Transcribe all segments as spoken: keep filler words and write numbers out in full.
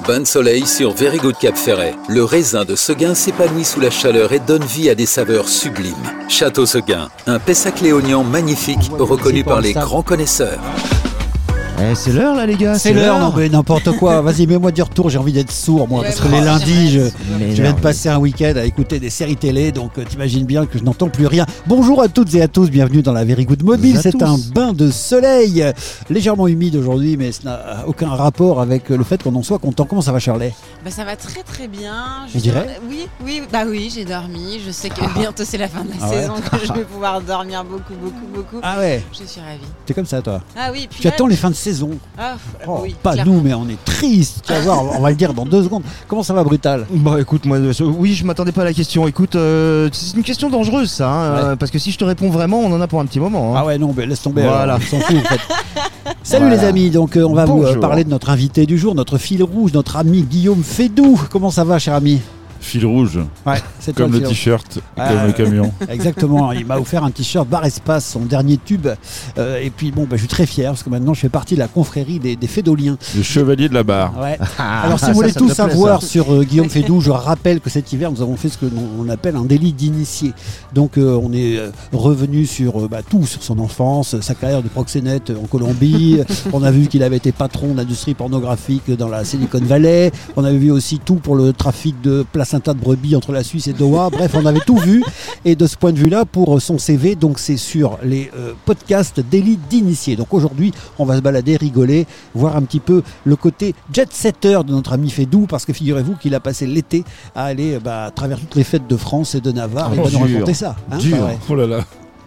Bain de soleil sur Very Good Cap Ferret. Le raisin de Seguin s'épanouit sous la chaleur et donne vie à des saveurs sublimes. Château Seguin, un Pessac léognan magnifique, reconnu par les grands connaisseurs. Eh, c'est l'heure là les gars, c'est, c'est l'heure. l'heure. Non mais n'importe quoi, vas-y mets-moi du retour, j'ai envie d'être sourd moi, ouais, parce que les lundis je, je viens de passer un week-end à écouter des séries télé, donc euh, t'imagines bien que je n'entends plus rien. Bonjour à toutes et à tous, bienvenue dans la Very Good Mobile, c'est un bain de soleil, légèrement humide aujourd'hui, mais ça n'a aucun rapport avec le fait qu'on en soit content. Comment ça va Charlet? Bah ça va très très bien. Je dirais Oui, oui, bah oui, j'ai dormi, je sais que ah. bientôt c'est la fin de la ah saison, ouais. que je vais pouvoir dormir beaucoup, beaucoup, beaucoup. Ah ouais. Je suis ravie. T'es comme ça toi? Ah oui, puis tu là, attends les fins de saison. Ah, oh, oui, pas clairement. nous, mais on est triste. Tu vas voir, on va le dire dans deux secondes. Comment ça va, Brutal? Bah écoute, moi, oui, je m'attendais pas à la question. Écoute, euh, c'est une question dangereuse, ça, hein, ouais. euh, parce que si je te réponds vraiment, on en a pour un petit moment. Hein. Ah ouais, non, mais laisse tomber. Voilà, on s'en fout. En fait. Salut voilà. Les amis. Donc, euh, on va Bonjour. vous euh, parler de notre invité du jour, notre fil rouge, notre ami Guillaume Fédoux. Comment ça va, cher ami? Fil rouge, ouais, c'est comme le, le t-shirt, ah, comme le camion. Exactement, il m'a offert un t-shirt Bar Espace, son dernier tube. Euh, et puis bon, bah, je suis très fier parce que maintenant je fais partie de la confrérie des, des Fédoliens. Le chevalier de la barre. Ouais. Alors si vous voulez tout savoir plaît, sur euh, Guillaume Fédoux, je rappelle que cet hiver nous avons fait ce que l'on appelle un délit d'initié. Donc euh, on est euh, revenu sur euh, bah, tout, sur son enfance, sa carrière de proxénète en Colombie. On a vu qu'il avait été patron de l'industrie pornographique dans la Silicon Valley. On avait vu aussi tout pour le trafic de place de brebis entre la Suisse et Doha. Bref, on avait tout vu. Et de ce point de vue-là, pour son C V, donc c'est sur les euh, podcasts d'élite d'initiés. Donc aujourd'hui, on va se balader, rigoler, voir un petit peu le côté jet-setter de notre ami Fédoux, parce que figurez-vous qu'il a passé l'été à aller bah, à travers toutes les fêtes de France et de Navarre. Oh, il va nous raconter ça. Hein, dur. Bah ouais. Oh là là.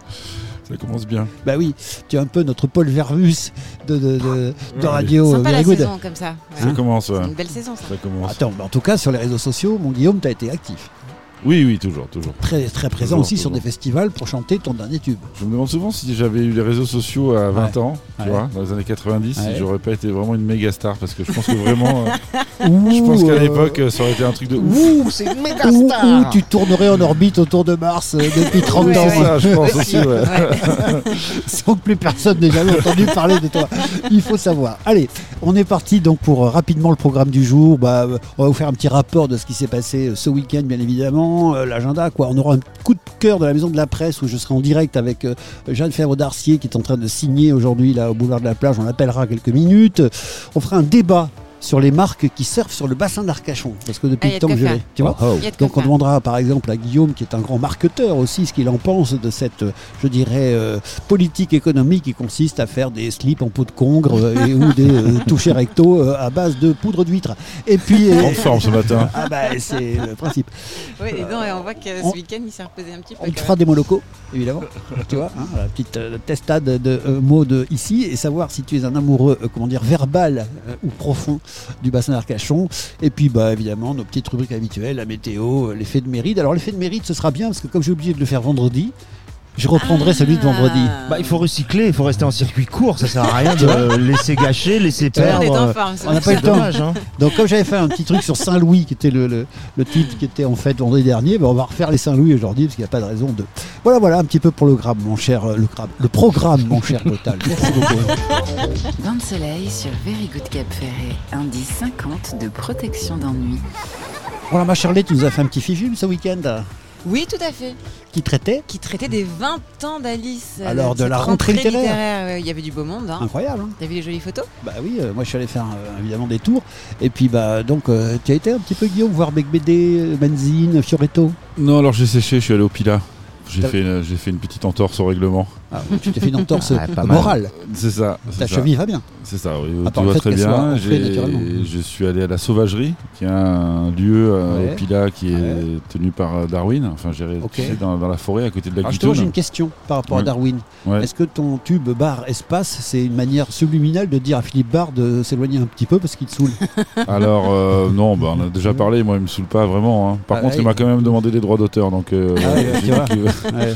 Ça commence bien. Bah oui, tu es un peu notre Paul Vermus de, de, de, de ouais, radio. Sympa la good. saison comme ça. Ouais. Ça commence, ouais. C'est une belle saison ça. Ça commence. Attends, bah en tout cas sur les réseaux sociaux, mon Guillaume, t'as été actif. Oui, oui, toujours, toujours. Très, très présent toujours, aussi toujours. sur des festivals pour chanter ton dernier tube. Je me demande souvent si j'avais eu les réseaux sociaux à vingt ouais. ans, tu ouais. vois, dans les années quatre-vingt-dix, ouais. si j'aurais pas été vraiment une méga star, parce que je pense que vraiment, euh, Ouh, je pense qu'à l'époque, ça aurait été un truc de ouf. Ouh, c'est une méga star. Ou tu tournerais en orbite autour de Mars euh, depuis trente ouais, ans. C'est ça, je pense aussi, ouais. ouais. Sans que plus personne n'ait jamais entendu parler de toi. Il faut savoir. Allez, on est parti donc pour euh, rapidement le programme du jour. Bah, on va vous faire un petit rapport de ce qui s'est passé euh, ce week-end, bien évidemment, euh, l'agenda. Quoi. On aura un coup de cœur de la Maison de la Presse où je serai en direct avec euh, Jeanne Fèvre-Darcier qui est en train de signer aujourd'hui là, au boulevard de la Plage. On l'appellera quelques minutes. On fera un débat sur les marques qui surfent sur le bassin d'Arcachon, parce que depuis ah, le temps que je l'ai, tu vois. Oh, oh. Donc on demandera par exemple à Guillaume, qui est un grand marketeur aussi, ce qu'il en pense de cette, je dirais, euh, politique économique qui consiste à faire des slips en peau de congre euh, et, ou des euh, touchés recto euh, à base de poudre d'huître. Et puis euh, en forme ce matin. Ah bah c'est le principe. Oui, et non, et on voit que ce on, week-end il s'est reposé un petit peu. On te fera des mots locaux, évidemment. Tu vois, hein, la petite euh, testade de euh, mots de ici, et savoir si tu es un amoureux, euh, comment dire, verbal euh, ou profond du bassin d'Arcachon. Et puis bah évidemment nos petites rubriques habituelles, la météo, l'effet de mérite. Alors l'effet de mérite ce sera bien parce que comme j'ai oublié de le faire vendredi, je reprendrai ah. celui de vendredi. Bah, il faut recycler, il faut rester en circuit court, ça sert à rien de laisser gâcher, laisser perdre. Forme, on n'a pas eu le temps. Dommage, hein. Donc comme j'avais fait un petit truc sur Saint-Louis, qui était le, le, le titre qui était en fait vendredi dernier, bah, on va refaire les Saint-Louis aujourd'hui parce qu'il n'y a pas de raison de. Voilà, voilà un petit peu pour le gramme, mon cher, le gramme, le programme, mon cher Total. Merci beaucoup. Bain de soleil sur Very Good Cap Ferret, indice cinquante de protection d'ennui. Voilà, ma Charlotte, tu nous as fait un petit fifu ce week-end. Oui, tout à fait. Qui traitait Qui traitait des vingt ans d'Alice. Alors, de la rentrée, rentrée littéraire. littéraire. Il y avait du beau monde. Hein. Incroyable. Hein. T'as vu les jolies photos? Bah oui, euh, moi je suis allé faire euh, évidemment des tours. Et puis, bah donc, euh, tu as été un petit peu, Guillaume, voir Bec B D, Benzine, Fioretto? Non, alors j'ai séché, je suis allé au Pila. J'ai fait, une, j'ai fait une petite entorse au règlement. Ah, tu t'es fait une entorse ah, morale. C'est ça. Ta cheville va bien. C'est ça, oui. Tout va très bien. J'ai, je suis allé à la Sauvagerie, qui est un lieu ouais. au Pila qui est ouais. tenu par Darwin. Enfin, j'ai okay. dans, dans la forêt à côté de la Guitoune. J'ai une question par rapport ouais. à Darwin. Ouais. Est-ce que ton tube bar espace, c'est une manière subliminale de dire à Philippe Barre de s'éloigner un petit peu parce qu'il te saoule? Alors, euh, non, bah, on a déjà parlé. Moi, il me saoule pas vraiment. Hein. Par ah, contre, ouais. il m'a quand même demandé des droits d'auteur. Donc, euh, ah, ouais, tu vois. Ouais.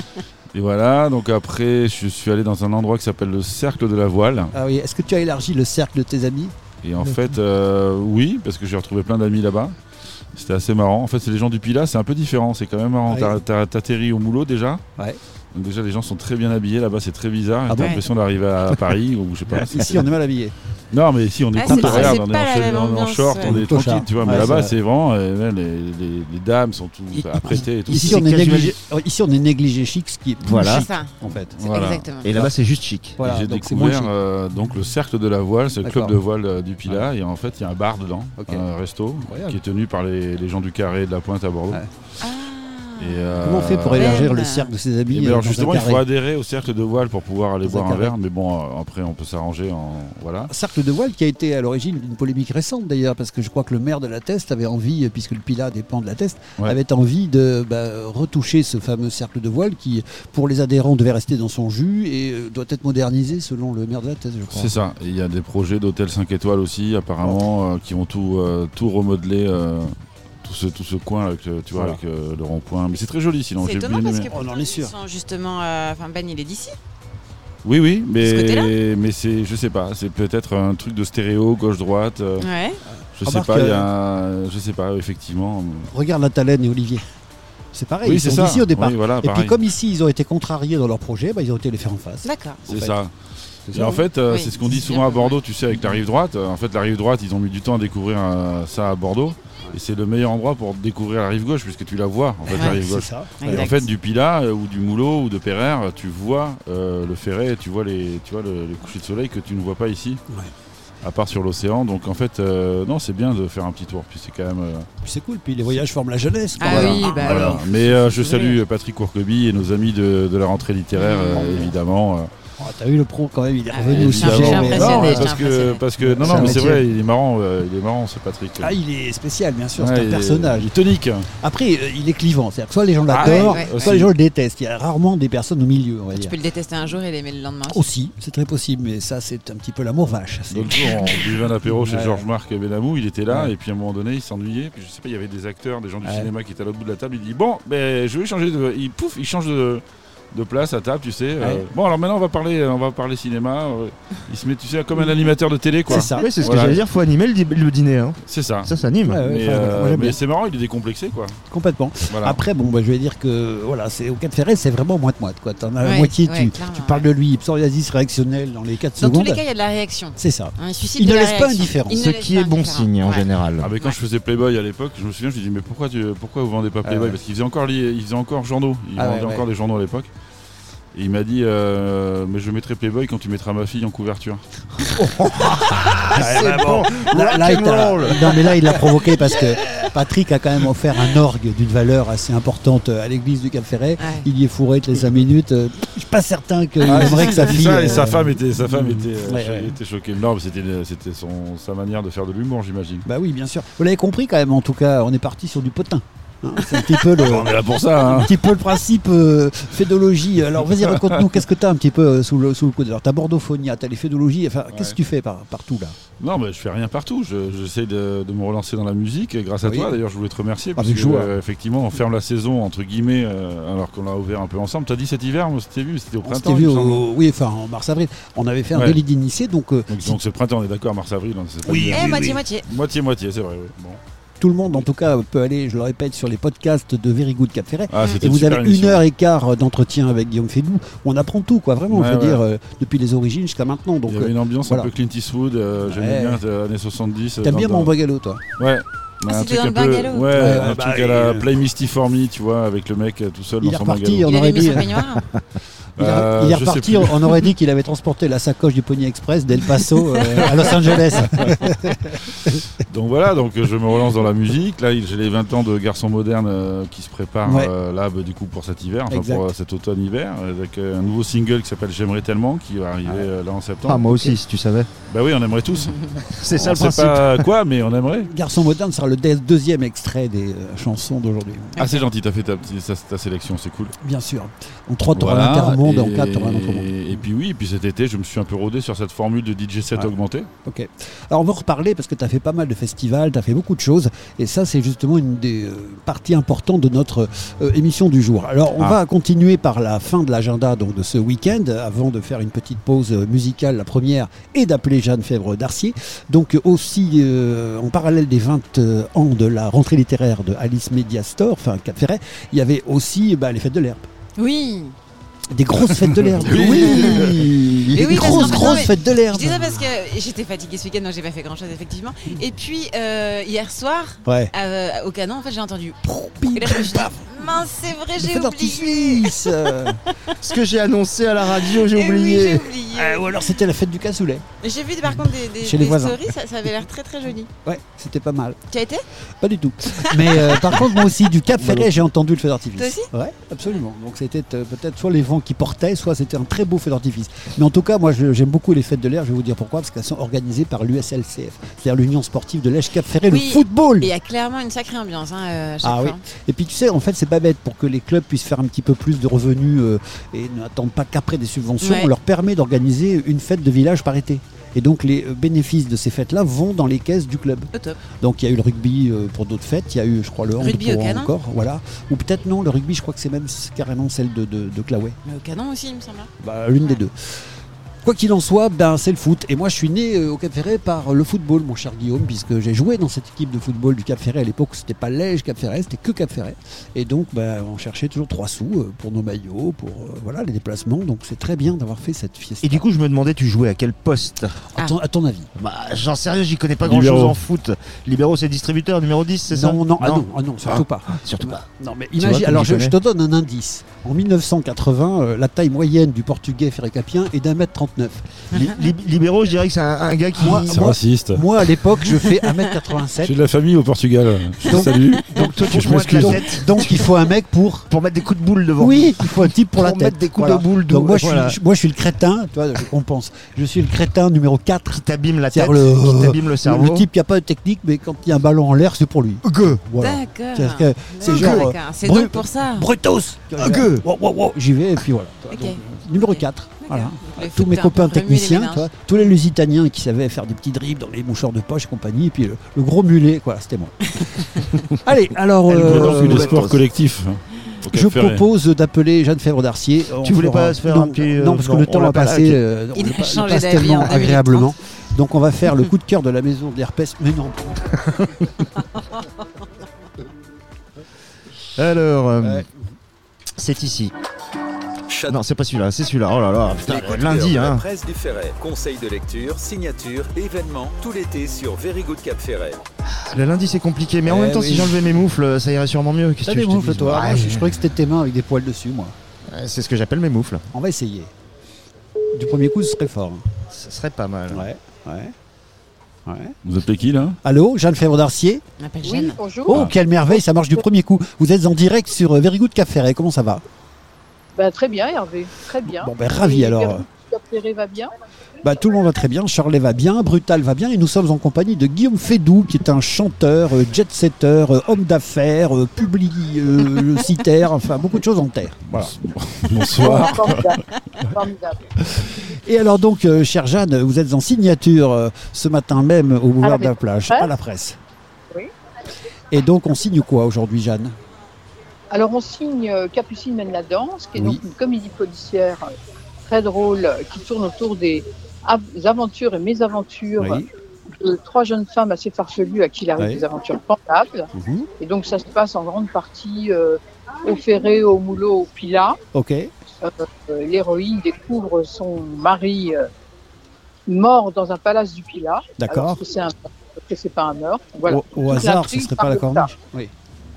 Et voilà, donc après je suis allé dans un endroit qui s'appelle le Cercle de la Voile. Ah oui, est-ce que tu as élargi le cercle de tes amis? Et en fait, euh, oui, parce que j'ai retrouvé plein d'amis là-bas. C'était assez marrant. En fait, c'est les gens du Pila, c'est un peu différent, c'est quand même marrant. Ah oui. T'as, t'atterris au Moulot déjà. Ouais. Donc déjà, les gens sont très bien habillés là-bas, c'est très bizarre. J'ai ah bon l'impression d'arriver à Paris ou je sais pas. Ici, on est mal habillés. Non, mais ici on est ah, cool, c'est regarde, pas, on c'est est en, ambiance, en short, ouais. on est tranquille, Char. tu vois. Mais Ouais, là-bas, c'est c'est vraiment euh, les, les, les dames sont tout I- apprêtées et tout. Ici, C'est on est casual. négligé, ici, on est négligé chic, ce qui est plus Voilà. chic, C'est ça. en fait. C'est Voilà. Exactement. Et là-bas, c'est juste chic. Voilà, J'ai donc c'est moins découvert chic. euh, donc le cercle de la voile, c'est le club D'accord. de voile euh, du Pilat, et en fait il y a un bar dedans, Ok. un resto Incroyable. qui est tenu par les, les gens du Carré de la Pointe à Bordeaux. Ouais. Ah. Et, euh, Comment on fait pour Ouais. élargir le Ben. cercle de ses et habits ben euh, alors dans un justement, il carré faut adhérer au cercle de voile pour pouvoir aller Dans un boire un carré. verre, mais bon, euh, après on peut s'arranger en voilà. Cercle de voile qui a été à l'origine d'une polémique récente d'ailleurs, parce que je crois que le maire de la Teste avait envie, puisque le Pilat dépend de la Teste, Ouais. avait envie de bah, retoucher ce fameux cercle de voile qui, pour les adhérents, devait rester dans son jus et euh, doit être modernisé selon le maire de la Teste, je crois. C'est ça. Et il y a des projets d'hôtels cinq étoiles aussi, apparemment, euh, qui vont tout, euh, tout remodeler. euh, Tout ce, tout ce coin avec le, tu vois, Voilà. avec euh, le rond-point. Mais c'est très joli sinon. C'est J'ai étonnant bien parce aimé. que On en pourtant, est sûr. ils sont justement. euh, Enfin, Ben, il est d'ici. Oui, oui, ce côté-là mais, mais c'est, je sais pas, c'est peut-être un truc de stéréo, gauche-droite. euh, Ouais. je sais Remarque, pas, il y a, je sais pas, effectivement. Regarde la Talenne et Olivier. C'est pareil, Oui, ils c'est sont ça. d'ici au départ. Oui, voilà, et puis pareil. comme ici, ils ont été contrariés dans leur projet, bah, ils ont été les faire en face. D'accord. C'est en fait. ça. C'est Et ça, en oui. fait, euh, Oui, c'est ce qu'on dit c'est souvent à bien. Bordeaux, tu sais, avec la rive droite. Euh, En fait, la rive droite, ils ont mis du temps à découvrir euh, ça à Bordeaux. Et c'est le meilleur endroit pour découvrir la rive gauche, puisque tu la vois, en fait, la Ouais, rive C'est gauche. ça. Et Exact. en fait, du Pilat euh, ou du Moulot ou de Pereire, tu vois euh, le Ferret, tu vois les, tu vois le, le coucher de soleil que tu ne vois pas ici, Ouais. à part sur l'océan. Donc en fait, euh, non, c'est bien de faire un petit tour. Puis c'est quand même. euh, Puis c'est cool, puis les voyages forment la jeunesse. Ah Voilà. oui, bah voilà. oui. Mais euh, je C'est salue Patrick Courceby et nos amis de, de la rentrée littéraire, euh, Mmh. évidemment. euh, Oh, t'as vu le pro quand même, il est Ah revenu ouais, au je suis sujet. impressionné, mais- je suis non, mais impressionné. parce que, parce que non, C'est non, un mais c'est métier. vrai, il est marrant, euh, il est marrant, ce Patrick. Ah, il est spécial, bien sûr, Ouais, c'est un il est- personnage. Il est tonique. Après, euh, il est clivant, c'est-à-dire que soit les gens Ah l'adorent, ouais, ouais, soit ouais. les gens le détestent. Il y a rarement des personnes au milieu, on va Tu dire. peux le détester un jour et l'aimer le lendemain. Aussi, c'est très possible, mais ça, c'est un petit peu l'amour vache. C'est- L'autre jour, on buvait un apéro chez Ouais. Georges-Marc Benamou, il était là, Ouais. et puis à un moment donné, il s'ennuyait. Puis je sais pas, il y avait des acteurs, des gens du Ouais. cinéma qui étaient à l'autre bout de la table. Il dit bon, ben je vais changer de. Il pouf, il change de, de place à table, tu sais. euh, Ouais. bon, alors maintenant on va parler, on va parler cinéma. euh, Il se met, tu sais, comme un animateur de télé, quoi. C'est ça. Oui, c'est ce Voilà. que j'allais dire, faut animer le, di- le dîner. Hein. C'est ça. Ça s'anime. Ouais, ouais, Mais, enfin, euh, moi, j'aime mais bien. c'est marrant, il est décomplexé, quoi. Complètement. Voilà. Après, bon, bah, je vais dire que voilà, c'est au Cap Ferret, c'est vraiment moite-moite. Quoi. T'en as la Ouais, moitié, ouais, tu, clairement, tu parles ouais. de lui, psoriasis réactionnel dans les quatre Dans tous secondes. les cas, il y a de la réaction. C'est ça. Hein, il suscite Il de ne la laisse pas réaction. indifférent. Il ne Ce laisse qui pas est bon indifférent. signe en Ouais. général. Ah mais quand je faisais Playboy à l'époque, je me souviens, je lui dis mais pourquoi tu, pourquoi vous vendez pas Playboy ouais. Parce qu'il faisait encore li- il faisait encore journaux, il Ah ouais, vendait ouais. encore des journaux à l'époque. Et il m'a dit euh, mais je mettrai Playboy quand tu mettras ma fille en couverture. c'est bon. Là, là, il t'a- Rock'n'roll. non, mais là, il l'a provoqué parce que Patrick a quand même offert un orgue d'une valeur assez importante à l'église du Cap Ferret. Ouais. Il y est fourré toutes les cinq minutes. Euh, Je suis pas certain qu'il Ah, aimerait que sa il dit fille. ça, et euh, sa femme était, sa femme était, euh, Ouais, ouais. était choquée. Non, mais c'était, c'était son, sa manière de faire de l'humour, j'imagine. Bah oui, bien sûr. Vous l'avez compris quand même, en tout cas, on est parti sur du potin. Hein, c'est un petit peu le. On est là pour ça. Un Hein. petit peu le principe euh, fédologie. Alors vas-y, raconte-nous, qu'est-ce que tu as un petit peu euh, sous le, sous le coude. Alors tu as Bordophonia, tu as les fédologies, enfin, qu'est-ce que tu fais par, partout là? Non, mais je fais rien partout. Je, j'essaie de, de me relancer dans la musique. Et grâce à Oui. toi, d'ailleurs, je voulais te remercier. Parce Avec que, joie. euh, effectivement, on ferme la saison, entre guillemets, euh, alors qu'on l'a ouvert un peu ensemble. T'as dit cet hiver, moi, c'était vu, c'était au On s'était printemps. vu il me semble. au... Oui, enfin en mars-avril. On avait fait un Ouais. délit d'initié, donc, euh, Donc, si donc ce printemps, on est d'accord, mars-avril. hein, c'est pas Oui, l'hiver. Eh, moitié-moitié. Moitié-moitié, c'est vrai. Oui. Bon. tout le monde en tout cas peut aller, je le répète, sur les podcasts de Very Good Cap Ferret. Ah, c'était Et vous super avez émission. une heure et quart d'entretien avec Guillaume Fédou. Où on apprend tout, quoi, vraiment, Ouais, je veux ouais. dire, euh, depuis les origines jusqu'à maintenant. Donc, Il y avait une ambiance voilà. un peu Clint Eastwood, euh, j'aimais Ouais. bien euh, années soixante-dix. euh, t'aimes dans- bien dans- mon bungalow, toi? Ouais. Ah, un c'était truc dans un le peu, bungalow. ouais, Ouais, un bah, truc à la euh, Play Misty for Me, tu vois, avec le mec euh, tout seul Il dans est son reparti, bungalow. on Il aurait avait mis dit. son peignoir. Il, a- Euh, il est je sais reparti, plus. on aurait dit qu'il avait transporté la sacoche du Pony Express d'El Paso euh, à Los Angeles. Donc voilà, donc euh, je me relance dans la musique. Là, j'ai les vingt ans de Garçon Moderne euh, qui se préparent Ouais. euh, là, bah, du coup, pour cet hiver, enfin Exact. pour euh, cet automne-hiver, avec euh, un nouveau single qui s'appelle J'aimerais tellement, qui va arriver Ouais. euh, là en septembre. Ah, moi aussi, si tu savais. Bah oui, on aimerait tous. C'est ça on le sait principe. pas quoi, mais on aimerait. Garçon moderne sera le de- deuxième extrait des euh, chansons d'aujourd'hui. Ah, c'est gentil, t'as fait ta, petite- ta, ta sélection, c'est cool. Bien sûr. En trois, tu auras Voilà, l'intermonde, en et- quatre, tu auras l'entremonde. Et puis oui, et puis cet été, je me suis un peu rodé sur cette formule de D J set Ouais. augmenté. Ok. Alors on va reparler parce que tu as fait pas mal de festivals, tu as fait beaucoup de choses et ça c'est justement une des euh, parties importantes de notre euh, émission du jour. Alors on Ah. va continuer par la fin de l'agenda donc de ce week-end avant de faire une petite pause euh, musicale, la première, et d'appeler Jeanne Fèvre d'Arcier. Donc euh, aussi euh, en parallèle des vingt euh, ans de la rentrée littéraire de Alice Media Store, enfin Cap Ferret, il y avait aussi bah, les fêtes de l'herbe. Oui. Des grosses fêtes de l'herbe. Oui, oui, des oui, grosses, non, grosses mais fêtes de l'herbe. Je dis ça parce que j'étais fatiguée ce week-end, donc j'ai pas fait grand-chose effectivement. Et puis euh, hier soir, ouais. euh, au canon, en fait, j'ai entendu. Et là, je me suis dit, mince, c'est vrai, Le j'ai feu oublié. d'artifice. Ce que j'ai annoncé à la radio, j'ai Eh oui, oublié. j'ai oublié. Euh, ou alors c'était la fête du cassoulet. J'ai vu par contre des, des, Chez les des voisins. stories, ça, ça avait l'air très très joli. Ouais, c'était pas mal. Tu as été? Pas du tout. Mais euh, par contre, moi aussi, du Cap Ferret, j'ai entendu le feu d'artifice. Toi aussi? Ouais, absolument. Donc c'était euh, peut-être soit les vents qui portaient, soit c'était un très beau feu d'artifice. Mais en tout cas, moi je- j'aime beaucoup les fêtes de l'air, je vais vous dire pourquoi, parce qu'elles sont organisées par l'U S L C F, c'est-à-dire l'Union Sportive de l'Èche Cap Ferret, Oui. le football. Et il y a clairement une sacrée ambiance hein, euh, à chaque Ah fois. oui. Et puis tu sais, en fait, c'est pas bête pour que les clubs puissent faire un petit peu plus de revenus euh, et n'attendent pas qu'après des subventions. Ouais. On leur permet d'organiser une fête de village par été. Et donc les euh, bénéfices de ces fêtes-là vont dans les caisses du club. Au top. Donc il y a eu le rugby euh, pour d'autres fêtes, il y a eu, je crois, le hand Rugby au pour canon. encore, voilà. Ou peut-être non, le rugby, je crois que c'est même carrément celle de, de, de Claouet. Mais au canon aussi, il me semble. Bah, l'une des deux. Quoi qu'il en soit, ben, c'est le foot. Et moi, je suis né euh, au Cap Ferret par le football, mon cher Guillaume, puisque j'ai joué dans cette équipe de football du Cap Ferret. À l'époque, c'était pas l'Ège Cap Ferret, c'était que Cap Ferret. Et donc, ben, on cherchait toujours trois sous euh, pour nos maillots, pour euh, voilà, les déplacements. Donc, c'est très bien d'avoir fait cette fiesta. Et du coup, je me demandais, tu jouais à quel poste? à ton, à ton avis? Bah, j'en sais rien, j'y connais pas grand chose Libéraux. en foot. Libéraux, c'est distributeur, numéro dix, c'est ça? Non, non, ah non, ah non, surtout pas. Surtout pas. Non, mais Tu vois, imagine, comme alors j'y je, connais. je te donne un indice. En mille neuf cent quatre-vingts, euh, la taille moyenne du portugais ferré-capien est d'un mètre trente-neuf. Li- li- libéraux, je dirais que c'est un, un gars qui. Moi, C'est moi- raciste. Moi, à l'époque, je fais un mètre quatre-vingt-sept. J'ai de la famille au Portugal. Je te Donc- salue. Donc toi, tu Je pointes la m'excuse. tête Donc, il faut un mec pour. pour mettre des coups de boule devant. Oui, il faut un type pour, la Pour tête. mettre des coups Voilà. de boule. Donc, moi, je voilà. suis, moi, je suis le crétin, tu vois, je compense. Je suis le crétin numéro quatre. Qui t'abîme la tête, C'est-à-dire le- qui t'abîme le cerveau. Le type qui a pas de technique, mais quand il y a un ballon en l'air, c'est pour lui. Gueux. Voilà. D'accord. C'est-à-dire que c'est D'accord, genre, d'accord. C'est Bru- donc pour ça. Brutus. Ah, que Wow, wow, wow. J'y vais, et puis voilà. Ok. Donc, numéro Ok. quatre. Voilà. Donc, le Tous foot, mes t'as un peu copains remué les techniciens, méninges. tu vois, tous les Lusitaniens qui savaient faire des petits dribbles dans les mouchoirs de poche et compagnie, et puis le, le gros mulet, voilà, c'était moi. Allez, alors, Elle euh, veut Donc, Euh, les ouais, sports toi. collectifs. hein, au Cap je Ferret. propose d'appeler Jeanne Fèvre d'Arcier. On Tu voulais fera- pas se faire non, un petit, euh, Non, parce que non, le on temps l'a a pas là, passé, ok. euh, Il on a le pa- changé passe d'avis en tellement deux mille agréablement. Donc on va faire le coup de cœur de la maison d'Herpès. Mais non. Alors, euh, Ouais. c'est ici. Château Non, c'est pas celui-là, c'est celui-là. Oh là là, putain, Les coups de lundi, cœur de la hein. presse du Ferret. Conseils de lecture, signatures, événements, tout l'été sur Very Good Cap Ferret. Le lundi, c'est compliqué, mais en Eh même temps, oui. si j'enlevais mes moufles, ça irait sûrement mieux. Qu'est-ce T'as que des je te moufles, dis toi. Ouais, Moi, je, je croyais que c'était tes mains avec des poils dessus, moi. C'est ce que j'appelle mes moufles. On va essayer. Du premier coup, ce serait fort. hein. Ce serait pas mal. Ouais, ouais. Ouais. Vous appelez qui là? Allô, Jeanne Fèvre d'Arcier. On m'appelle Oui, Jeanne. bonjour. Oh, quelle merveille, ça marche du premier coup. Vous êtes en direct sur euh, Very Good Cap Ferret. Comment ça va? Ben, très bien, Hervé. Très bien. Bon, ben ravi Et alors. Véronique Ferré va bien. Bah, tout le monde va très bien, Charlet va bien, Brutal va bien, et nous sommes en compagnie de Guillaume Fédoux, qui est un chanteur, euh, jet-setter, euh, homme d'affaires, euh, publicitaire, enfin beaucoup de choses en terre. Voilà. Bonsoir. Formidable. Formidable. Et alors donc, euh, chère Jeanne, vous êtes en signature euh, ce matin même au boulevard À la de la plage, presse. à la presse. Oui. Et donc, on signe quoi aujourd'hui, Jeanne? Alors, on signe euh, Capucine mène la danse, qui est Oui. donc une comédie policière euh, très drôle, euh, qui tourne autour des av- aventures et mésaventures Oui. de trois jeunes femmes assez farfelues à qui il arrive Oui. des aventures pendables. Mhm. Et donc, ça se passe en grande partie euh, au Ferré, au Moulot, au Pilat. Ok. Euh, euh, L'héroïne découvre son mari euh, mort dans un palace du Pilat. D'accord. Alors que c'est un que c'est pas un meurtre. Voilà. Au, au Toute hasard, ce l'intrigue serait pas part la de ça. corniche. Oui.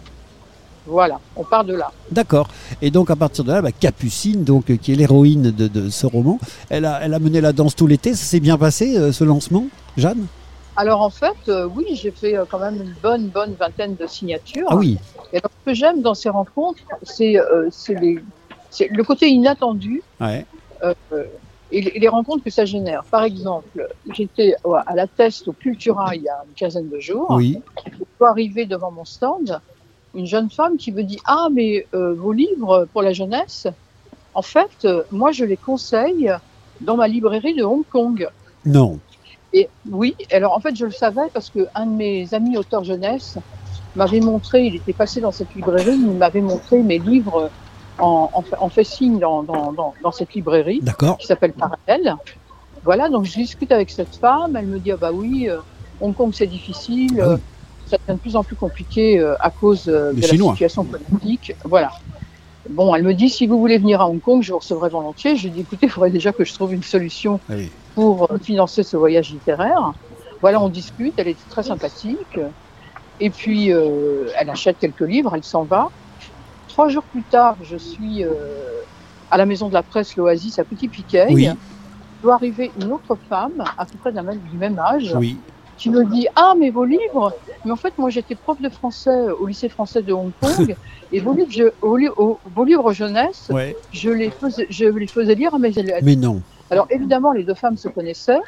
Voilà, on part de là. D'accord. Et donc à partir de là, bah, Capucine, donc, euh, qui est l'héroïne de, de ce roman, elle a, elle a mené la danse tout l'été. Ça s'est bien passé, euh, ce lancement, Jeanne? Alors en fait, euh, oui, j'ai fait euh, quand même une bonne, bonne vingtaine de signatures. Ah oui. Et alors, ce que j'aime dans ces rencontres, c'est euh, c'est les- c'est le côté inattendu Ouais. euh, euh, et les, les rencontres que ça génère. Par exemple, j'étais euh, à la Teste au Cultura il y a une quinzaine de jours. Oui. Je suis arrivée devant mon stand, une jeune femme qui me dit « Ah, mais euh, vos livres pour la jeunesse, en fait, euh, moi je les conseille dans ma librairie de Hong Kong. » Non. Et oui, alors en fait je le savais parce que un de mes amis auteurs jeunesse m'avait montré, il était passé dans cette librairie, il m'avait montré mes livres en, en, en fait signe dans, dans, dans, dans cette librairie D'accord. qui s'appelle Parallèle. Voilà, donc je discute avec cette femme, elle me dit ah bah oui, euh, Hong Kong c'est difficile, Ah oui. euh, ça devient de plus en plus compliqué euh, à cause euh, Les de Chinois. la situation politique. Voilà. Bon, elle me dit, si vous voulez venir à Hong Kong, je vous recevrai volontiers. Je lui dis, écoutez, il faudrait déjà que je trouve une solution oui. pour financer ce voyage littéraire. Voilà, on discute, elle est très sympathique. Et puis, euh, elle achète quelques livres, elle s'en va. Trois jours plus tard, je suis euh, à la maison de la presse, l'Oasis, à Petit-Piquet. Oui. Doit arriver une autre femme, à peu près même, du même âge, oui. qui me dit « Ah, mais vos livres !» Mais en fait, moi, j'étais prof de français au lycée français de Hong Kong, et vos livres, je, au, au, vos livres jeunesse, ouais. je, les faisais, je les faisais lire à mes élèves. Mais non. Alors, évidemment, les deux femmes se connaissaient.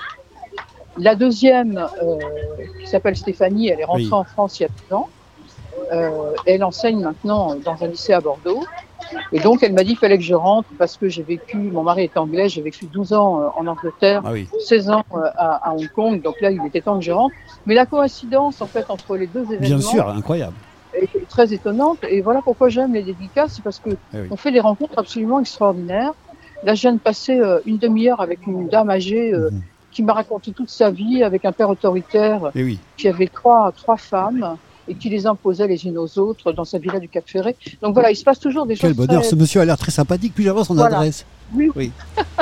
La deuxième, euh, qui s'appelle Stéphanie, elle est rentrée oui. en France il y a deux ans. Euh, elle enseigne maintenant dans un lycée à Bordeaux. Et donc, elle m'a dit qu'il fallait que je rentre parce que j'ai vécu, mon mari est anglais, j'ai vécu douze ans euh, en Angleterre, ah oui. seize ans euh, à, à Hong Kong. Donc là, il était temps que je rentre. Mais la coïncidence, en fait, entre les deux événements. Bien sûr, incroyable. Est très étonnante. Et voilà pourquoi j'aime les dédicaces, c'est parce que eh oui. on fait des rencontres absolument extraordinaires. Là, je viens de passer euh, une demi-heure avec une dame âgée euh, mmh. qui m'a raconté toute sa vie avec un père autoritaire eh oui. qui avait trois, trois femmes. Et qui les imposait les unes aux autres dans sa villa du Cap-Ferret. Donc voilà, il se passe toujours des Quel choses. Quel bonheur, très... ce monsieur a l'air très sympathique. Puis-je avoir son voilà. adresse? Oui. oui.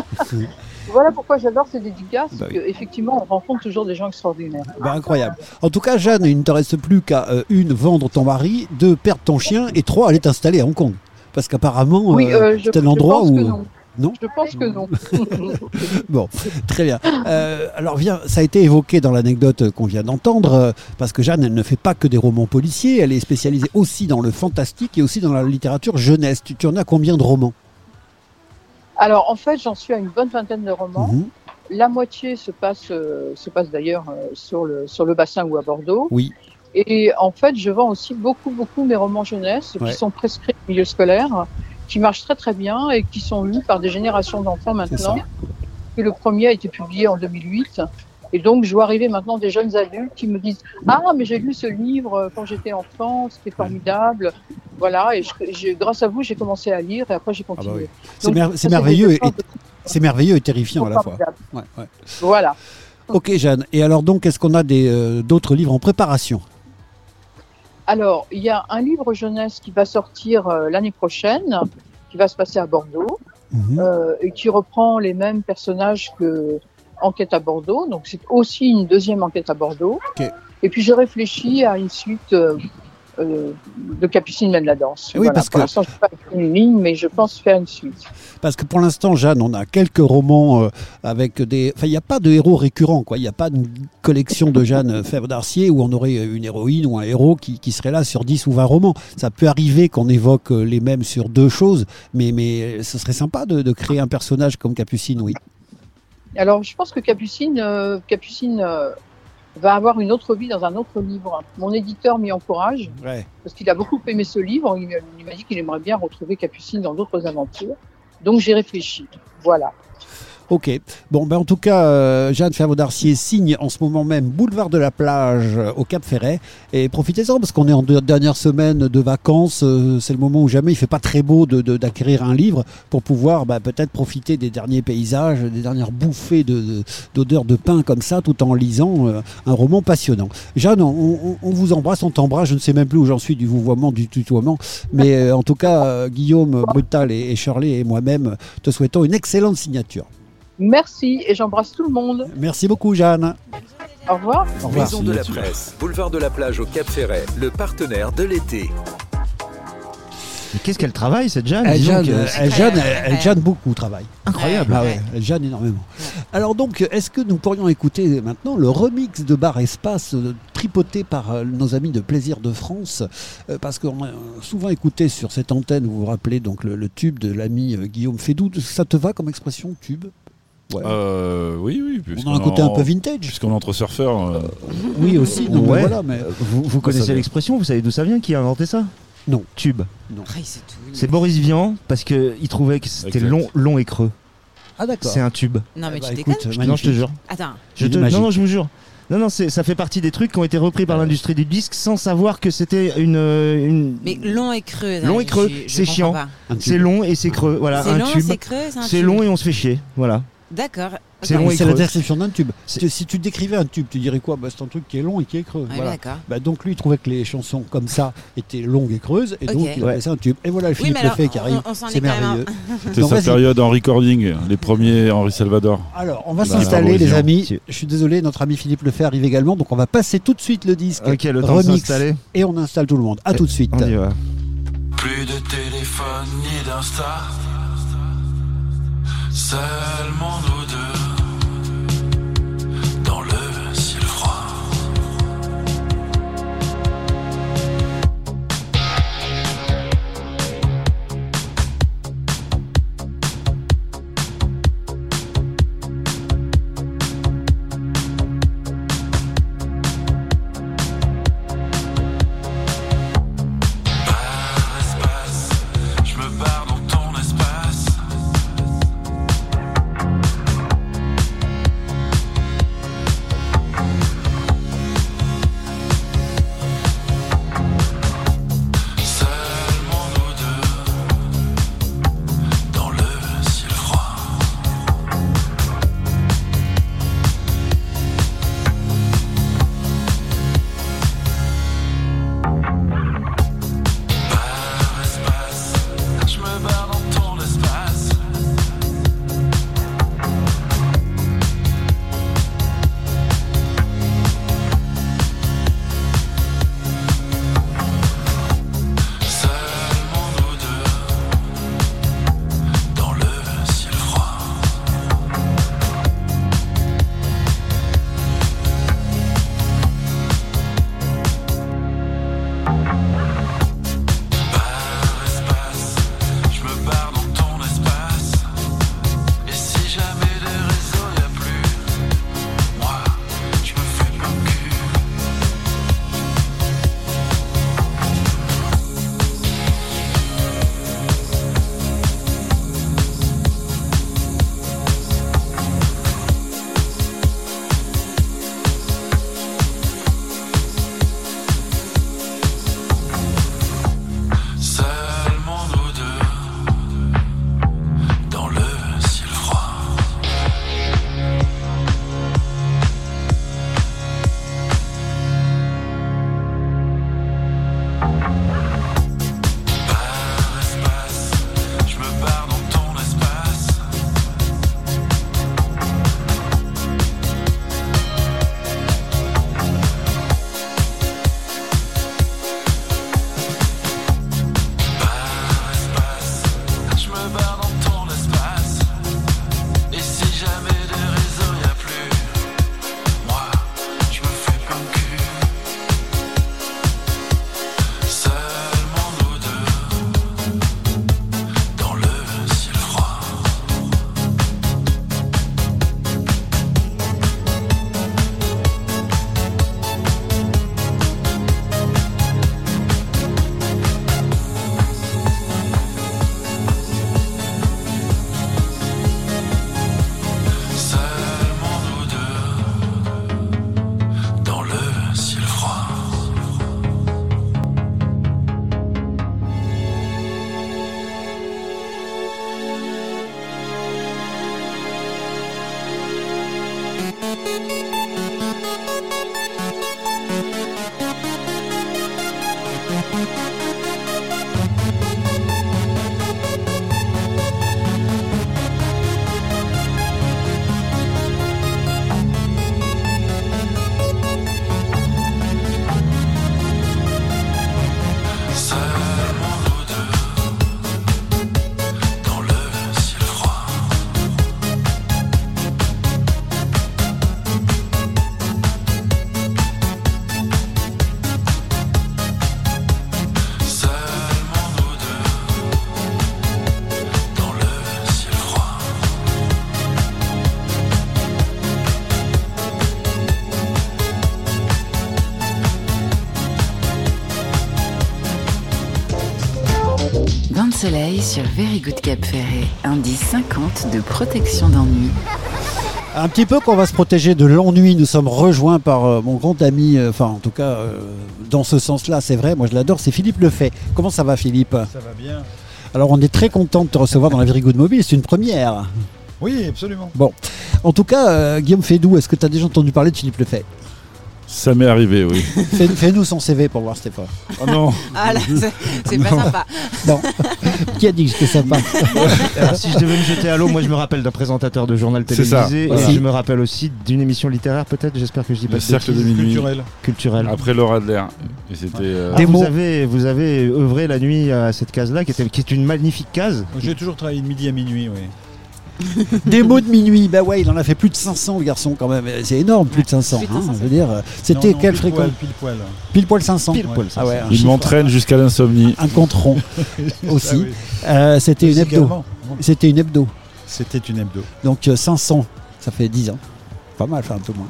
Voilà pourquoi j'adore ces dédicaces, bah oui. Effectivement, on rencontre toujours des gens extraordinaires. Bah, incroyable. En tout cas, Jeanne, il ne te reste plus qu'à euh, une, vendre ton mari, deux, perdre ton chien, et trois, aller t'installer à Hong Kong. Parce qu'apparemment, oui, euh, c'est un endroit où... Non. Non Je pense que non. Bon, très bien. Euh, alors, viens, ça a été évoqué dans l'anecdote qu'on vient d'entendre, euh, parce que Jeanne, elle ne fait pas que des romans policiers, elle est spécialisée aussi dans le fantastique et aussi dans la littérature jeunesse. Tu, tu en as combien de romans? Alors, en fait, j'en suis à une bonne vingtaine de romans. Mmh. La moitié se passe, euh, se passe d'ailleurs euh, sur, le, sur le bassin ou à Bordeaux. Oui. Et en fait, je vends aussi beaucoup, beaucoup mes romans jeunesse ouais. qui sont prescrits au milieu scolaire, qui marchent très très bien et qui sont lus par des générations d'enfants maintenant. Et le premier a été publié en deux mille huit. Et donc, je vois arriver maintenant des jeunes adultes qui me disent « Ah, mais j'ai lu ce livre quand j'étais enfant, c'était formidable. » Voilà, et je, je, grâce à vous, j'ai commencé à lire et après j'ai continué. Ah bah oui. C'est mer c'est merveilleux, et, c'est merveilleux et terrifiant à la fois. Ouais, ouais. Voilà. Ok, Jeanne. Et alors donc, est-ce qu'on a euh, d'autres livres en préparation? Alors, il y a un livre jeunesse qui va sortir euh, l'année prochaine, qui va se passer à Bordeaux, mmh. euh, et qui reprend les mêmes personnages que Enquête à Bordeaux. Donc, c'est aussi une deuxième enquête à Bordeaux. Okay. Et puis, je réfléchis à une suite euh, euh, de Capucine mène la danse. Oui, voilà. parce pour que... l'instant, je ne fais pas une ligne, mais je pense faire une suite. Parce que pour l'instant, Jeanne, on a quelques romans euh, avec des... Enfin, il n'y a pas de héros récurrents, quoi. Il n'y a pas une collection de Jeanne Fèvre d'Arcier où on aurait une héroïne ou un héros qui, qui serait là sur dix ou vingt romans. Ça peut arriver qu'on évoque les mêmes sur deux choses, mais, mais ce serait sympa de, de créer un personnage comme Capucine, oui. Alors, je pense que Capucine, euh, Capucine euh, va avoir une autre vie dans un autre livre. Mon éditeur m'y encourage, ouais. parce qu'il a beaucoup aimé ce livre. Il, il m'a dit qu'il aimerait bien retrouver Capucine dans d'autres aventures. Donc, j'ai réfléchi. Voilà. Ok. Bon, ben en tout cas, euh, Jeanne Fèvre d'Arcier signe en ce moment même Boulevard de la Plage euh, au Cap-Ferret. Et profitez-en parce qu'on est en deux, dernière semaine de vacances. Euh, c'est le moment où jamais il fait pas très beau de, de, d'acquérir un livre pour pouvoir bah, peut-être profiter des derniers paysages, des dernières bouffées de, de, d'odeur de pain comme ça, tout en lisant euh, un roman passionnant. Jeanne, on, on, on vous embrasse, on t'embrasse. Je ne sais même plus où j'en suis du vouvoiement, du tutoiement. Mais euh, en tout cas, euh, Guillaume, Brutal et, et Shirley et moi-même te souhaitons une excellente signature. Merci et j'embrasse tout le monde. Merci beaucoup, Jeanne. Au revoir. Au revoir. Maison de la Presse, boulevard de la Plage au Cap-Ferret, le partenaire de l'été. Mais qu'est-ce qu'elle travaille, cette Jeanne? Elle Jeanne, euh, elle, Jeanne, elle, elle Jeanne beaucoup, travaille. Incroyable. Ah ouais, elle Jeanne énormément. Alors donc, est-ce que nous pourrions écouter maintenant le remix de Bar Espace euh, tripoté par euh, nos amis de Plaisir de France, euh, parce qu'on a souvent écouté sur cette antenne, vous vous rappelez donc le, le tube de l'ami euh, Guillaume Fédoux. Ça te va comme expression, tube? Ouais. Euh, oui, oui. On a un côté en, un peu vintage. Puisqu'on est entre surfeurs. Euh... Oui, aussi. Donc ouais. Voilà, mais... Vous, vous connaissez l'expression? Vous savez d'où ça vient? Qui a inventé ça? Non. Tube. Non. Après, c'est tout. C'est Boris Vian, parce qu'il trouvait que c'était long, long et creux. Ah d'accord. C'est un tube. Non, mais bah, tu écoute, déconnes. Non, je te jure. Attends. Je te... Non, non, je vous jure. Non, non, ça fait partie des trucs qui ont été repris par l'industrie du disque sans savoir que c'était une, une... Mais long et creux. Long et creux, c'est chiant. C'est long et c'est creux. Voilà, c'est un long, tube. C'est creux, c'est un C'est tube. long et on se fait chier. Voilà. D'accord. C'est long et c'est creux. la description d'un tube. Si, si tu décrivais un tube, tu dirais quoi? Bah, c'est un truc qui est long et qui est creux. Ah, voilà. d'accord. Bah, donc lui, il trouvait que les chansons comme ça étaient longues et creuses, et Ok. donc il appelait ça un tube. Et voilà le Oui, Philippe mais alors, Lefebvre qui arrive. on- on s'en est C'est quand même merveilleux. C'était Non, sa vas-y. période en recording, les premiers Henri Salvador. Alors, on va Bah, s'installer, les bravo, amis. Jean. Je suis désolé, notre ami Philippe Lefebvre arrive également, donc on va passer tout de suite le disque Ok, le temps de remix s'installer. et on installe tout le monde. À tout de suite. On y va. Plus de téléphone ni d'insta, seulement nous deux, dans le ciel froid. Par espace, je me barre dans ton espace. Seulement nous deux, dans le ciel froid. Par espace, je me barre dans ton espace. Seulement nous deux, dans le ciel froid. Par espace, je me barre dans ton espace. Et si jamais de réseau y a plus, moi, je me fais plein de cul. Seulement nous deux, dans le ciel froid. Par espace, je me barre dans ton espace. Par espace, je me barre dans ton espace. Et si jamais de réseau y a plus, moi, je me fais plein de cul. Seulement nous deux, dans le ciel froid. Seulement nous deux, dans le ciel froid. Seulement nous deux, dans le ciel froid. Seulement nous deux, dans le ciel froid. Bain de soleil sur Very Good Cap Ferret. Indice cinquante de protection d'ennui. Un petit peu qu'on va se protéger de l'ennui. Nous sommes rejoints par euh, mon grand ami, euh, enfin en tout cas euh, dans ce sens-là, c'est vrai, moi je l'adore, c'est Philippe Lefebvre. Comment ça va Philippe? Ça va bien. Alors on est très content de te recevoir dans la Very Good Mobile, c'est une première. Oui, absolument. Bon, en tout cas, euh, Guillaume Fédoux, est-ce que tu as déjà entendu parler de Philippe Lefay ? Ça m'est arrivé, oui. Fais, Fais-nous son C V pour voir, Stéphane. Oh non. Ah là, c'est, c'est pas sympa. Non. Qui a dit que c'était sympa ? Alors, si je devais me jeter à l'eau, moi je me rappelle d'un présentateur de journal C'est ça. télévisé. Voilà. Et je me rappelle aussi d'une émission littéraire, peut-être. J'espère que je dis pas Le de cercle de bêtises. minuit. Culturel. Culturel. Après Laura Adler. Et c'était. euh, Ah, Des vous, mots. avez, vous avez œuvré la nuit à cette case-là, qui, était, qui est une magnifique case. J'ai toujours travaillé de midi à minuit, oui. Des mots de minuit, bah ouais, il en a fait plus de cinq cents, le garçon, quand même. C'est énorme, plus de cinq cents. Plus de Hein, cinq cents, je veux dire, c'était Non, non, quelle pile fréquence poil, Pile poil. Pile poil cinq cents. Pile poil Ah ouais, un Il chiffre- m'entraîne jusqu'à l'insomnie. un compte rond aussi. Ah oui. Euh, c'était une Aussi hebdo. également. C'était une hebdo. C'était une hebdo. Donc euh, cinq cents, ça fait dix ans. Pas mal, enfin un peu moins.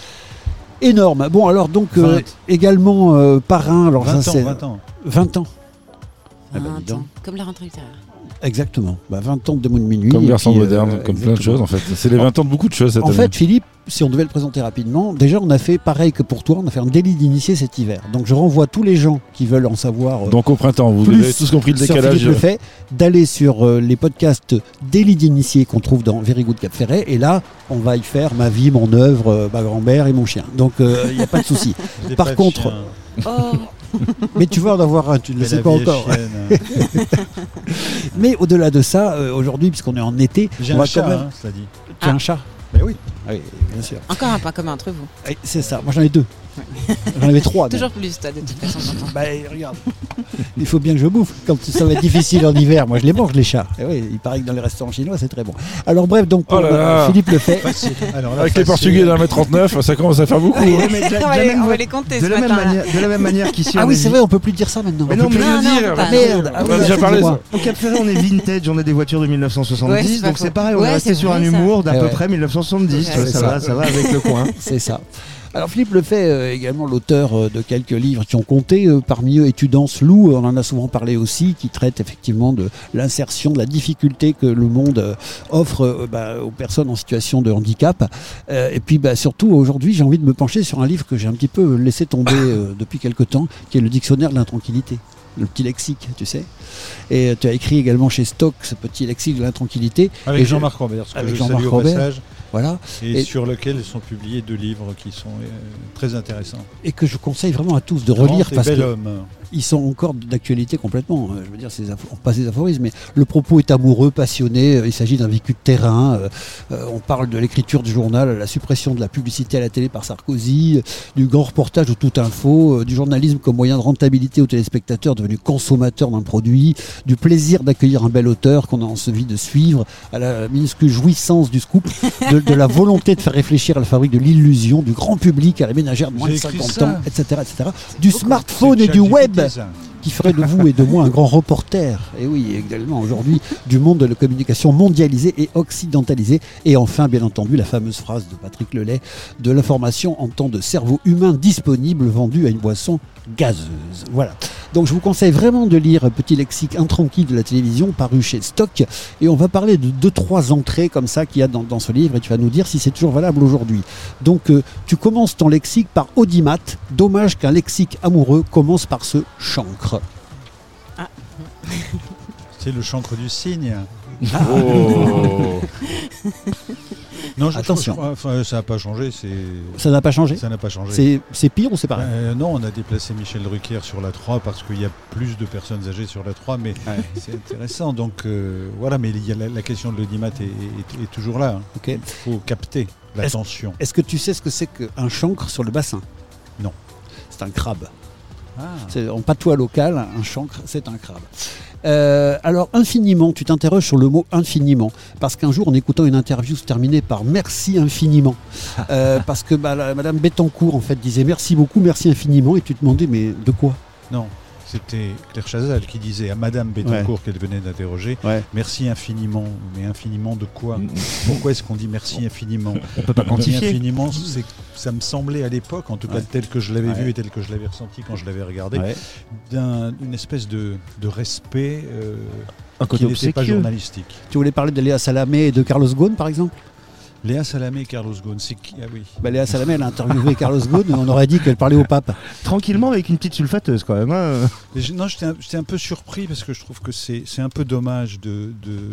Énorme. Bon, alors donc euh, vingt. également euh, parrain. Alors vingt ça ans, c'est vingt ans. vingt ans. Ah bah, dis vingt donc. ans, comme la rentrée littéraire. Exactement. Bah, vingt ans de mots de minuit. Comme et garçon puis, moderne, euh, comme plein de exactement. choses en fait. C'est les vingt ans de beaucoup de choses cette En année. fait, Philippe, si on devait le présenter rapidement, déjà on a fait pareil que pour toi, on a fait un délit d'initié cet hiver. Donc je renvoie tous les gens qui veulent en savoir euh, Donc au printemps, vous plus avez tous compris le sur décalage. Philippe Lefay, d'aller sur euh, les podcasts délit d'initié qu'on trouve dans Very Good Cap Ferret. Et là, on va y faire ma vie, mon œuvre, euh, ma grand-mère et mon chien. Donc il n'y a pas de souci. J'ai Par pas de contre, chien, Oh, Mais tu vas en avoir un, tu ne le mais sais la pas vie est encore. chienne. Mais au-delà de ça, euh, aujourd'hui, puisqu'on est en été, J'ai on un va chat, quand même. hein, cela dit. Tu as Ah. un chat? Mais oui. Oui, bien sûr. encore un point commun entre vous. Eh, C'est ça. Moi, j'en ai deux. J'en avais trois. même. Toujours plus, toi, de toute façon. Tonton. Bah, regarde. Il faut bien que je bouffe. Quand ça va être difficile en hiver, moi je les mange les chats. Et oui, il paraît que dans les restaurants chinois c'est très bon. Alors bref, donc pour Oh là euh, là. Philippe Lefay. Facile. Alors là, Avec les facile. Portugais d'un mètre trente-neuf, ça commence à faire beaucoup. Oui, mais de la- on, de va la les, même on va vo- les compter de ce la même matin. manière, de la même manière qu'ici. Ah on oui, est c'est vi- vrai, on peut plus dire ça maintenant. Mais non, mais Non, je veux non, dire, on peut pas. Merde. Ah On oui, a déjà parlé, excusez-moi. Au Cap Ferret, on est vintage, on a des voitures de mille neuf cent Ouais, soixante-dix, c'est pas donc faux. c'est pareil, on Ouais, est resté c'est sur un vrai, ça. humour d'à Eh peu ouais. près mille neuf cent soixante-dix, Ouais, tu vois, c'est ça, ça. va, ça va avec le coin. C'est ça. Alors Philippe Lefay, euh, également l'auteur euh, de quelques livres qui ont compté, euh, parmi eux Étudiance Loup, on en a souvent parlé aussi, qui traite effectivement de l'insertion, de la difficulté que le monde euh, offre euh, bah, aux personnes en situation de handicap. Euh, et puis bah, surtout aujourd'hui, j'ai envie de me pencher sur un livre que j'ai un petit peu laissé tomber euh, depuis quelque temps, qui est le Dictionnaire de l'intranquillité. Le petit lexique, tu sais. Et euh, tu as écrit également chez Stock ce petit lexique de l'intranquillité. Avec Et je- Jean-Marc Robert, ce que avec je Jean-Marc salue au Robert. passage, Voilà. et, Et- sur lequel sont publiés deux livres qui sont euh, très intéressants. Et que je conseille vraiment à tous de Grand relire et parce bel que homme. ils sont encore d'actualité complètement. Euh, Je veux dire, c'est pas des aphorismes, mais le propos est amoureux, passionné. euh, Il s'agit d'un vécu de terrain. euh, euh, On parle de l'écriture du journal, la suppression de la publicité à la télé par Sarkozy, euh, du grand reportage de Tout Info, euh, du journalisme comme moyen de rentabilité aux téléspectateurs devenus consommateurs d'un produit, du plaisir d'accueillir un bel auteur qu'on a envie de suivre, à la minuscule jouissance du scoop, de, de la volonté de faire réfléchir à la fabrique de l'illusion, du grand public à la ménagère de moins de J'ai écrit cinquante ça. ans, et cetera, et cetera. Du beaucoup. smartphone C'est et du ChatGPT, web ça. qui ferait de vous et de moi un grand reporter. Et oui, également aujourd'hui, du monde de la communication mondialisée et occidentalisée. Et enfin, bien entendu, la fameuse phrase de Patrick Lelay, de l'information en temps de cerveau humain disponible, vendue à une boisson gazeuse. Voilà. Donc je vous conseille vraiment de lire Petit lexique intranquille de la télévision, paru chez Stock. Et on va parler de deux, trois entrées comme ça qu'il y a dans, dans ce livre, et tu vas nous dire si c'est toujours valable aujourd'hui. Donc euh, tu commences ton lexique par audimat. Dommage qu'un lexique amoureux commence par ce chancre. C'est le chancre du cygne. Oh. Non, je, Attention. je- enfin, ça n'a pas changé. C'est, Ça n'a pas changé. ça n'a pas changé. C'est c'est pire ou c'est pareil? Euh, non, on a déplacé Michel Drucker sur la trois parce qu'il y a plus de personnes âgées sur la trois, mais c'est intéressant. Donc euh, voilà, mais il y a la, la question de l'audimat est, est- est toujours là. hein. Ok. Il faut capter l'attention. Est-ce que tu sais ce que c'est qu'un chancre sur le bassin? Non. C'est un crabe. Ah. C'est en patois local, un chancre, c'est un crabe. Euh, alors, infiniment, tu t'interroges sur le mot infiniment, parce qu'un jour, en écoutant une interview se terminait par merci infiniment, euh, parce que bah, la- Madame Bettencourt, en fait, disait merci beaucoup, merci infiniment, et tu te demandais, mais de quoi? Non, c'était Claire Chazal qui disait à Madame Bettencourt qu'elle venait d'interroger Ouais. merci infiniment. Mais infiniment de quoi? Pourquoi est-ce qu'on dit merci infiniment? On peut pas Merci quantifier. infiniment, c'est, ça me semblait à l'époque, en tout cas Ouais. tel que je l'avais Ouais. vu et tel que je l'avais ressenti quand je l'avais regardé, Ouais. d'un, une espèce de, de respect euh, Un qui côté n'était pas obséquieux. journalistique. Tu voulais parler de Léa Salamé et de Carlos Ghosn, par exemple? Léa Salamé et Carlos Ghosn, c'est qui? Ah oui. Bah, Léa Salamé, elle a interviewé Carlos Ghosn, on aurait dit qu'elle parlait au pape. Tranquillement avec une petite sulfateuse quand même. Hein. Je, non, j'étais un, j'étais un peu surpris parce que je trouve que c'est, c'est un peu dommage de...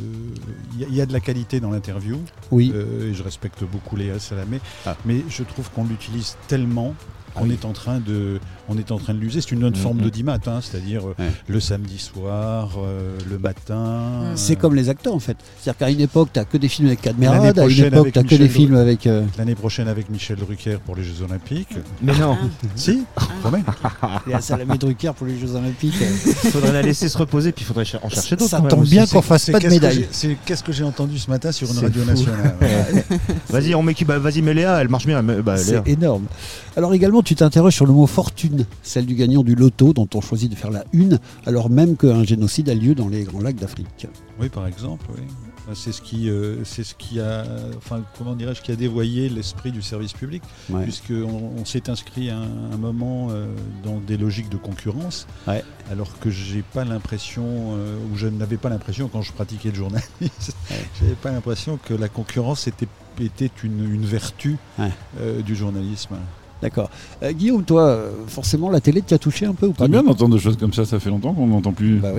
Il de... y, y a de la qualité dans l'interview. Oui. Euh, et je respecte beaucoup Léa Salamé. Ah. Mais je trouve qu'on l'utilise tellement... On, ah oui. est en train de, on est en train de l'user. C'est une autre mmh, forme mmh. d'audimat, hein, c'est-à-dire ouais. euh, le samedi soir, euh, le matin. C'est euh... comme les acteurs en fait. C'est-à-dire qu'à une époque, tu n'as que des films avec Cadmerade, à une époque, tu n'as que des films avec. Euh... L'année prochaine avec Michel Drucker pour les Jeux Olympiques. Mais non. Si, promets. Léa Salamé Drucker pour les Jeux Olympiques. Il faudrait la laisser se reposer, puis il faudrait en chercher d'autres. Ça tombe bien qu'on fasse pas de médaille. C'est qu'est-ce que j'ai entendu ce matin sur une radio nationale. Vas-y, on met qui ? Vas-y, mets Léa, elle marche bien. C'est énorme. Alors également, tu t'interroges sur le mot fortune, celle du gagnant du loto dont on choisit de faire la une, alors même qu'un génocide a lieu dans les Grands Lacs d'Afrique. Oui, par exemple, oui. C'est ce qui, euh, c'est ce qui a, enfin, comment dirais-je, qui a dévoyé l'esprit du service public, ouais. puisqu'on on s'est inscrit à un, un moment euh, dans des logiques de concurrence, ouais. alors que j'ai pas l'impression, euh, ou je n'avais pas l'impression quand je pratiquais le journalisme, ouais. j'avais pas l'impression que la concurrence était, était une, une vertu ouais. euh, du journalisme. D'accord. Euh, Guillaume, toi, forcément, la télé t'y a touché un peu ou pas? C'est bien d'entendre des choses comme ça, ça fait longtemps qu'on n'entend plus. Bah oui.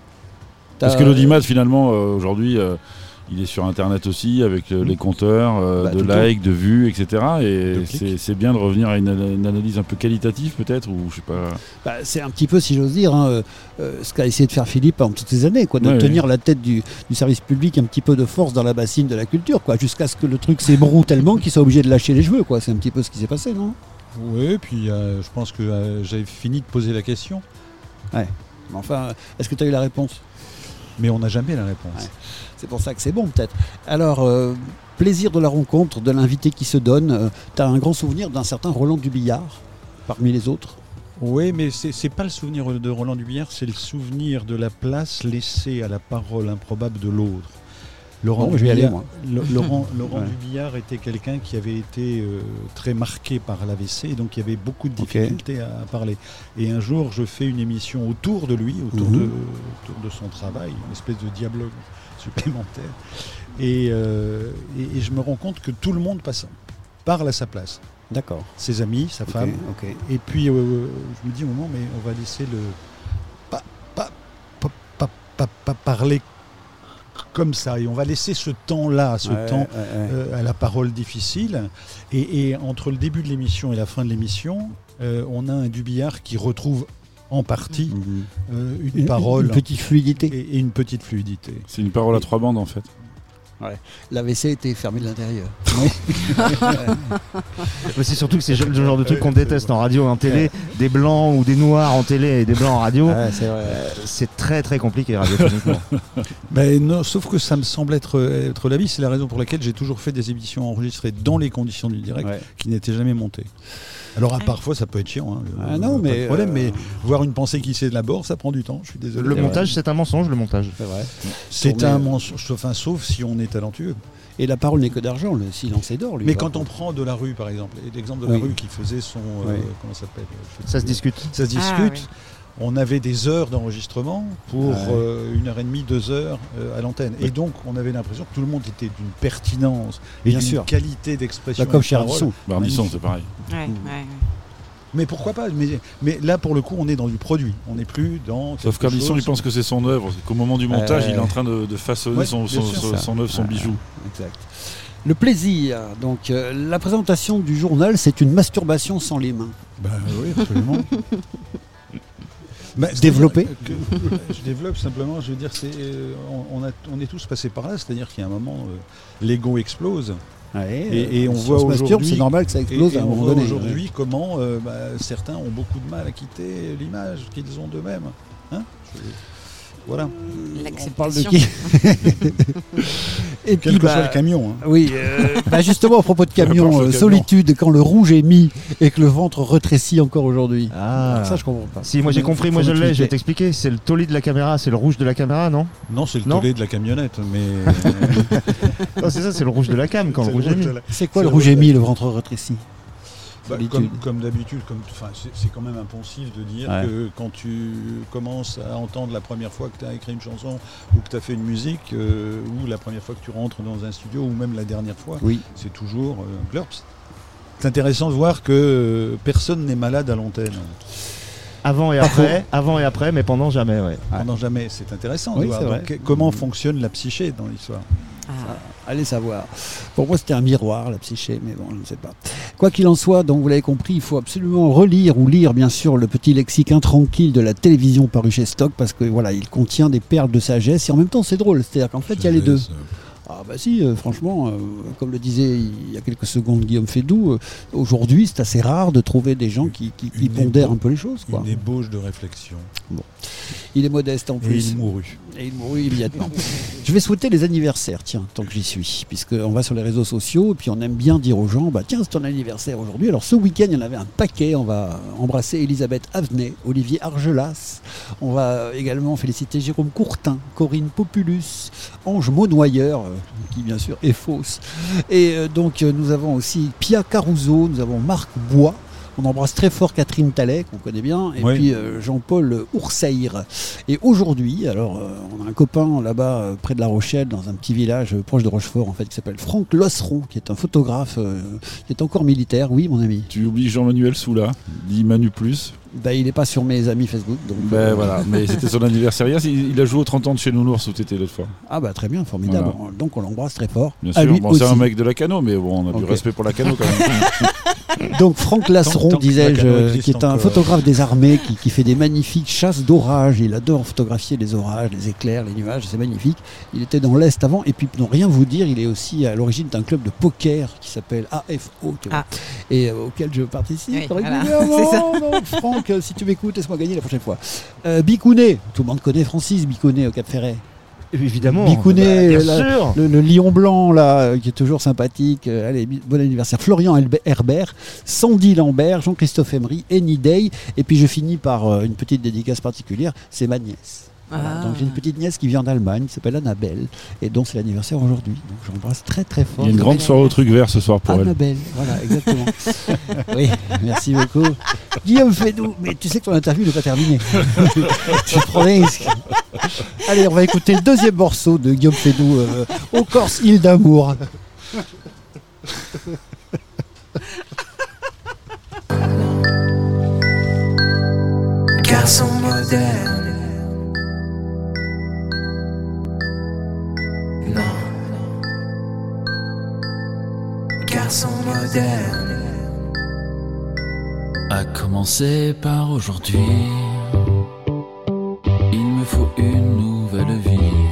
Parce que l'audimat, finalement, euh, aujourd'hui, euh, il est sur Internet aussi, avec euh, les compteurs euh, bah, de likes, de vues, et cetera. Et c'est, c'est bien de revenir à une, une analyse un peu qualitative, peut-être, ou je sais pas. Bah, c'est un petit peu, si j'ose dire, hein, euh, ce qu'a essayé de faire Philippe pendant toutes ces années, quoi, de ouais, tenir ouais. la tête du, du service public un petit peu de force dans la bassine de la culture, quoi, jusqu'à ce que le truc s'ébroue tellement qu'il soit obligé de lâcher les cheveux, quoi. C'est un petit peu ce qui s'est passé, non? Oui, puis euh, je pense que euh, j'avais fini de poser la question. Ouais. Mais enfin, est-ce que tu as eu la réponse? Mais on n'a jamais la réponse. Ouais. C'est pour ça que c'est bon, peut-être. Alors, euh, plaisir de la rencontre, de l'invité qui se donne. Euh, tu as un grand souvenir d'un certain Roland Dubillard, parmi les autres? Oui, mais c'est, c'est pas le souvenir de Roland Dubillard, c'est le souvenir de la place laissée à la parole improbable de l'autre. Laurent, bon, Dubillard, aller, Laurent, Laurent ouais. Dubillard était quelqu'un qui avait été euh, très marqué par l'A V C, et donc il y avait beaucoup de difficultés okay. à, à parler. Et un jour, je fais une émission autour de lui, autour, mm-hmm. de, autour de son travail, une espèce de dialogue supplémentaire. Et, euh, et, et je me rends compte que tout le monde passe, parle à sa place. D'accord. Ses amis, sa okay, femme. Okay. Et puis, euh, je me dis au moment, mais on va laisser le... pas, pas, pas, pas, pas, pas parler comme ça, et on va laisser ce temps-là, ce ouais, temps ouais, ouais. Euh, à la parole difficile, et, et entre le début de l'émission et la fin de l'émission, euh, on a un Dubillard qui retrouve en partie mmh. euh, une, une parole, une petite fluidité, et, et une petite fluidité. C'est une parole à trois bandes en fait. Ouais. L'A V C était fermé de l'intérieur. Mais c'est surtout que c'est le genre de truc qu'on déteste en radio et en télé. Des blancs ou des noirs en télé et des blancs en radio. Ouais, c'est, vrai. Euh, c'est très très compliqué radiophoniquement. Mais non, sauf que ça me semble être, être la vie. C'est la raison pour laquelle j'ai toujours fait des émissions enregistrées dans les conditions du direct, ouais. qui n'étaient jamais montées. Alors à parfois ça peut être chiant, hein, le, ah non, pas mais de problème, euh... mais voir une pensée qui s'élabore, ça prend du temps. Je suis désolé. Le c'est montage, vrai. c'est un mensonge, le montage. C'est vrai. C'est un mensonge, enfin, sauf si on est talentueux. Et la parole n'est que d'argent, le silence est d'or. Lui, mais quand on prend de la rue, par exemple, l'exemple de la oui. rue qui faisait son, oui. euh, comment ça s'appelle Ça se discute. Ça se discute. Ah, oui. On avait des heures d'enregistrement pour ah, euh, une heure et demie, deux heures euh, à l'antenne. Et donc, on avait l'impression que tout le monde était d'une pertinence et Bien d'une sûr. qualité d'expression. Bah, comme chez Ardisson. Bah, Ardisson, c'est pareil. Ouais, mmh. ouais. Mais pourquoi pas, mais, mais là, pour le coup, on est dans du produit. On n'est plus dans... Sauf qu'Ardisson, il pense que c'est son œuvre. Qu'au moment du montage, euh... il est en train de, de façonner ouais, son, son, son, son œuvre, son ah, bijou. Exact. Le plaisir. Donc, euh, la présentation du journal, c'est une masturbation sans les mains. Ben oui, absolument. bah, Développer. Je développe simplement, je veux dire, c'est, euh, on, on, a, on est tous passés par là, c'est-à-dire qu'il y a un moment, euh, l'ego explose. Ouais, et, et on si voit on aujourd'hui, c'est normal que ça explose et, et à un on moment voit donné. aujourd'hui ouais. comment euh, bah, certains ont beaucoup de mal à quitter l'image qu'ils ont d'eux-mêmes. Hein je... Voilà. On parle de qui Et Quel puis, que bah, soit le camion. Hein. Oui, euh, bah justement, à propos de camion, euh, solitude, quand le rouge est mis et que le ventre rétrécit encore aujourd'hui. Ah. Ça, je comprends pas. Si, moi j'ai compris, moi je l'ai, je vais t'expliquer. C'est le tollé de la caméra, c'est le rouge de la caméra, non? Non, c'est le tollé de la camionnette, mais. Non, c'est ça, c'est le rouge de la cam quand c'est le rouge est mis. C'est quoi c'est le rouge est mis, le ventre rétréci? Bah, comme, comme d'habitude, comme, c'est, c'est quand même impensif de dire ouais. que quand tu commences à entendre la première fois que tu as écrit une chanson ou que tu as fait une musique, euh, ou la première fois que tu rentres dans un studio, ou même la dernière fois, oui. c'est toujours euh, glurps. C'est intéressant de voir que euh, personne n'est malade à l'antenne. Avant et après, avant et après, mais pendant jamais, ouais. Pendant jamais, c'est intéressant oui, de voir donc, comment fonctionne la psyché dans l'histoire. Ah, allez savoir. Pour moi, c'était un miroir, la psyché, mais bon, je ne sais pas. Quoi qu'il en soit, donc vous l'avez compris, il faut absolument relire ou lire, bien sûr, le petit lexique intranquille de la télévision paru chez Stock, parce que voilà, il contient des perles de sagesse et en même temps, c'est drôle. C'est-à-dire qu'en fait, il y a les deux. Ah bah si, euh, franchement, euh, comme le disait il y a quelques secondes Guillaume Fédoux, euh, aujourd'hui c'est assez rare de trouver des gens qui, qui, qui pondèrent un peu les choses. Quoi. Une ébauche de réflexion. Bon. Il est modeste en plus. Et il mourut. Et il mourut immédiatement. Je vais souhaiter les anniversaires, tiens, tant que j'y suis, puisqu'on va sur les réseaux sociaux et puis on aime bien dire aux gens, bah tiens, c'est ton anniversaire aujourd'hui. Alors ce week-end, il y en avait un paquet. On va embrasser Elisabeth Avenay, Olivier Argelas. On va également féliciter Jérôme Courtin, Corinne Populus, Ange Maunoyeur, euh, qui bien sûr est fausse. Et euh, donc euh, nous avons aussi Pia Caruso, nous avons Marc Bois. On embrasse très fort Catherine Tallet, qu'on connaît bien, et oui. puis euh, Jean-Paul Ourseir. Et aujourd'hui, alors, euh, on a un copain là-bas, euh, près de La Rochelle, dans un petit village euh, proche de Rochefort, en fait, qui s'appelle Franck Losseron, qui est un photographe, euh, qui est encore militaire. Oui, mon ami. Tu oublies Jean-Manuel Soula, dit Manu Plus. Bah, il n'est pas sur mes amis Facebook. Donc ben euh... voilà, mais c'était son anniversaire hier. Il a joué aux trente ans de chez Nounours où tu étais l'autre fois. Ah bah très bien, formidable. Voilà. Donc on l'embrasse très fort. Bien sûr, bon, c'est un mec de la Cano, mais bon, on a okay. du respect pour la Cano quand même. Donc Franck Lasseron, disais-je, qui est un photographe des armées, qui, qui fait des magnifiques chasses d'orages. Il adore photographier les orages, les éclairs, les nuages, c'est magnifique. Il était dans l'Est avant, et puis pour rien vous dire, il est aussi à l'origine d'un club de poker qui s'appelle A F O, ah. et euh, auquel je participe oui, régulièrement. Voilà. Donc Franck, si tu m'écoutes, laisse-moi gagner la prochaine fois. Euh, Bicounet, tout le monde connaît Francis Bicounet au Cap Ferret. Évidemment. Bicounet, bah, la, le, le lion blanc là, qui est toujours sympathique. Euh, allez, bon anniversaire. Florian Herbert, Sandy Lambert, Jean-Christophe Emery, Annie Day. Et puis je finis par euh, une petite dédicace particulière. C'est ma nièce. Voilà. Ah. Donc j'ai une petite nièce qui vient d'Allemagne, qui s'appelle Annabelle, et dont c'est l'anniversaire aujourd'hui. Donc j'embrasse très très fort. Il y a une grande soirée au truc vert ce soir pour Annabelle, elle. Voilà, exactement. Oui, merci beaucoup. Guillaume Fédoux, mais tu sais que ton interview n'est pas terminée. Tu prends des risques. Allez, on va écouter le deuxième morceau de Guillaume Fédoux, euh, Au Corse, île d'amour. Garçon moderne. Non, garçon moderne. À commencer par aujourd'hui, il me faut une nouvelle vie.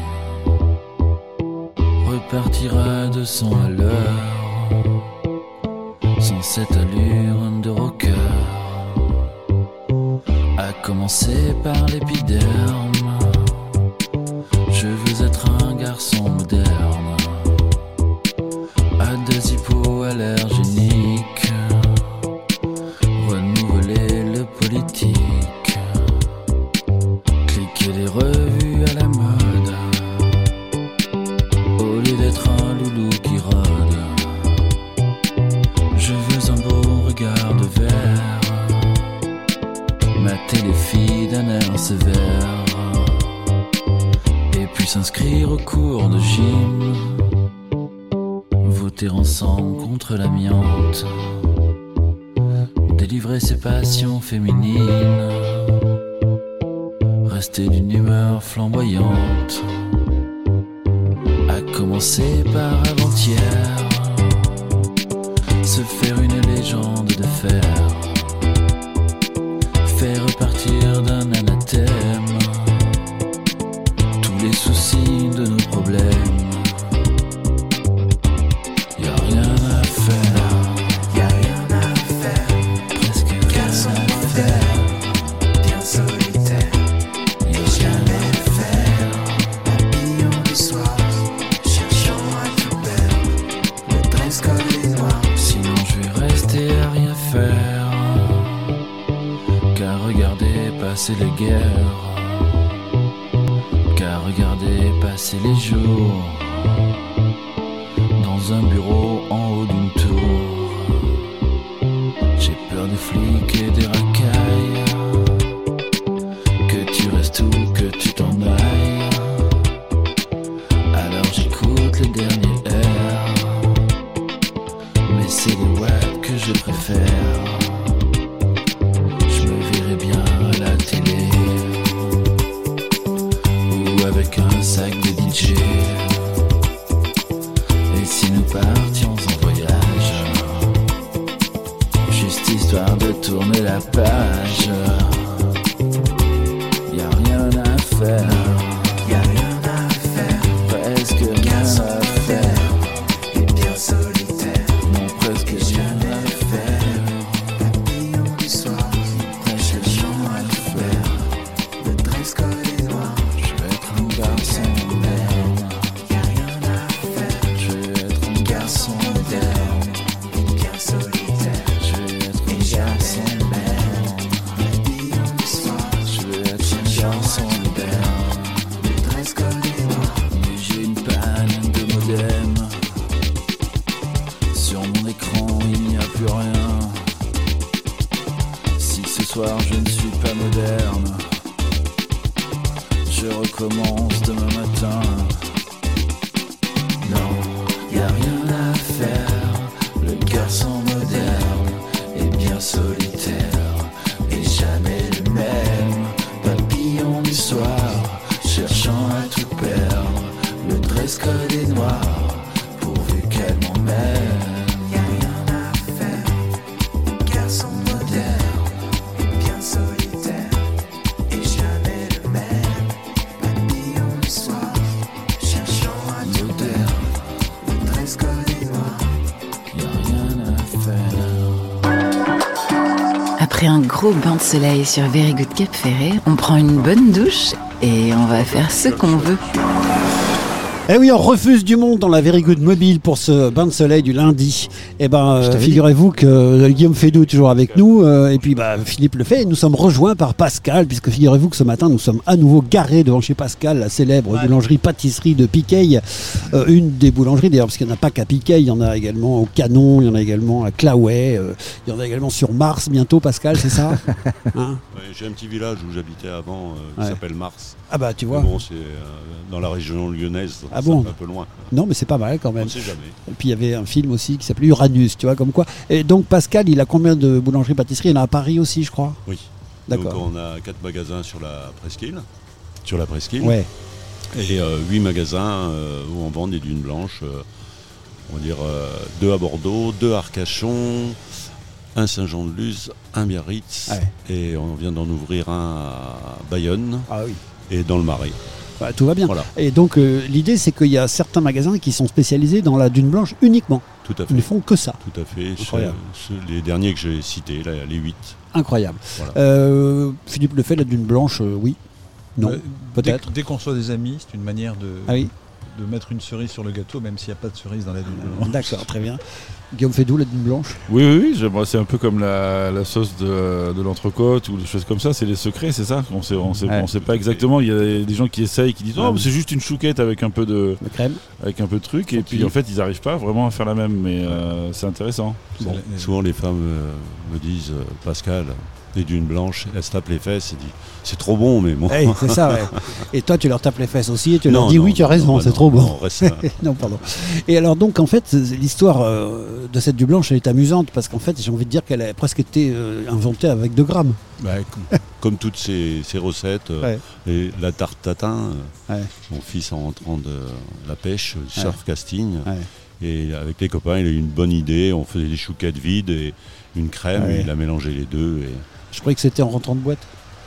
Repartir à deux cents à l'heure, sans cette allure de rocker. À commencer par l'épiderme. Je veux être un garçon moderne, à deux hypoallergéniques, renouveler le politique, cliquer les revues à la mode, au lieu d'être un loulou qui rôde. Je veux un beau regard de verre, mater les filles d'un air sévère, puis s'inscrire au cours de gym, voter ensemble contre l'amiante, délivrer ses passions féminines, rester d'une humeur flamboyante, à commencer par avant-hier, se faire une légende de fer, faire repartir d'un anathème les soucis de nos problèmes. Y'a rien à faire, y'a rien à faire, presque garçon moderne, bien solitaire. Y'a jamais faire, papillon du soir, cherchant à tout perdre, le dress code est noir. Sinon je vais rester à rien faire, qu'à regarder passer les guerres, regarder passer les jours dans un bureau en haut d'une tour. J'ai des flics et des racailles, que tu restes ou que tu t'en ailles. Alors j'écoute le dernier air, mais c'est les web que je préfère. Je me verrais bien à la télé ou avec un sac de D J. Et si nous partions en voyage, juste histoire de tourner la page. Y'a rien à faire, y'a rien à faire, presque rien à faire, et bien solitaire, non presque rien à faire. Papillon du soir, presque rien à faire, le dress code est noir, je vais être un garçon moderne. Y'a rien à faire, je vais être un garçon moderne, et bien solitaire, je vais être un garçon moderne. Papillon du soir, je vais être un garçon moderne, le dress code est noir, mais j'ai une panne de modem. Sur mon écran il n'y a plus rien. Si ce soir je ne suis pas moderne, je recommence demain matin. Non, y a rien à faire, le garçon moderne est bien solitaire et jamais le même. Papillon du soir, cherchant à tout perdre, le dress code est noir, pourvu qu'elle m'emmène. Y a rien à faire, le garçon moderne est bien solitaire et jamais le même. Papillon du soir, cherchant à tout perdre, le dress code est noir, y a rien à faire. Après un gros bain de soleil sur Very Good Cap Ferret, on prend une bonne douche et on va faire ce qu'on veut. Eh oui, on refuse du monde dans la Very Good Mobile pour ce bain de soleil du lundi. Eh ben, euh, figurez-vous que euh, Guillaume Fédou est toujours avec nous, euh, et puis bah, Philippe le fait, et nous sommes rejoints par Pascal, puisque figurez-vous que ce matin, nous sommes à nouveau garés devant chez Pascal, la célèbre boulangerie-pâtisserie de Piqueil, euh, une des boulangeries d'ailleurs, parce qu'il n'y en a pas qu'à Piqueil, il y en a également au Canon, il y en a également à Claouet, euh, il y en a également sur Mars bientôt, Pascal, c'est ça hein? Ouais, j'ai un petit village où j'habitais avant, euh, qui Ouais. s'appelle Mars. Ah bah tu vois. Mais bon, c'est euh, dans la région lyonnaise, Ah c'est bon un peu loin. Non, mais c'est pas mal quand même. On sait jamais. Et puis il y avait un film aussi qui s'appelait Uranus, tu vois, comme quoi. Et donc Pascal, il a combien de boulangeries-pâtisseries? Il y en a à Paris aussi, je crois. Oui. D'accord. Donc on a quatre magasins sur la Presqu'île, sur la Presqu'île. Ouais. Et euh, huit magasins euh, où on vend des dunes blanches. euh, on va dire euh, deux à Bordeaux, deux à Arcachon, un Saint-Jean-de-Luz, un Biarritz, Ouais. et on vient d'en ouvrir un à Bayonne Ah oui. et dans le Marais. Bah, tout va bien. Voilà. Et donc euh, l'idée, c'est qu'il y a certains magasins qui sont spécialisés dans la dune blanche uniquement. Tout à fait. Ils ne font que ça. Tout à fait. Incroyable. Ce- ce- les derniers que j'ai cités, là, les huit. Incroyable. Voilà. Euh, Philippe le fait, la dune blanche, euh, oui. Non, Euh, peut-être. Dès, dès qu'on soit des amis, c'est une manière de, Ah oui. de mettre une cerise sur le gâteau, même s'il n'y a pas de cerise dans la dune blanche. D'accord, très bien. Guillaume Fédou, la dune blanche. Oui, oui, oui, j'aimerais- c'est un peu comme la, la sauce de, de l'entrecôte ou des choses comme ça, c'est les secrets, c'est ça. On sait, on sait, Ouais. on sait pas exactement. Il y a des gens qui essayent, qui disent, oh, Ouais. c'est juste une chouquette avec un peu de, La crème. avec un peu de truc, et puis en fait, ils n'arrivent pas vraiment à faire la même, mais euh, c'est intéressant. Bon, souvent les femmes euh, me disent euh, Pascal, les dunes blanches, elles se tapent les fesses et disent c'est trop bon, mais bon. Hey, c'est ça, ouais. Et toi, tu leur tapes les fesses aussi et tu leur Non, dis non, oui, tu as non, raison, non, c'est non, trop bon. non, reste là. Non, pardon. Et alors, donc, en fait, c'est- l'histoire euh, de cette dune blanche, elle est amusante parce qu'en fait, j'ai envie de dire qu'elle a presque été euh, inventée avec deux grammes. Bah, com- comme toutes ces, ces recettes, euh, Ouais. et la tarte tatin, euh, Ouais. mon fils en rentrant de la pêche, du Ouais. surf casting, Ouais. et avec les copains, il a eu une bonne idée, on faisait des chouquettes vides et une crème, Ouais. et il a mélangé les deux. Et... Je croyais que c'était en rentrant de boîte.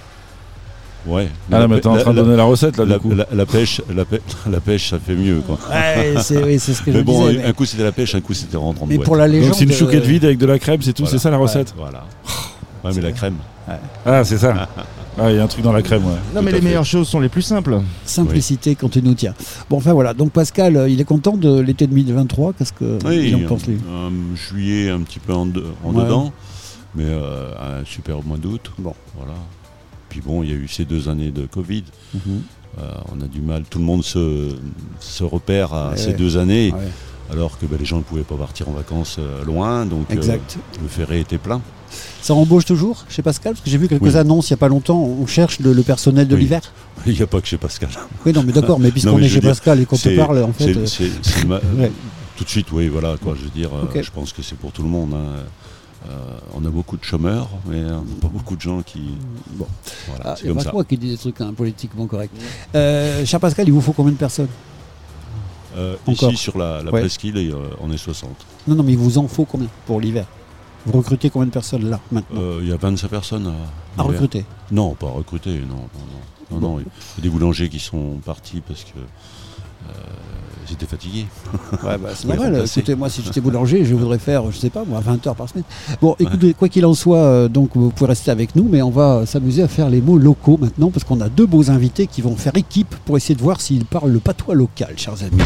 Ouais. Ah là, mais t'es en train de donner la recette, là, du la, coup. la- la pêche, la, pê- la pêche, ça fait mieux, quoi. Ouais, c'est oui, c'est ce que mais je bon, disais. un coup c'était la pêche, un coup c'était rentrant de Mais boîte. pour la légende. Donc c'est une chouquette euh, vide avec de la crème, c'est tout, Voilà. c'est ça la recette. Voilà. Ouais, mais la crème. Ah, c'est ça. Ah, il y a un truc dans la crème, ouais. Non, mais Tout à les fait. meilleures choses sont les plus simples. Simplicité quand tu nous tiens. Bon, enfin voilà. Donc Pascal, euh, il est content de l'été deux mille vingt-trois. Qu'est-ce que Oui, il en pense lui un, un juillet un petit peu en, de- en Ouais. dedans, mais euh, un super mois d'août. Bon. Voilà. Puis bon, il y a eu ces deux années de Covid. Mhm. Euh, on a du mal, tout le monde se, se repère à Ouais, ces ouais. deux années. Ouais. alors que bah, les gens ne pouvaient pas partir en vacances euh, loin, donc Exact. euh, le ferré était plein. Ça embauche toujours chez Pascal? Parce que j'ai vu quelques Oui. annonces il n'y a pas longtemps. On cherche le, le personnel de Oui. l'hiver. Il n'y a pas que chez Pascal. Oui, non, mais d'accord, mais puisqu'on Non, mais est je chez veux dire, Pascal et qu'on te c'est- parle, en fait. c'est- euh, c'est- c'est ma- ouais. Tout de suite, oui, voilà, quoi, je veux dire, euh, Ok. je pense que c'est pour tout le monde. hein. Euh, on a beaucoup de chômeurs, mais on n'a pas beaucoup de gens qui. Bon. Voilà, Ah, c'est il n'y a comme pas ça. que moi qui dis des trucs hein, politiquement corrects. Euh, cher Pascal, il vous faut combien de personnes? Euh, Encore. ici, sur la, la Ouais. presqu'île, et, euh, on est soixante. Non, non, mais il vous en faut combien pour l'hiver? Vous recrutez combien de personnes là, maintenant? Euh, Il y a vingt-cinq personnes à, À l'hiver. recruter? Non, pas à recruter, non. non, non. non, Bon. non, il y a des boulangers qui sont partis parce que euh, ils étaient fatigués. Ouais, bah, c'est Faut les normal. remplacer. Écoutez, moi, si j'étais boulanger, je voudrais faire, je sais pas, moi, vingt heures par semaine. Bon, écoutez, quoi qu'il en soit, euh, donc vous pouvez rester avec nous, mais on va s'amuser à faire les mots locaux maintenant, parce qu'on a deux beaux invités qui vont faire équipe pour essayer de voir s'ils parlent le patois local, chers amis.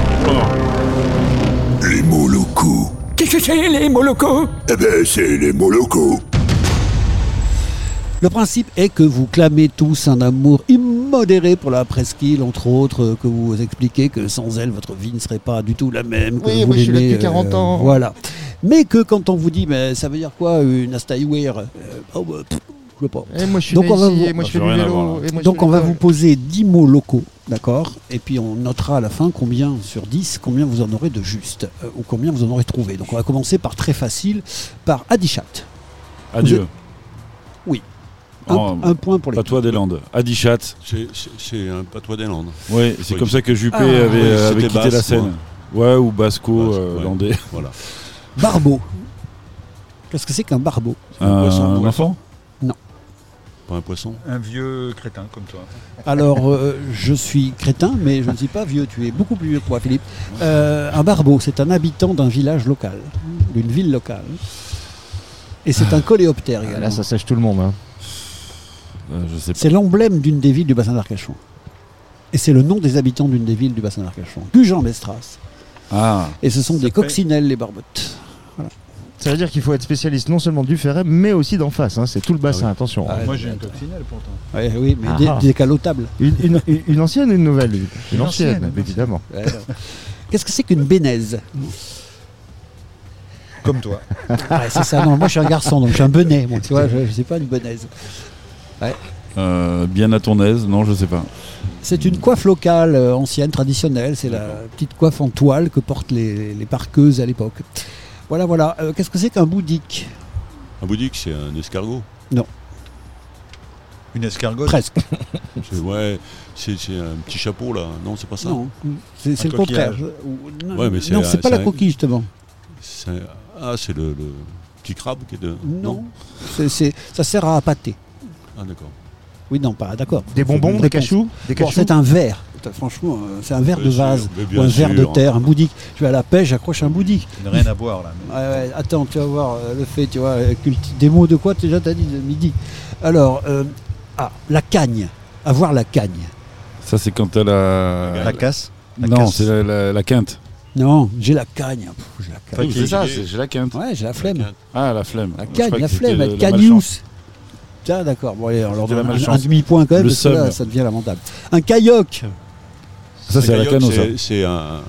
Les mots locaux. Qu'est-ce que c'est les mots locaux? Eh ben, c'est les mots locaux. Le principe est que vous clamez tous un amour immodéré pour la presqu'île, entre autres, euh, que vous expliquez que sans elle, votre vie ne serait pas du tout la même. Que Oui, vous moi, je suis là l'aimez, depuis quarante ans. Voilà. Mais que quand on vous dit, mais ça veut dire quoi, une Astaïwer euh, oh, bah, pff, je sais pas. Et moi, je suis Donc, né on va ici, vous- et moi, je fais Ça du veut rien vélo. avoir, là. et moi, je Donc fais on va l'école. vous poser dix mots locaux, d'accord? Et puis on notera à la fin combien sur dix, combien vous en aurez de juste, euh, ou combien vous en aurez trouvé. Donc on va commencer par très facile, par Adichat. Adieu. Oui. Un, Oh, un point pour les Patois des Landes. Adichat. C'est- C'est c'est un patois des Landes. Oui, c'est Oui. comme ça que Juppé Ah. avait, Oui, euh, avait c'était quitté la basque, scène. Ouais, ou basco, Basque, euh, ouais. landais. Voilà. Barbeau. Qu'est-ce que c'est qu'un barbeau? Un, poisson, un ouais. enfant Pas un poisson. Un vieux crétin comme toi. Alors euh, je suis crétin, mais je ne suis pas vieux, tu es beaucoup plus vieux que moi Philippe. Euh, un barbeau, c'est un habitant d'un village local, d'une ville locale. Et c'est un coléoptère également. Là, ça sèche tout le monde. Hein. Euh, Je sais pas. C'est l'emblème d'une des villes du bassin d'Arcachon. Et c'est le nom des habitants d'une des villes du bassin d'Arcachon. Gujan-Mestras. Ah, Et ce sont des fait- coccinelles, les barbottes. Ça veut dire qu'il faut être spécialiste non seulement du Ferret, mais aussi d'en face. Hein. C'est tout le bassin, Ah oui. attention. Ah, Moi j'ai une coccinelle pourtant. Ouais, oui, mais Ah des, ah. des calotables. Une, une- une- une ancienne ou une nouvelle? Une, Une ancienne, ancienne, une évidemment. Ouais, non. Qu'est-ce que c'est qu'une bénaise? Comme toi. Ouais, c'est ça. Non, moi je suis un garçon, donc je suis un benet. Moi, tu vois, je ne sais pas une bénaise. euh, bien à ton aise, non, je sais pas. C'est une coiffe locale, euh, ancienne, traditionnelle. C'est la petite coiffe en toile que portent les, les parqueuses à l'époque. Voilà, voilà. Euh, Qu'est-ce que c'est qu'un boudic? Un boudic, c'est un escargot. Une escargotte. Presque. C'est ouais, c'est c'est un petit chapeau là. Non, c'est pas ça. Non, c'est c'est Un le contraire. coquillage. Ou- Non, Ouais, mais c'est non, un- c'est pas c'est la un- coquille justement. C'est un- Ah, c'est le, le petit crabe qui est de. Non, c'est- c'est- ça sert à appâter. Ah, d'accord. Oui, non, pas d'accord. Des bonbons, Une des réponse. cachous, des Bon, cachous. c'est un verre. Putain, franchement, euh, c'est un verre Bien de sûr, vase mais ou bien un verre de sûr. terre, un boudic. Tu vas à la pêche, j'accroche un boudic. Ça n'a rien à boire là. mais- Ouais, ouais, attends, tu vas voir euh, le fait, tu vois, euh, culti- des mots de quoi déjà t'as dit de midi. Alors, euh, ah, la cagne, avoir la cagne. Ça, c'est quand t'as la. La casse. La Non, casse. c'est la, la- la quinte. Non, j'ai la cagne. Pff, j'ai la cagne. Oui, c'est ça, c'est- j'ai la quinte. Ouais, j'ai la flemme. Ah, la flemme. La Je cagne, crois la que c'était flemme, de être la cagneus. malchance. Tiens, d'accord. Bon, allez, on leur C'était la donne un, malchance. un demi-point quand même, Le parce que là, seum. ça devient lamentable. Un kayak. Ça, c'est à la kayak, cano, ça. c'est- C'est un.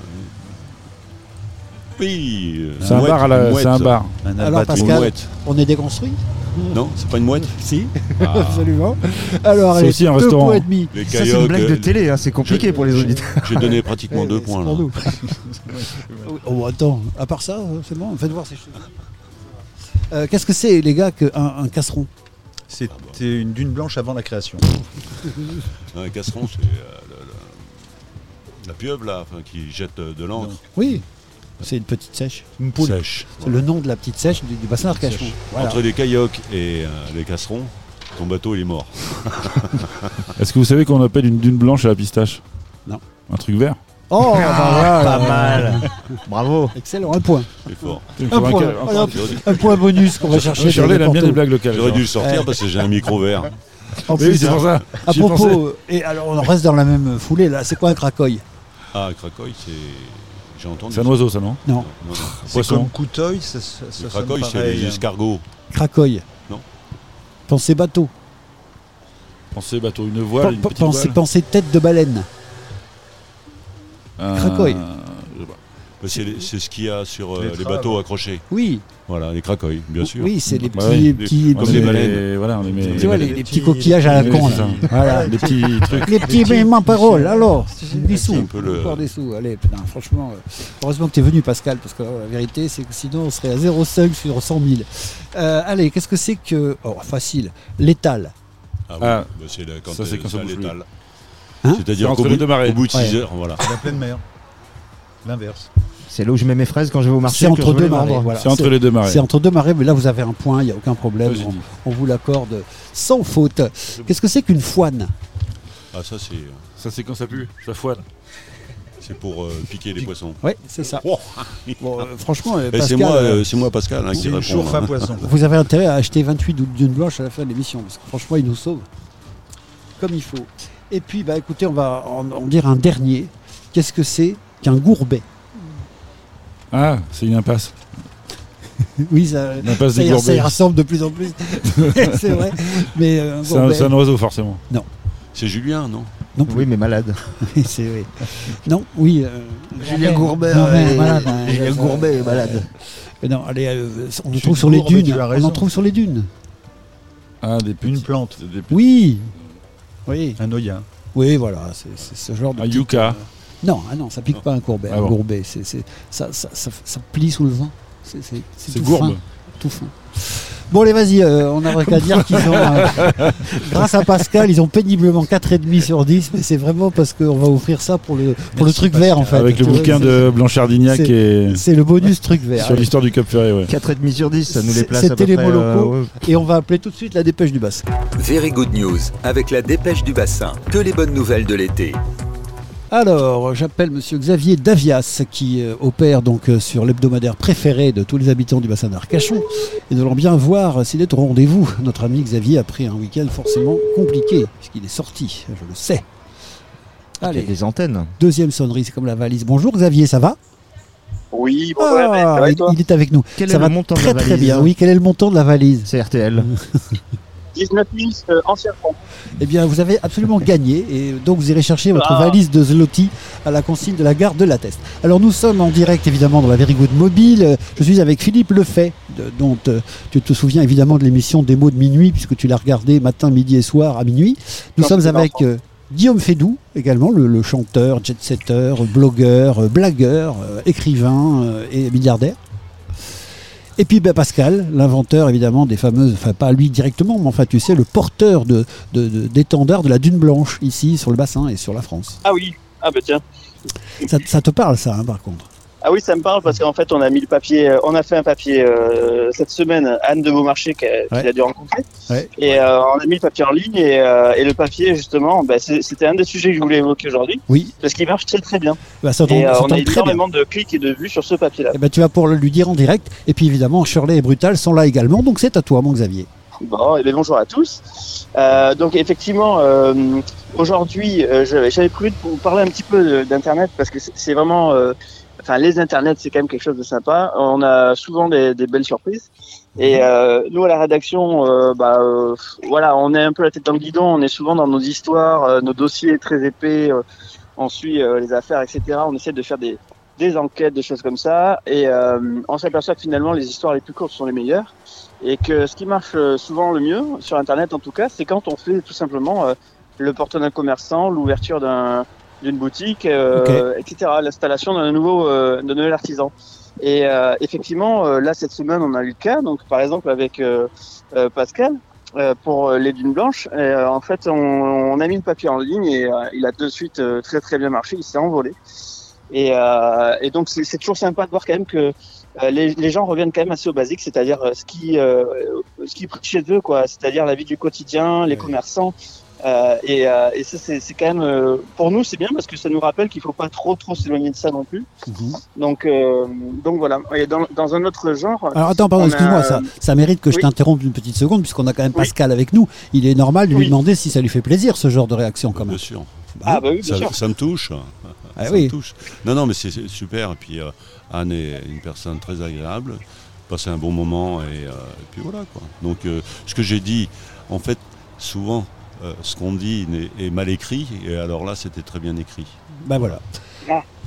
Oui. euh, C'est un une bar à mouette, la- une c'est un mouette. bar. Un Alors, albatros. Pascal, Une mouette. on est déconstruit? Non, c'est pas une mouette. Si, Ah. absolument. Alors, C'est allez, aussi un deux restaurant. points et demi. Les Ça, c'est une kayaks, blague de euh, télé, hein, c'est compliqué je- pour les je- auditeurs. J'ai donné pratiquement Ouais, deux c'est points pour là. nous. Oh, attends, à part ça, euh, c'est bon, faites voir ces choses. Euh, Qu'est-ce que c'est, les gars, qu'un un casseron? C'était une dune blanche avant la création. Un casseron, c'est euh, le- le- la pieuvre là, enfin, qui jette de, de l'encre. Oui, c'est une petite sèche. Une poule. Sèche. C'est le nom de la petite sèche du, du bassin d'Arcachon. Voilà. Entre les kayaks et euh, les casserons, ton bateau il est mort. Est-ce que vous savez qu'on appelle une dune blanche à la pistache? Non. Un truc vert? Oh, bah voilà. Pas mal. Bravo. Excellent, un point. C'est fort. Il Un faudra point. qu'elle- Allez, hop, J'aurais dû, un point bonus qu'on va chercher. Shirley, elle aime bien n'importe les où. blagues locales. j'aurais dû le genre. sortir Eh. parce que j'ai un micro vert. En Oui, plus, c'est pour ça. à J'y pensais. propos, et alors on reste dans la même foulée là, c'est quoi un cracoï? Ah, Krakoy, c'est. J'ai entendu. C'est un oiseau, ça, non? Non, Non, non. C'est Poisson. comme couteil, ça, ça, ça Le sonne Krakoy, c'est pareil, les hein. escargots. cracoï. Non. Pensez bateau. Pensez bateau, une voile, Pen- une petite Pensez, voile. pensez tête de baleine. Un- Krakoy. je sais pas. Bah, c'est, les- c'est ce qu'il y a sur euh, Les les crabes. bateaux accrochés. Oui. Voilà, les cracoïs, bien sûr. Oui, c'est les Bah petits, oui, petits, comme petits- les les baleines. Voilà, on les met. tu vois, les, les les petits petits- coquillages à la Oui, con. c'est là. ça. Voilà. Des petits trucs. Les petits paiements parole, alors des sous, un peu le- encore des sous. Allez, putain, franchement, euh, heureusement que tu es venu, Pascal, parce que euh, la vérité, c'est que sinon on serait à zéro virgule cinq sur cent mille. Euh, allez, qu'est-ce que c'est que. Oh, facile, l'étal. Ah, oui, Ah, bah, c'est la- quand ça, c'est euh, quand ça ça bouge plus. l'étale. Hein C'est-à-dire C'est qu'au entre les bout, deux marées. au bout de Ouais. six heures, voilà. À la pleine mer. L'inverse. C'est là où je mets mes fraises quand je vais au marché. C'est que entre je veux deux les marées. vendre. Voilà. C'est entre les deux marées. C'est entre deux marées, mais là vous avez un point, il n'y a aucun problème. Ça, j'ai On, dit. on vous l'accorde sans faute. Qu'est-ce que c'est qu'une foine? Ah, ça, c'est, euh, Ça, c'est quand ça pue. Ça foile. c'est pour euh, piquer les poissons. Oui, c'est ça. Oh. Bon, euh, franchement, euh, Et c'est Pascal, moi, euh, euh, c'est moi, Pascal, hein, qui C'est une répond. chauffe à hein. poisson. vous avez intérêt à acheter vingt-huit dunes blanches à la fin de l'émission, parce que franchement, il nous sauve comme il faut. Et puis, bah, écoutez, on va en, en dire un dernier. Qu'est-ce que c'est qu'un gourbet? Ah, c'est une impasse. Oui, ça, Une impasse ça, des y, ça gourbets. y ressemble de plus en plus. C'est vrai. Mais euh, un C'est un, gourbet, c'est un oiseau, forcément. C'est Julien, non? non plus. Oui, mais malade. Oui, c'est vrai. Non, oui. euh, Julien Gourbet, non, mais euh, malade, hein, Julien euh, Gourbet est malade. euh, non, allez, euh, on en Tu trouve te sur les gourbes, tu dunes. as On raison. en trouve sur les dunes. Ah, des Une petits. plante. Des petits. Oui. Oui. Un noya. Oui, voilà, c'est c'est ce genre de. Un petite, yucca. euh, Non, ah non, ça pique pas un courbet. Ah un bon. gourbet, c'est c'est- ça, ça, ça, ça plie sous le vent. C'est c'est- c'est C'est tout gourbe. fin, tout fin. Bon, allez, vas-y, euh, on n'a qu'à dire qu'ils ont, euh, grâce à Pascal, ils ont péniblement quatre virgule cinq sur dix, mais c'est vraiment parce qu'on va offrir ça pour le, pour le Merci, truc Pascal. vert, en fait. Avec le Tu vois, bouquin c'est- de Blanchard-Dignac c'est- et C'est le bonus truc vert. sur Allez. l'histoire du Cap Ferré, ouais. quatre virgule cinq sur dix, ça nous les C'est- place à peu C'était les près, mots euh, locaux. ouais. Et on va appeler tout de suite la dépêche du bassin. Very Good News avec la dépêche du bassin. Que les bonnes nouvelles de l'été. Alors, j'appelle monsieur Xavier Davias, qui euh, opère donc euh, sur l'hebdomadaire préféré de tous les habitants du bassin d'Arcachon. Et nous allons bien voir s'il est au rendez-vous. Notre ami Xavier a pris un week-end forcément compliqué, puisqu'il est sorti, je le sais. Il y a Allez, des antennes. deuxième sonnerie, c'est comme la valise. Bonjour Xavier, ça va? Oui, bonjour, Ah, Hervé, ça va et il, toi il est avec nous. Quel ça est va le montant de très la très valise bien. Oui, quel est le montant de la valise? C'est R T L. dix-neuf mille euh, anciens francs. Eh bien, vous avez absolument gagné et donc vous irez chercher votre Ah. valise de Zloty à la consigne de la gare de La Teste. Alors nous sommes en direct évidemment dans la Very Good Mobile. Euh, Je suis avec Philippe Lefay, de- dont euh, tu te souviens évidemment de l'émission Des mots de minuit puisque tu l'as regardé matin, midi et soir à minuit. Nous Non, sommes c'est avec euh, Guillaume Fédoux également, le, le chanteur, jet-setter, blogueur, euh, blagueur, euh, écrivain euh, et milliardaire. Et puis ben, Pascal, l'inventeur évidemment des fameuses, enfin pas lui directement, mais enfin tu sais, le porteur de, de, de- d'étendard de la Dune Blanche ici sur le bassin et sur la France. Ah oui, ah bah tiens. Ça, ça te parle ça hein, par contre? Ah oui, ça me parle parce qu'en fait, on a mis le papier, euh, on a fait un papier euh, cette semaine, Anne de Beaumarchais qui a, Ouais. qu'il a dû rencontrer. Ouais. Et euh, on a mis le papier en ligne et, euh, et le papier, justement, bah, c'est- c'était un des sujets que je voulais évoquer aujourd'hui. Oui. Parce qu'il marche très très bien. Bah, ça tombe, et euh, ça on a tombe très bien. énormément de clics et de vues sur ce papier-là. Eh ben, tu vas pouvoir le lui dire en direct. Et puis évidemment, Shirley et Brutal sont là également. Donc c'est à toi, mon Xavier. Bon, et bien bonjour à tous. Euh, donc effectivement, euh, aujourd'hui, euh, j'avais j'avais prévu de vous parler un petit peu de- d'Internet parce que c'est c'est vraiment, euh, enfin les Internets, c'est quand même quelque chose de sympa. On a souvent des, des belles surprises. Et euh, nous à la rédaction, euh, bah euh, voilà, on est un peu la tête dans le guidon. On est souvent dans nos histoires, euh, nos dossiers très épais. euh, on suit euh, les affaires, et cetera. On essaie de faire des des enquêtes, des choses comme ça. Et euh, on s'aperçoit que finalement les histoires les plus courtes sont les meilleures. Et que ce qui marche euh, souvent le mieux, sur Internet en tout cas, c'est quand on fait tout simplement euh, le portrait d'un commerçant, l'ouverture d'un, d'une boutique, euh, et cetera, l'installation d'un nouveau, euh, d'un nouvel artisan. Et euh, effectivement, euh, là, cette semaine, on a eu le cas, donc par exemple avec euh, euh, Pascal, euh, pour les dunes blanches. Et, euh, en fait, on, on a mis le papier en ligne et euh, il a de suite euh, très très bien marché, il s'est envolé. Et, euh, et donc, c'est, c'est toujours sympa de voir quand même que Euh, les, les gens reviennent quand même assez au basique, c'est-à-dire euh, ce qui, euh, ce qui est pris chez eux, quoi. C'est-à-dire la vie du quotidien, les commerçants. Euh, et, euh, et ça, c'est, c'est quand même, euh, pour nous, c'est bien parce que ça nous rappelle qu'il faut pas trop, trop s'éloigner de ça non plus. Mhm. Donc, euh, donc voilà. Et dans, dans un autre genre. Alors attends, pardon, on a- excuse-moi, ça, ça mérite que je Oui. t'interrompe une petite seconde puisqu'on a quand même Oui. Pascal avec nous. Il est normal de lui Oui. demander si ça lui fait plaisir ce genre de réaction quand même. Bien sûr. Ah bah oui, bien ça, sûr. ça me touche. Ah ça oui. me touche. Non, non, mais c'est, c'est super. Et puis euh, Anne est une personne très agréable. Passer un bon moment et, euh, et puis voilà quoi. Donc euh, ce que j'ai dit, en fait, souvent, euh, ce qu'on dit n'est- est mal écrit. Et alors là, c'était très bien écrit. Bah voilà. Ah,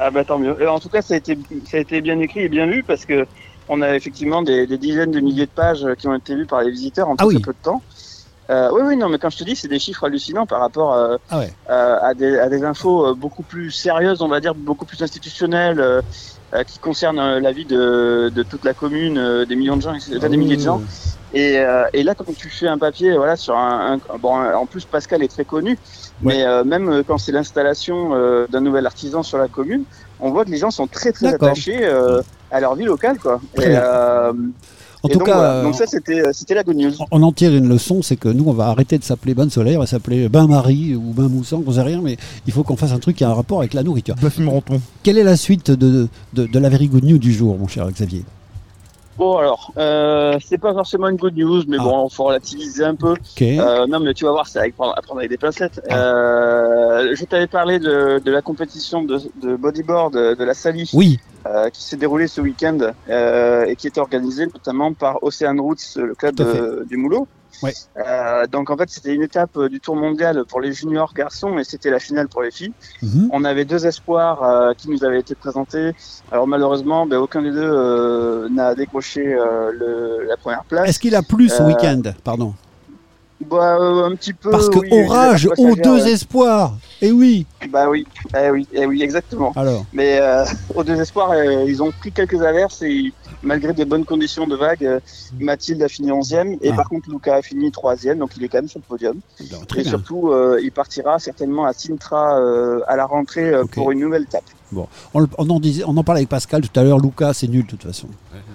Ah bah tant mieux. En tout cas, ça a été, ça a été bien écrit et bien lu parce que on a effectivement des, des dizaines de milliers de pages qui ont été lues par les visiteurs en très, ah oui. très peu de temps. Euh, oui, oui, non, mais quand je te dis, c'est des chiffres hallucinants par rapport euh, ah ouais. euh, à, des, à des infos beaucoup plus sérieuses, on va dire, beaucoup plus institutionnelles, euh, euh, qui concernent la vie de, de toute la commune, euh, des millions de gens, ah des milliers de gens. Et, euh, et là, quand tu fais un papier, voilà, sur un, un bon, en plus Pascal est très connu, ouais. mais euh, même quand c'est l'installation euh, d'un nouvel artisan sur la commune, on voit que les gens sont très très D'accord. attachés euh, à leur vie locale, quoi. Et, euh, en et tout donc, cas, voilà. donc ça c'était c'était la good news. On en tire une leçon, c'est que nous on va arrêter de s'appeler Bain de Soleil, on va s'appeler Bain Marie ou Bain Moussan, on sait rien, mais il faut qu'on fasse un truc qui a un rapport avec la nourriture. Bœuf Menton. Quelle est la suite de, de, de la very good news du jour, mon cher Xavier? Bon alors, euh, c'est pas forcément une good news, mais ah. bon, il faut relativiser un peu. Okay. Euh, non, mais tu vas voir, c'est à prendre, à prendre avec des pincettes. Ah. Euh, je t'avais parlé de, de la compétition de, de bodyboard de, de la Sali, oui. euh, qui s'est déroulée ce week-end euh, et qui était organisée notamment par Ocean Roots, le club euh, du Moulot. Ouais. Euh, donc en fait c'était une étape euh, du tour mondial pour les juniors garçons et c'était la finale pour les filles. Mmh. On avait deux espoirs euh, qui nous avaient été présentés. Alors malheureusement ben, aucun des deux euh, n'a décroché euh, le, la première place. Est-ce qu'il a plu ce euh, week-end? Pardon. Bah, euh, un petit peu. Parce que oui, orage aux deux ouais. espoirs. Et oui. Bah oui, eh oui, eh oui, exactement. Alors. Mais euh, aux deux espoirs, euh, ils ont pris quelques averses et malgré des bonnes conditions de vague, euh, Mathilde a fini onzième et ah. par contre Lucas a fini troisième, donc il est quand même sur le podium. Non, et bien. surtout, euh, il partira certainement à Sintra euh, à la rentrée euh, okay. pour une nouvelle étape. Bon, on, on en disait, on en parlait avec Pascal tout à l'heure. Lucas, c'est nul de toute façon.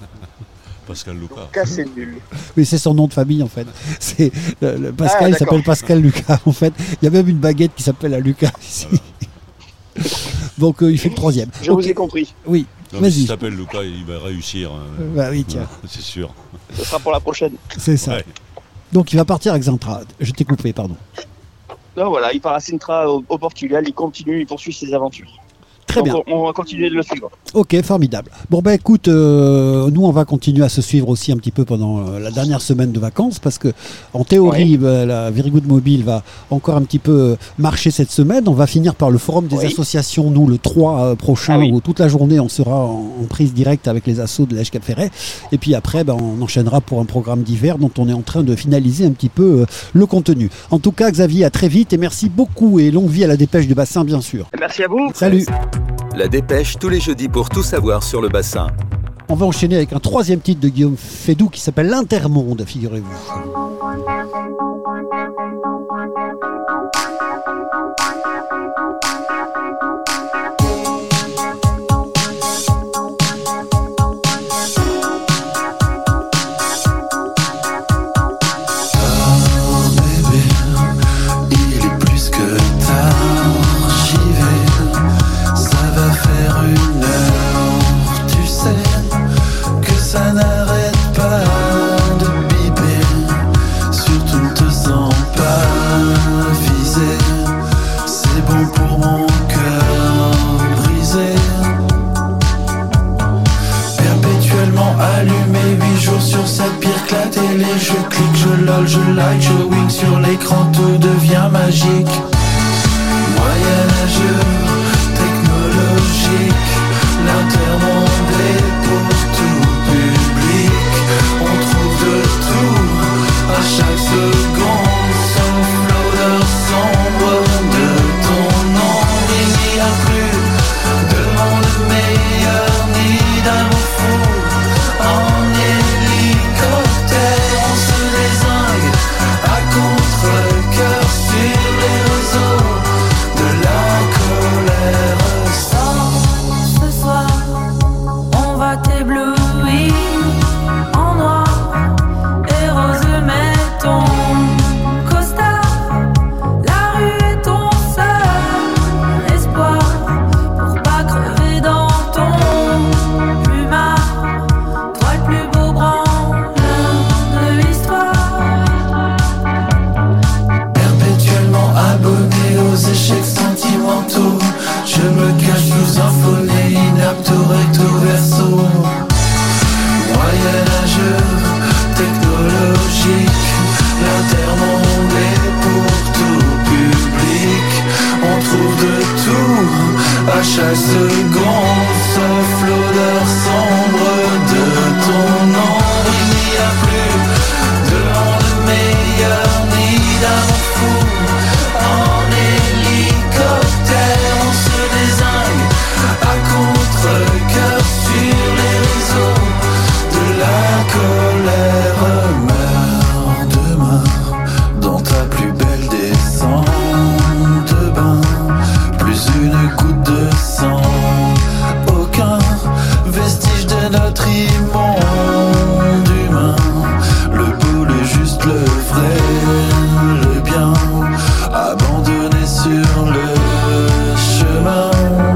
Pascal Lucas. Lucas, c'est nul. Oui, c'est son nom de famille en fait. C'est le, le Pascal, ah, il s'appelle Pascal Lucas en fait. Il y a même une baguette qui s'appelle la Lucas ici. Voilà. Donc euh, il fait le troisième. Je okay. vous ai compris. Oui. Non, mais s'il s'appelle Lucas, il va réussir. Hein. Bah oui, tiens. C'est sûr. Ce sera pour la prochaine. C'est ça. Ouais. Donc il va partir avec Sintra. Je t'ai coupé, pardon. Non, voilà, il part à Sintra au, au Portugal. Il continue, il poursuit ses aventures. Très Donc bien. On, on va continuer de le suivre. Ok, formidable. Bon ben écoute, euh, nous on va continuer à se suivre aussi un petit peu pendant euh, la dernière semaine de vacances parce que en théorie, oui. bah, la Very Good Mobile va encore un petit peu euh, marcher cette semaine. On va finir par le forum des oui. associations, nous le trois euh, prochain, ah, oui. où toute la journée on sera en, en prise directe avec les assos de l'H Cap Ferret. Et puis après, ben, on enchaînera pour un programme d'hiver dont on est en train de finaliser un petit peu euh, le contenu. En tout cas, Xavier, à très vite et merci beaucoup et longue vie à la Dépêche du Bassin, bien sûr. Merci à vous. Salut. La Dépêche tous les jeudis pour tout savoir sur le bassin. On va enchaîner avec un troisième titre de Guillaume Fédoux qui s'appelle l'Intermonde, figurez-vous. Ça n'arrête pas de biper, surtout ne te sens pas visé. C'est bon pour mon cœur brisé. Perpétuellement allumé, huit jours sur sept, pire que la télé. Je clique, je lol, je like, je wing sur l'écran, tout devient magique. Moyenâgeux, technologique, l'intermonde est pour tout public. On trouve de tout à chaque seconde, sauf l'odeur sombre de ton nom. Il n'y a plus de monde meilleur ni d'amour fou. En hélicoptère, on se dézingue à contre-cœur sur les réseaux de la colère. Sors ce soir, l'odeur sombre de ton ombre. Il n'y a plus de monde meilleur ni d'amour fou. En hélicoptère on se dézingue à contre-cœur sur les réseaux de la colère. Meurs demain dans ta plus belle descente de bain. Plus une goutte de sang, aucun vestige de notre immonde humain. Le beau, le juste, le vrai, le bien, abandonné sur le chemin.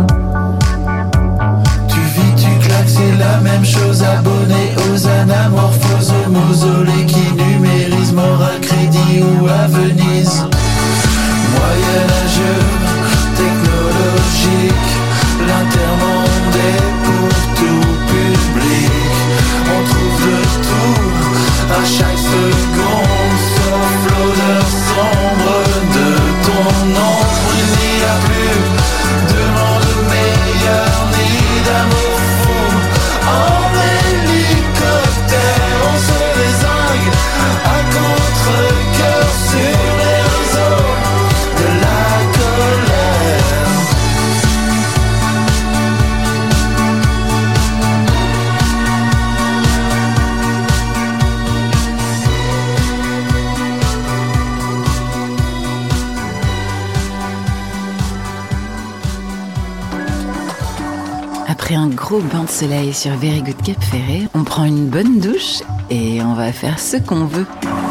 Tu vis, tu claques, c'est la même chose. Abonné aux anamorphoses, aux mausolées qui numérisent mort à crédit ou à Venise. Moyen-âgeux, technologique, l'intermonde est pour tout public. On trouve de tout à chaque seconde, sauf l'odeur sombre de ton ombre. Il n'y a plus de monde meilleur ni d'amour fou. En hélicoptère on se dézingue à contre-cœur sur les réseaux de la colère. Après un gros bain de soleil sur Very Good Cap Ferret, on prend une bonne douche et on va faire ce qu'on veut.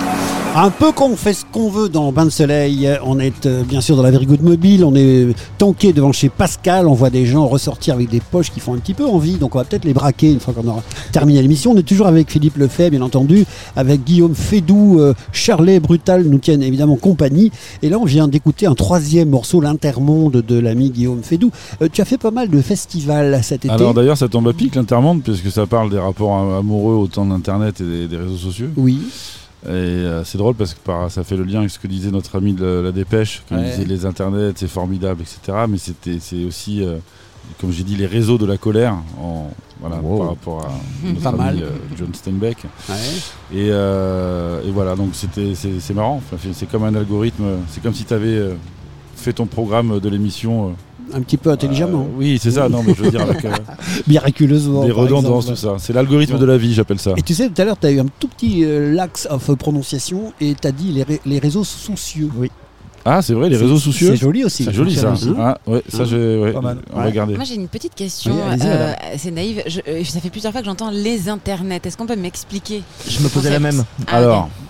Un peu qu'on fait ce qu'on veut dans Bain de Soleil. On est euh, bien sûr dans la Very Good Mobile. On est tanké devant chez Pascal. On voit des gens ressortir avec des poches qui font un petit peu envie. Donc on va peut-être les braquer une fois qu'on aura terminé l'émission. On est toujours avec Philippe Lefebvre, bien entendu, avec Guillaume Fédoux, euh, Charlet, Brutal nous tiennent évidemment compagnie. Et là on vient d'écouter un troisième morceau, l'Intermonde de l'ami Guillaume Fédoux. Euh, tu as fait pas mal de festivals cet été. Alors d'ailleurs ça tombe à pic l'Intermonde, puisque ça parle des rapports amoureux au temps d'Internet et des, des réseaux sociaux. Oui. Et euh, c'est drôle parce que par, ça fait le lien avec ce que disait notre ami de la, la Dépêche, qui Ouais. disait les internets c'est formidable, et cetera. Mais c'était, c'est aussi, euh, comme j'ai dit, les réseaux de la colère en, voilà, Wow. par rapport à notre Pas ami mal. euh, John Steinbeck. Ouais. Et, euh, et voilà, donc c'était, c'est, c'est marrant. Enfin, c'est comme un algorithme. C'est comme si tu avais euh, fait ton programme de l'émission. Euh, Un petit peu intelligemment. euh, oui, c'est ça. Non, mais je veux dire avec euh, Miraculeusement. des par redondances, exemple. tout ça. C'est l'algorithme Bon. de la vie, j'appelle ça. Et tu sais, tout à l'heure, tu as eu un tout petit euh, lax of prononciation et tu as dit les, ré- les réseaux soucieux. Oui. Ah, c'est vrai, les C'est- réseaux soucieux. c'est joli aussi. C'est joli ça. Hein Ah, ouais, ça, Hein j'ai, ouais, Pas mal. on va Ouais. regarder. Moi j'ai une petite question, Oui, allez-y, euh, madame. c'est naïf, je, euh, ça fait plusieurs fois que j'entends les internets, est-ce qu'on peut m'expliquer Je me posais la même. Ah, Alors, ok.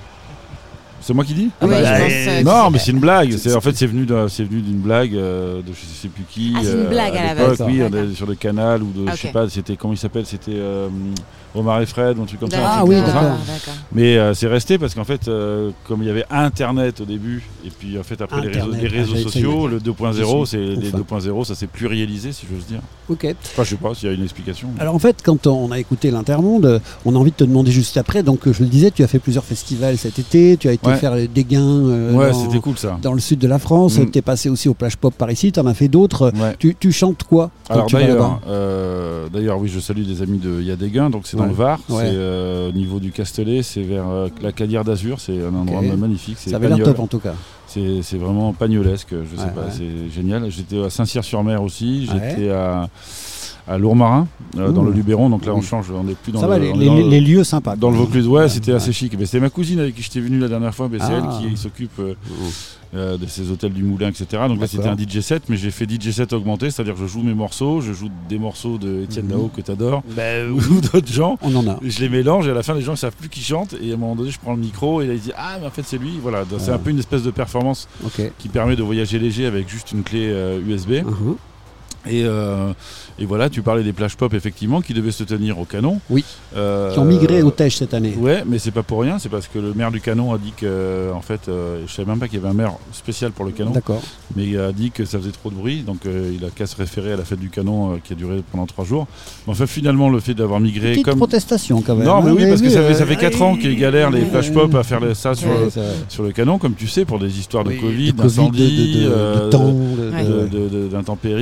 c'est moi qui dis Oui, bah, je pense, euh, euh, Non, que mais c'est- c'est une blague. C'est, en fait, c'est venu, de- c'est venu d'une blague euh, de je sais plus qui. Ah, c'est une euh, blague à la l'époque, base. Oui, D'accord. on est sur le canal ou de, Ah, je sais ok. pas, c'était comment il s'appelle, c'était euh, Omar et Fred, ou un truc comme ça. un Ah truc oui, comme ça. d'accord. d'accord. Mais euh, c'est resté parce qu'en fait, euh, comme il y avait Internet au début, et puis en fait après les réseaux, Internet, les réseaux ah, j'avais sociaux, fait- le deux point zéro, J'y c'est suis les enfin. deux point zéro, ça s'est plurialisé si j'ose dire. Ok. Enfin, je sais pas s'il y a une explication. Alors en fait, quand on a écouté l'Intermonde, euh, on a envie de te demander juste après. Donc euh, je le disais, tu as fait plusieurs festivals cet été. Tu as été Ouais. faire euh, des gains euh, Ouais, dans, c'était cool ça. dans le sud de la France. Mm. Tu es passé aussi au Plage Pop par ici. Tu en as fait d'autres. Ouais. Tu, tu chantes quoi quand Alors tu vas d'ailleurs, là-bas euh, d'ailleurs, oui, je salue des amis de Yadéguin, donc c'est dans Ouais. le Var, Ouais. c'est euh, au niveau du Castellet, c'est vers euh, la Cadière d'Azur, c'est un endroit Ok. magnifique, c'est Ça avait l'air Pagnol. top en tout cas. C'est, c'est vraiment pagnolesque, je sais Ouais, pas, ouais. c'est génial. J'étais à Saint-Cyr-sur-Mer aussi, Ouais. j'étais à, à Lourmarin, euh, dans Ouh. le Luberon, donc là on Oui. change, on n'est plus dans Ça le... va, les, on est les- dans le- les lieux sympas. Dans le quoi. Vaucluse, ouais, Ouais, c'était ouais. assez chic. Mais c'était ma cousine avec qui j'étais venu la dernière fois, mais c'est Ah. elle qui s'occupe euh, euh, de ces hôtels du Moulin, et cetera. Donc là, c'était D'accord. un D J set, mais j'ai fait D J set augmenté, c'est-à-dire que je joue mes morceaux, je joue des morceaux de Étienne Mhm. Dao que t'adores, Ben, ou d'autres gens. on en a. Je les mélange et à la fin, les gens ne savent plus qui chante. Et à un moment donné, je prends le micro et là, ils disent ah, mais en fait, c'est lui. Voilà, donc, c'est Ouais. un peu une espèce de performance Ok. qui permet de voyager léger avec juste une clé euh, U S B. Mhm. Et, euh, et voilà, tu parlais des plages pop effectivement qui devaient se tenir au Canon. Oui. Euh, Qui ont migré au Tej cette année. Ouais, mais c'est pas pour rien, c'est parce que le maire du Canon a dit que, en fait, euh, je savais même pas qu'il y avait un maire spécial pour le Canon, D'accord. mais il a dit que ça faisait trop de bruit, donc euh, il a qu'à se référer à la fête du Canon euh, qui a duré pendant trois jours. Mais enfin, finalement, le fait d'avoir migré Petite comme. protestation quand même. Non, mais hein, oui, vous parce que avez ça vu, fait, ça fait euh, quatre ans qu'ils galèrent les euh, plages pop à faire le- ça sur, ouais, le, c'est vrai. sur le Canon, comme tu sais, pour des histoires de Oui, Covid, de Covid, d'incendie, de- de- de- euh, de temps, de- de- de- de- d'intempéries. Alors,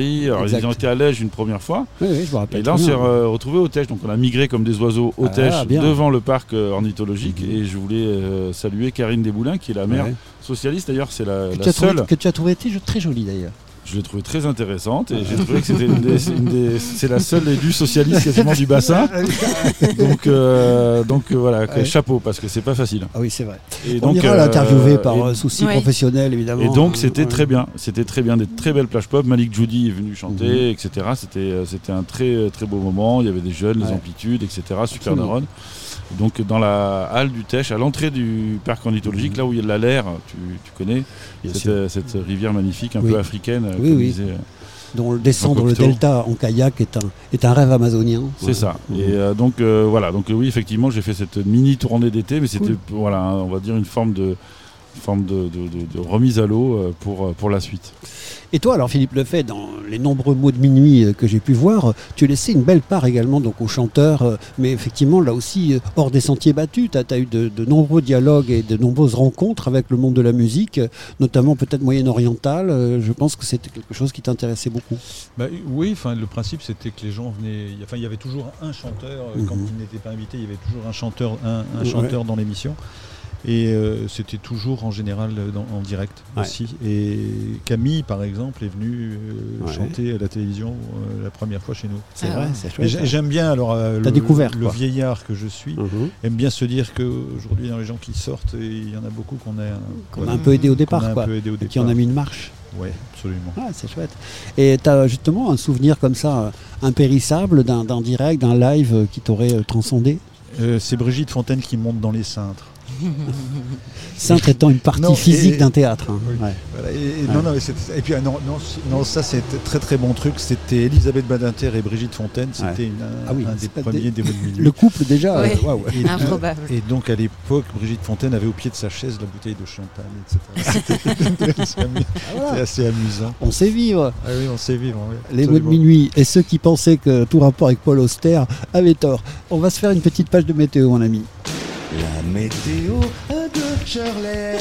ils ont été à Lège une première fois. Oui, oui, je me rappelle. Et là, on s'est euh, retrouvés au Teche. Donc, on a migré comme des oiseaux au Ah, Teche bien. devant le parc euh, ornithologique. Mmh. Et je voulais euh, saluer Karine Desboulins, qui est la maire Ouais. socialiste. D'ailleurs, c'est la, Que, la tu as seule. trouvé, que tu as trouvé très jolie d'ailleurs. Je l'ai trouvée très intéressante et j'ai trouvé que c'était une des, une des, c'est la seule élue socialiste quasiment du bassin. Donc, euh, donc euh, voilà, Ouais. chapeau parce que c'est pas facile. Ah oui, c'est vrai. Et On donc, ira l'interviewer par et- euh, souci Ouais. professionnel évidemment. Et donc c'était Ouais. très bien, c'était très bien, des très belles plages pop. Malik Djoudi est venu chanter, Mhm. et cetera. C'était, euh, c'était un très très beau moment. Il y avait des jeunes, les Ouais. amplitudes, et cetera. Super Absolument. neurones. Donc dans la halle du Teche, à l'entrée du parc ornithologique, là où il y a la Laire, tu, tu connais, Bien cette, sûr. euh, cette rivière magnifique, un Oui. peu africaine, euh, Oui, comme oui. disait, euh, dont le descendre le Cocteau. delta en kayak est un, est un rêve amazonien. C'est Ouais. ça. Mhm. Et euh, donc euh, voilà. Donc euh, oui, effectivement, j'ai fait cette mini tournée d'été, mais c'était Cool. voilà, hein, on va dire une forme de forme de, de- de- de remise à l'eau euh, pour euh, pour la suite. Et toi, alors Philippe Lefebvre, dans les nombreux mots de minuit euh, que j'ai pu voir, tu laissais une belle part également donc aux chanteurs, euh, mais effectivement là aussi euh, hors des sentiers battus, tu as eu de, de nombreux dialogues et de nombreuses rencontres avec le monde de la musique, euh, notamment peut-être moyen-orientale. Euh, je pense que c'était quelque chose qui t'intéressait beaucoup. Bah, oui, enfin le principe c'était que les gens venaient. Enfin, il y avait toujours un chanteur euh, quand Mhm. il n'était pas invité, il y avait toujours un chanteur, un, un Ouais. chanteur dans l'émission. Et euh, c'était toujours en général euh, dans- en direct Ouais. aussi. Et Camille, par exemple, est venue euh, Ouais. chanter à la télévision euh, la première fois chez nous. C'est Ah vrai, ouais. c'est Et chouette. j'ai- J'aime bien alors euh, T'as le, découvert, le quoi. vieillard que je suis. Mhm. Aime bien se dire qu'aujourd'hui, dans les gens qui sortent, et il y en a beaucoup qu'on a, Qu'on a un peu aidé au qu'on départ, a un quoi. peu aidé au Et qui en a départ. mis une marche. Ouais, absolument. Ah, c'est chouette. Et tu as justement un souvenir comme ça, euh, impérissable, d'un d'un direct, d'un live euh, qui t'aurait euh, transcendé? Euh, c'est Brigitte Fontaine qui monte dans les cintres. Cintre étant une partie Non, physique et- d'un théâtre. hein. Oui. Ouais. Voilà, et, et Ouais. non, non, mais c'est- et puis ah, non, non, c- non, ça c'était très très bon truc. C'était Elisabeth Badinter et Brigitte Fontaine. C'était Ouais. une- un, Ah oui, un c'est des pas premiers des- dévots de minuit. Le couple déjà, Ouais. euh, waouh. Et, Improbable. et donc à l'époque, Brigitte Fontaine avait au pied de sa chaise la bouteille de champagne, et cetera. C'était assez, amu- voilà. c'était assez amusant. On sait vivre. Ah oui, on sait vivre. oui, Les mots de absolument. minuit et ceux qui pensaient que tout rapport avec Paul Auster avaient tort. On va se faire une petite page de météo, mon ami. La météo de Shirley.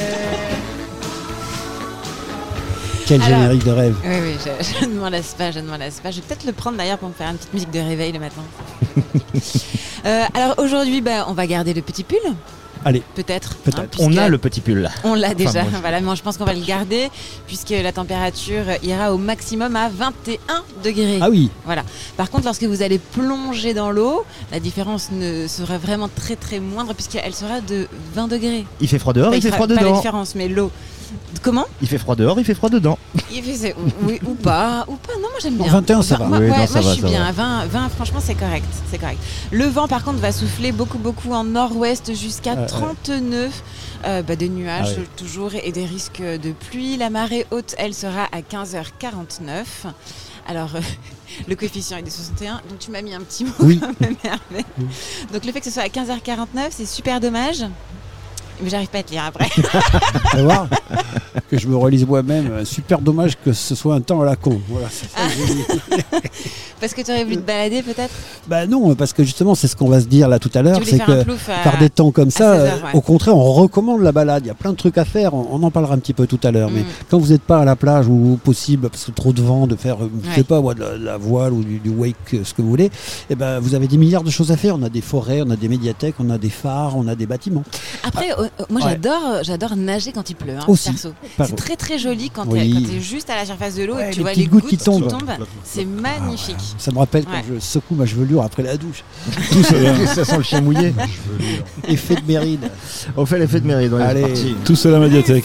Quel Alors, générique de rêve. Oui, oui, je, je ne m'en lasse pas, je ne m'en lasse pas. Je vais peut-être le prendre d'ailleurs pour me faire une petite musique de réveil le matin. Euh, alors aujourd'hui, bah, on va garder le petit pull. Allez, Peut-être. peut-être. hein, On puisque a le petit pull là. On l'a Enfin, déjà. moi, je- Voilà, mais je pense qu'on va le garder puisque la température ira au maximum à vingt et un degrés. Ah oui, Voilà. Par contre, lorsque vous allez plonger dans l'eau, la différence ne sera vraiment très très moindre puisqu'elle sera de vingt degrés. Il fait froid dehors, Enfin, il fait fera froid pas la dedans. différence, mais l'eau. Comment Il fait froid dehors, il fait froid dedans. Il fait c'est- oui, ou pas, ou pas. Non, moi j'aime Non, bien. vingt et un, ça Vingt- va. Moi, Oui, ouais, non, moi, ça va, je suis ça bien. va. vingt, vingt, franchement, c'est correct. C'est correct. Le vent, par contre, va souffler beaucoup, beaucoup en nord-ouest jusqu'à Ah, ouais. trente-neuf. Euh, bah, des nuages Ah ouais. toujours et des risques de pluie. La marée haute, elle sera à quinze heures quarante-neuf. Alors, euh, le coefficient est de soixante et un, donc tu m'as mis un petit mot Oui. quand même, Hervé. Donc le fait que ce soit à quinze heures quarante-neuf, c'est super dommage. Mais j'arrive pas à te lire après. tu vas voir que je me relise moi-même. Euh, Super dommage que ce soit un temps à la con. Voilà, c'est ça que j'ai dit. Parce que tu aurais voulu te balader peut-être. Bah non, parce que justement, c'est ce qu'on va se dire là tout à l'heure, Tu voulais c'est faire un que plouf à- par des temps comme ça, à seize heures, euh, ouais. au contraire, on recommande la balade. Il y a plein de trucs à faire, on, on en parlera un petit peu tout à l'heure. Mais Mm. quand vous n'êtes pas à la plage ou possible, parce que trop de vent, de faire, euh, je Ouais. sais pas, moi, de la, de la voile ou du, du wake, euh, ce que vous voulez, eh ben, vous avez des milliards de choses à faire. On a des forêts, on a des médiathèques, on a des phares, on a des bâtiments. Après, euh, euh, moi Ouais. j'adore, j'adore nager quand il pleut. Hein, Aussi. perso. Pas- C'est très très joli quand Oui. tu es juste à la surface de l'eau Ouais, et que tu les vois petites les gouttes gouttes qui qui tombent. tombent. C'est magnifique. Ça me rappelle Ouais. quand je secoue ma chevelure après la douche. Tout ça, ça sent le chien mouillé. Effet de Méride. On fait l'effet de mérite. Ouais, Allez. c'est parti. Tous à la médiathèque.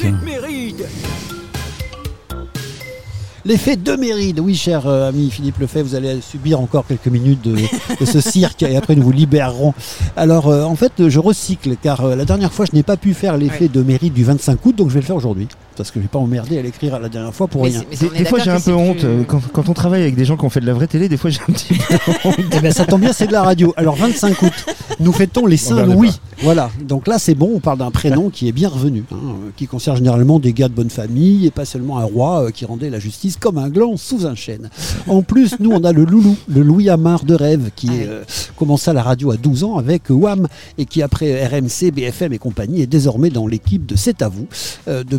L'effet de Méride, oui cher euh, ami Philippe Lefebvre, vous allez subir encore quelques minutes de, de ce cirque et après nous vous libérerons. Alors euh, en fait je recycle car euh, la dernière fois je n'ai pas pu faire l'effet Ouais. de Méride du vingt-cinq août donc je vais le faire aujourd'hui parce que je vais pas emmerder à l'écrire la dernière fois pour Mais rien. c'est- mais Des, on est des fois j'ai d'accord un que peu c'est honte. plus- euh, Quand, quand on travaille avec des gens qui ont fait de la vraie télé, des fois j'ai un petit peu honte. Eh bien ça tombe bien, c'est de la radio. Alors vingt-cinq août, nous fêtons les Saint-Louis. Voilà, donc là c'est bon, on parle d'un prénom qui est bien revenu, hein, euh, qui concerne généralement des gars de bonne famille et pas seulement un roi euh, qui rendait la justice comme un gland sous un chêne. En plus, nous on a le loulou, le Louis Amar de rêve qui Ah est oui. euh, commencé à la radio à douze ans avec W A M et qui après R M C, B F M et compagnie est désormais dans l'équipe de C'est à vous euh, depuis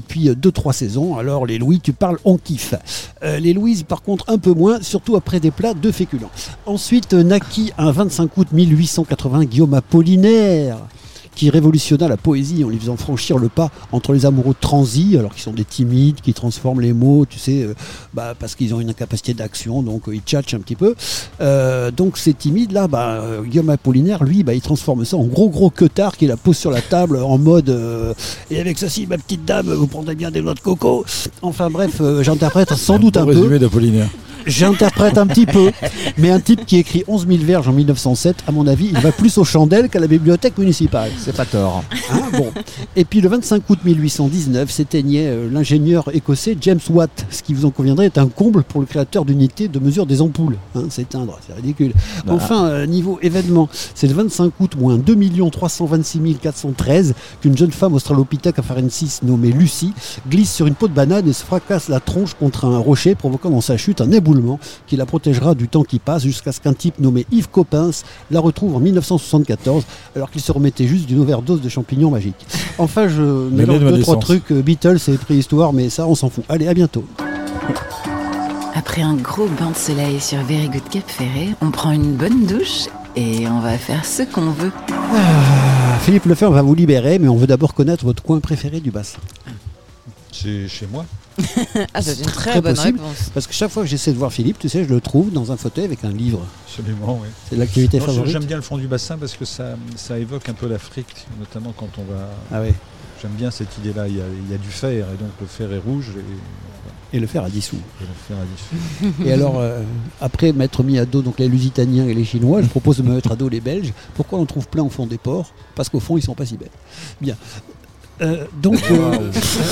deux trois saisons. Alors les Louis, tu parles, on kiffe. Euh, les Louise, par contre, un peu moins, surtout après des plats de féculents. Ensuite, euh, naquit un vingt-cinq août mille huit cent quatre-vingts Guillaume Apollinaire, qui révolutionna la poésie en lui faisant franchir le pas entre les amoureux transis, alors qu'ils sont des timides, qui transforment les mots, tu sais, euh, bah, parce qu'ils ont une incapacité d'action, donc euh, ils tchatchent un petit peu. Euh, donc ces timides-là, bah, euh, Guillaume Apollinaire, lui, bah, il transforme ça en gros gros queutard qui la pose sur la table en mode euh, et avec ceci, ma petite dame, vous prendrez bien des noix de coco. Enfin bref, euh, j'interprète sans doute un peu. Résumé d'Apollinaire. J'interprète un petit peu, mais un type qui écrit onze mille verges en mille neuf cent sept, à mon avis, il va plus aux chandelles qu'à la bibliothèque municipale. C'est pas tort. Hein, bon. Et puis le vingt-cinq août mille huit cent dix-neuf s'éteignait euh, l'ingénieur écossais James Watt, ce qui vous en conviendrait est un comble pour le créateur d'unités de mesure des ampoules. Hein, s'éteindre, c'est ridicule. Bah. Enfin, euh, niveau événement, c'est le vingt-cinq août moins deux millions trois cent vingt-six mille quatre cent treize qu'une jeune femme australopithèque afarensis nommée Lucie glisse sur une peau de banane et se fracasse la tronche contre un rocher, provoquant dans sa chute un éboulement qui la protégera du temps qui passe jusqu'à ce qu'un type nommé Yves Coppens la retrouve en mille neuf cent soixante-quatorze alors qu'il se remettait juste d'une overdose de champignons magiques. Enfin, je mélange deux, trois trucs, euh, Beatles et préhistoire, mais ça, on s'en fout. Allez, à bientôt. Après un gros bain de soleil sur Very Good Cap Ferret, on prend une bonne douche et on va faire ce qu'on veut. Ah, Philippe Lefebvre va vous libérer, mais on veut d'abord connaître votre coin préféré du bassin. C'est chez moi. Ah, c'est une très, très bonne possible, réponse. parce que chaque fois que j'essaie de voir Philippe, tu sais, je le trouve dans un fauteuil avec un livre. Absolument, oui. C'est l'activité Non, favorite. J'aime bien le fond du bassin parce que ça, ça évoque un peu l'Afrique, notamment quand on va. Ah ouais. J'aime bien cette idée-là. Il y, a, il y a du fer et donc le fer est rouge. Et, et le fer a dissous. Et le fer a dissous. Et alors, euh, après m'être mis à dos donc les Lusitaniens et les Chinois, je propose de me mettre à dos les Belges. Pourquoi on trouve plein au fond des ports? Parce qu'au fond, ils sont pas si belles. Bien. Euh, donc. Euh...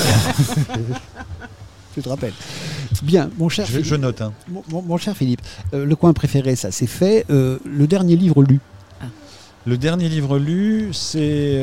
Je te rappelle. Bien, mon cher je, Philippe. Je note. Hein. Mon, mon, mon cher Philippe, euh, le coin préféré, ça c'est fait. Euh, le dernier livre lu. Ah. Le dernier livre lu, c'est.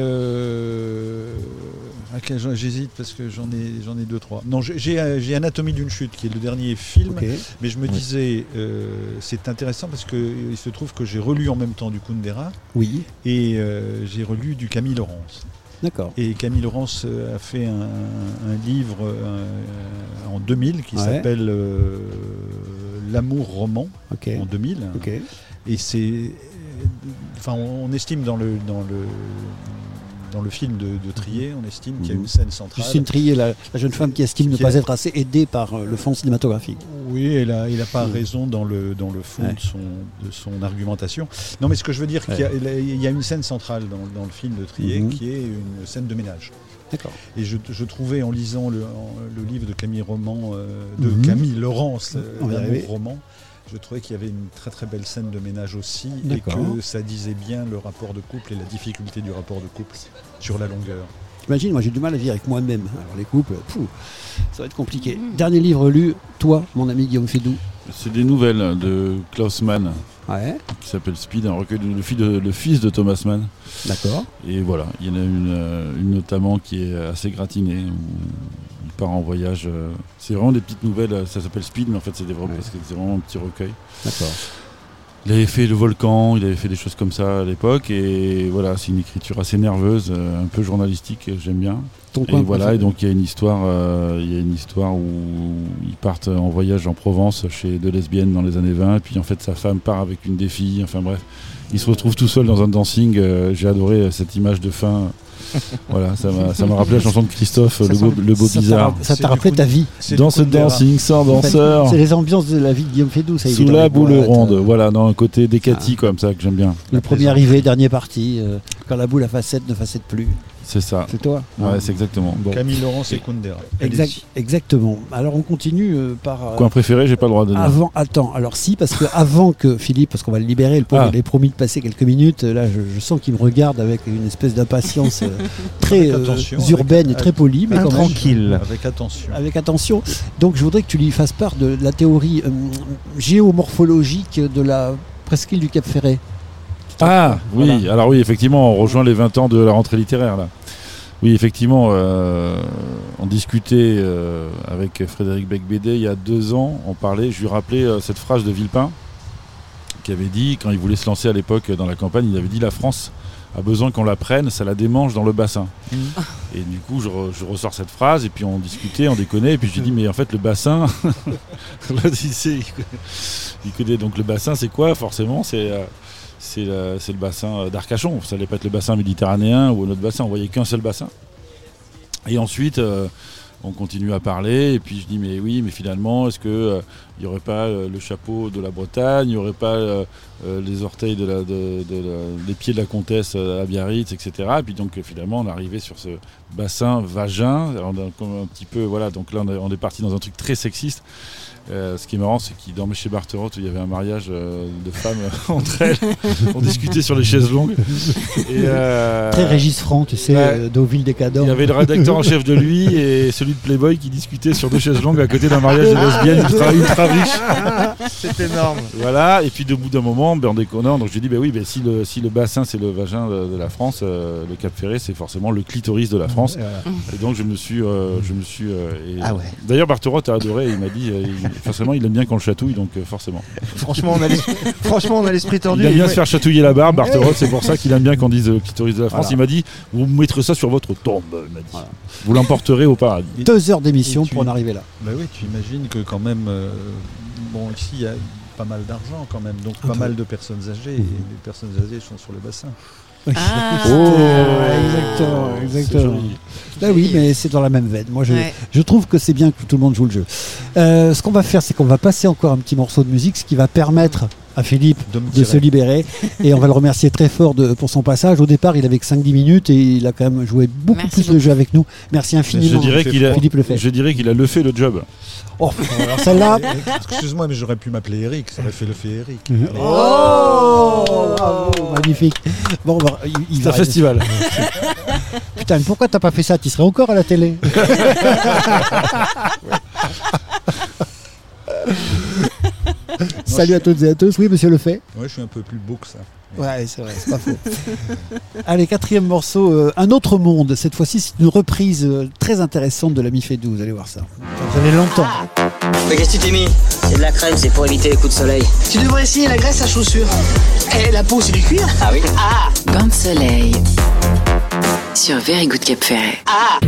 Euh... Okay, j'hésite parce que j'en ai, j'en ai deux, trois. Non, j'ai, j'ai Anatomie d'une chute, qui est le dernier film. Okay. Mais je me oui. disais, euh, c'est intéressant parce qu'il se trouve que j'ai relu en même temps du Kundera. Oui. Et euh, j'ai relu du Camille Laurence. D'accord. Et Camille Laurence a fait un, un livre euh, en deux mille qui ouais. s'appelle euh, L'amour roman, okay. en deux mille. Okay. Et c'est, enfin, on estime dans le dans le dans le film de, de Trier, on estime mmh. qu'il y a une scène centrale. Justine Trier, la, la jeune femme qui estime qui ne pas a... être assez aidée par euh, le fond cinématographique. Oui, elle n'a il a pas mmh. raison dans le, dans le fond ouais. de, son, de son argumentation. Non, mais ce que je veux dire, ouais. qu'il y a, il y a une scène centrale dans, dans le film de Trier mmh. qui est une scène de ménage. D'accord. Et je, je trouvais en lisant le, en, le livre de Camille Roman, euh, de mmh. Camille Laurence, euh, L'amour roman, je trouvais qu'il y avait une très très belle scène de ménage aussi. D'accord. Et que ça disait bien le rapport de couple et la difficulté du rapport de couple sur la longueur. T'imagines, moi j'ai du mal à vivre avec moi-même. Alors les couples, pfff, ça va être compliqué. Mmh. Dernier livre lu, toi, mon ami Guillaume Fédoux. C'est des nouvelles de Klaus Mann. Ouais. Qui s'appelle Speed, un recueil de, le, fils de, le fils de Thomas Mann. D'accord. Et voilà, il y en a une, une notamment qui est assez gratinée. Où il part en voyage. C'est vraiment des petites nouvelles. Ça s'appelle Speed, mais en fait c'est des vrais ouais. parce que c'est vraiment un petit recueil. D'accord. Il avait fait Le Volcan, il avait fait des choses comme ça à l'époque, et voilà, c'est une écriture assez nerveuse, un peu journalistique, j'aime bien. Ton et voilà, et donc il y a une histoire, euh, il y a une histoire où ils partent en voyage en Provence chez deux lesbiennes dans les années vingt, et puis en fait sa femme part avec une des filles, enfin bref, il se retrouve tout seul dans un dancing. Euh, j'ai adoré cette image de fin. Voilà, ça m'a, ça m'a rappelé la chanson de Christophe, ça le beau, le beau ça bizarre. Ça t'a rappelé ta vie. Dans ce dancing sans danseur. C'est les ambiances de la vie de Guillaume Fédoux. Ça, sous la boule ronde, euh... voilà, dans un côté Décati comme ça que j'aime bien. Le premier arrivé, dernier parti, euh, quand la boule à facettes ne facette plus. C'est ça. C'est toi. Ouais, ouais. C'est exactement. Bon. Camille Laurence et Kundera. Exact, exactement. Alors on continue euh, par. Euh, Coin préféré, j'ai pas le droit de donner. Avant, attends. Alors si, parce que avant que Philippe, parce qu'on va le libérer, le pauvre, ah. il est promis de passer quelques minutes. Là, je, je sens qu'il me regarde avec une espèce d'impatience euh, très euh, urbaine avec, et très polie, mais quand tranquille. Même, avec attention. Avec attention. Donc je voudrais que tu lui fasses part de la théorie euh, géomorphologique de la presqu'île du Cap Ferret. Ah oui. Voilà. Alors oui, effectivement, on rejoint les vingt ans de la rentrée littéraire là. Oui, effectivement, euh, on discutait euh, avec Frédéric Becbédé il y a deux ans, on parlait, je lui rappelais euh, cette phrase de Villepin, qui avait dit, quand il voulait se lancer à l'époque dans la campagne, il avait dit la France a besoin qu'on la prenne, ça la démange dans le bassin. Mmh. Et du coup, je, re, je ressors cette phrase, et puis on discutait, on déconnait, et puis je lui dis, mais en fait, le bassin, là, il, sait, il, connaît, il connaît. Donc le bassin, c'est quoi, forcément? C'est, euh, c'est, le, c'est le bassin d'Arcachon. Ça n'allait pas être le bassin méditerranéen ou un autre bassin, on voyait qu'un seul bassin. Et ensuite, euh, on continue à parler, et puis je dis, mais oui, mais finalement, est-ce qu'il euh, n'y aurait pas euh, le chapeau de la Bretagne, il n'y aurait pas euh, euh, les orteils, de la, de, de la, les pieds de la comtesse à Biarritz, et cetera. Et puis donc, finalement, on est arrivé sur ce bassin vagin, on a, comme un petit peu, voilà, donc là, on, a, on est parti dans un truc très sexiste. Euh, ce qui est marrant, c'est qu'il dormait chez Barterotte où il y avait un mariage euh, de femmes euh, entre elles. On discutait sur les chaises longues. Et, euh, Très Régis Franc, tu sais, ouais. euh, d'Auville des Cadors. Il y avait le rédacteur en chef de lui et celui de Playboy qui discutait sur deux chaises longues à côté d'un mariage de lesbiennes ultra, ultra riche. C'est énorme. Voilà, et puis de bout d'un moment, ben, en déconnant, donc je lui ai dit, ben oui, ben, si, le, si le bassin c'est le vagin de, de la France, euh, le Cap Ferret c'est forcément le clitoris de la France. Voilà. Et donc je me suis. Euh, je me suis euh, et, ah ouais. D'ailleurs, Barterotte a adoré, il m'a dit, euh, il, forcément, il aime bien quand le chatouille, donc euh, forcément. Franchement, on a l'esprit, franchement, on a l'esprit tordu. Il aime bien se faire chatouiller la barbe, Barterotte, c'est pour ça qu'il aime bien qu'on dise le clitoris de la France. Voilà. Il m'a dit, vous mettrez ça sur votre tombe, il m'a dit. Voilà. Vous l'emporterez au paradis. Deux heures d'émission tu, pour en arriver là. Bah oui, tu imagines que quand même, euh, bon, ici il y a pas mal d'argent quand même, donc Un pas peu. mal de personnes âgées, Mmh. et les personnes âgées sont sur le bassin. Ah. Oh, exactement, exactement. Bah oui, mais c'est dans la même veine. Moi, je, Ouais. je trouve que c'est bien que tout le monde joue le jeu. Euh, ce qu'on va faire, c'est qu'on va passer encore un petit morceau de musique, ce qui va permettre à Philippe de, de se libérer. Et on va le remercier très fort de, pour son passage. Au départ, il avait que cinq dix minutes et il a quand même joué beaucoup Merci plus beaucoup. de jeux avec nous. Merci infiniment, Je dirais qu'il a, Philippe Lefebvre. je dirais qu'il a le fait le job. Oh, alors celle-là. Excuse-moi, mais j'aurais pu m'appeler Eric, ça aurait fait le fait Eric. Mhm. Oh, bravo, magnifique. Bon, bah, il, il C'est va un festival. Putain, mais pourquoi t'as pas fait ça? Tu serais encore à la télé. Salut à toutes et à tous. Oui, monsieur le fait. Ouais, je suis un peu plus beau que ça. Ouais, c'est vrai, c'est pas faux. Allez, quatrième morceau, euh, Un autre monde. Cette fois-ci, c'est une reprise euh, très intéressante de l'ami Fédou. Vous allez voir ça. Vous allez longtemps. Mais qu'est-ce que tu t'es mis? C'est de la crème, c'est pour éviter les coups de soleil. Tu devrais essayer la graisse à chaussures. Et la peau, c'est du cuir? Ah oui. Ah. Bain de soleil sur Very Good Cap Ferret. Ah.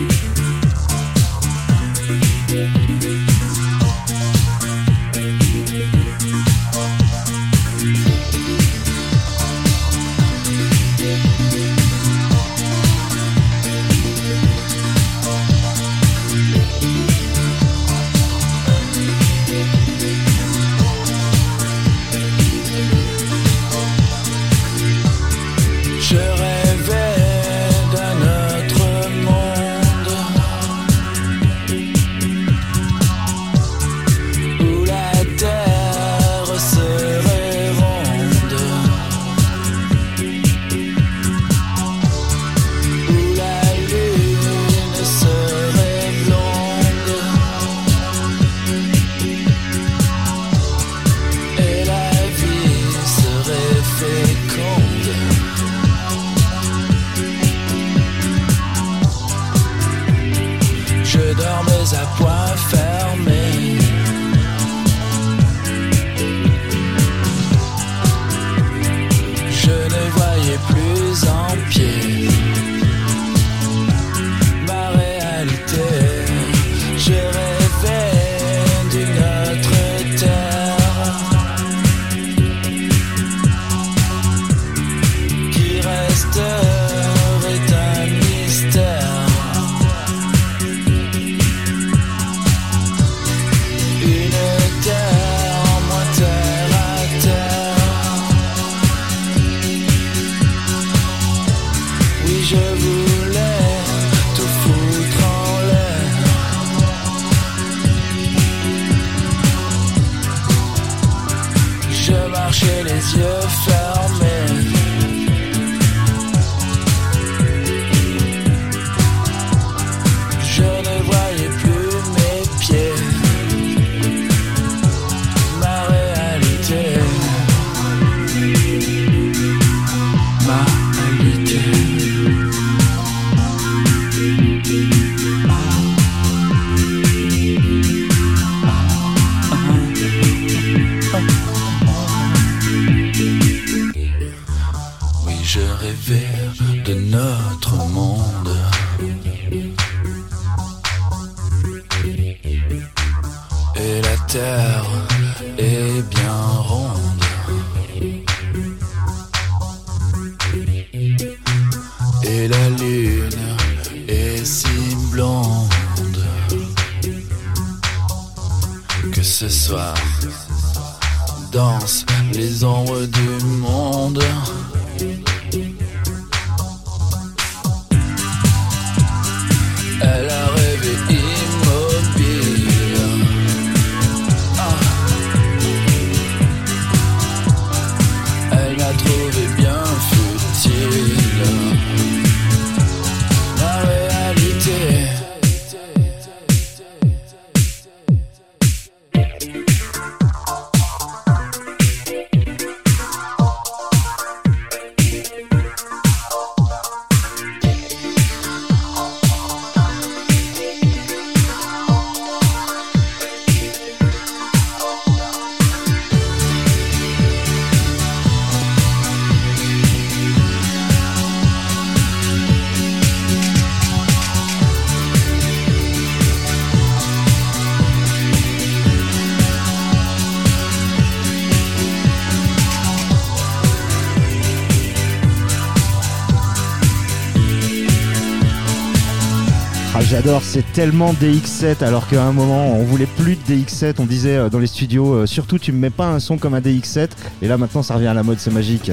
Je rêvais d'un autre monde où la terre serait ronde, où la lune serait blonde et la vie serait féconde. Je dormais à poing fermé. Je ne voyais plus en pied ma réalité. Je rêvais d'une autre terre qui resterait un mystère. Une terre moins terre à terre. Oui, je voulais tout foutre en l'air. Je marchais les yeux fermés. Je ne voyais plus mes pieds. Ma réalité, ma réalité. je rêvais de notre monde. Et la terre est bien ronde. Et la lune est si blonde que ce soir dansent les ombres du monde. Elle a rêvé immobile. Ah. Elle m'a trouvé bien futile. La réalité. J'adore, c'est tellement D X sept alors qu'à un moment on voulait plus de D X sept, on disait euh, dans les studios euh, surtout tu me mets pas un son comme un D X sept et là maintenant ça revient à la mode, c'est magique.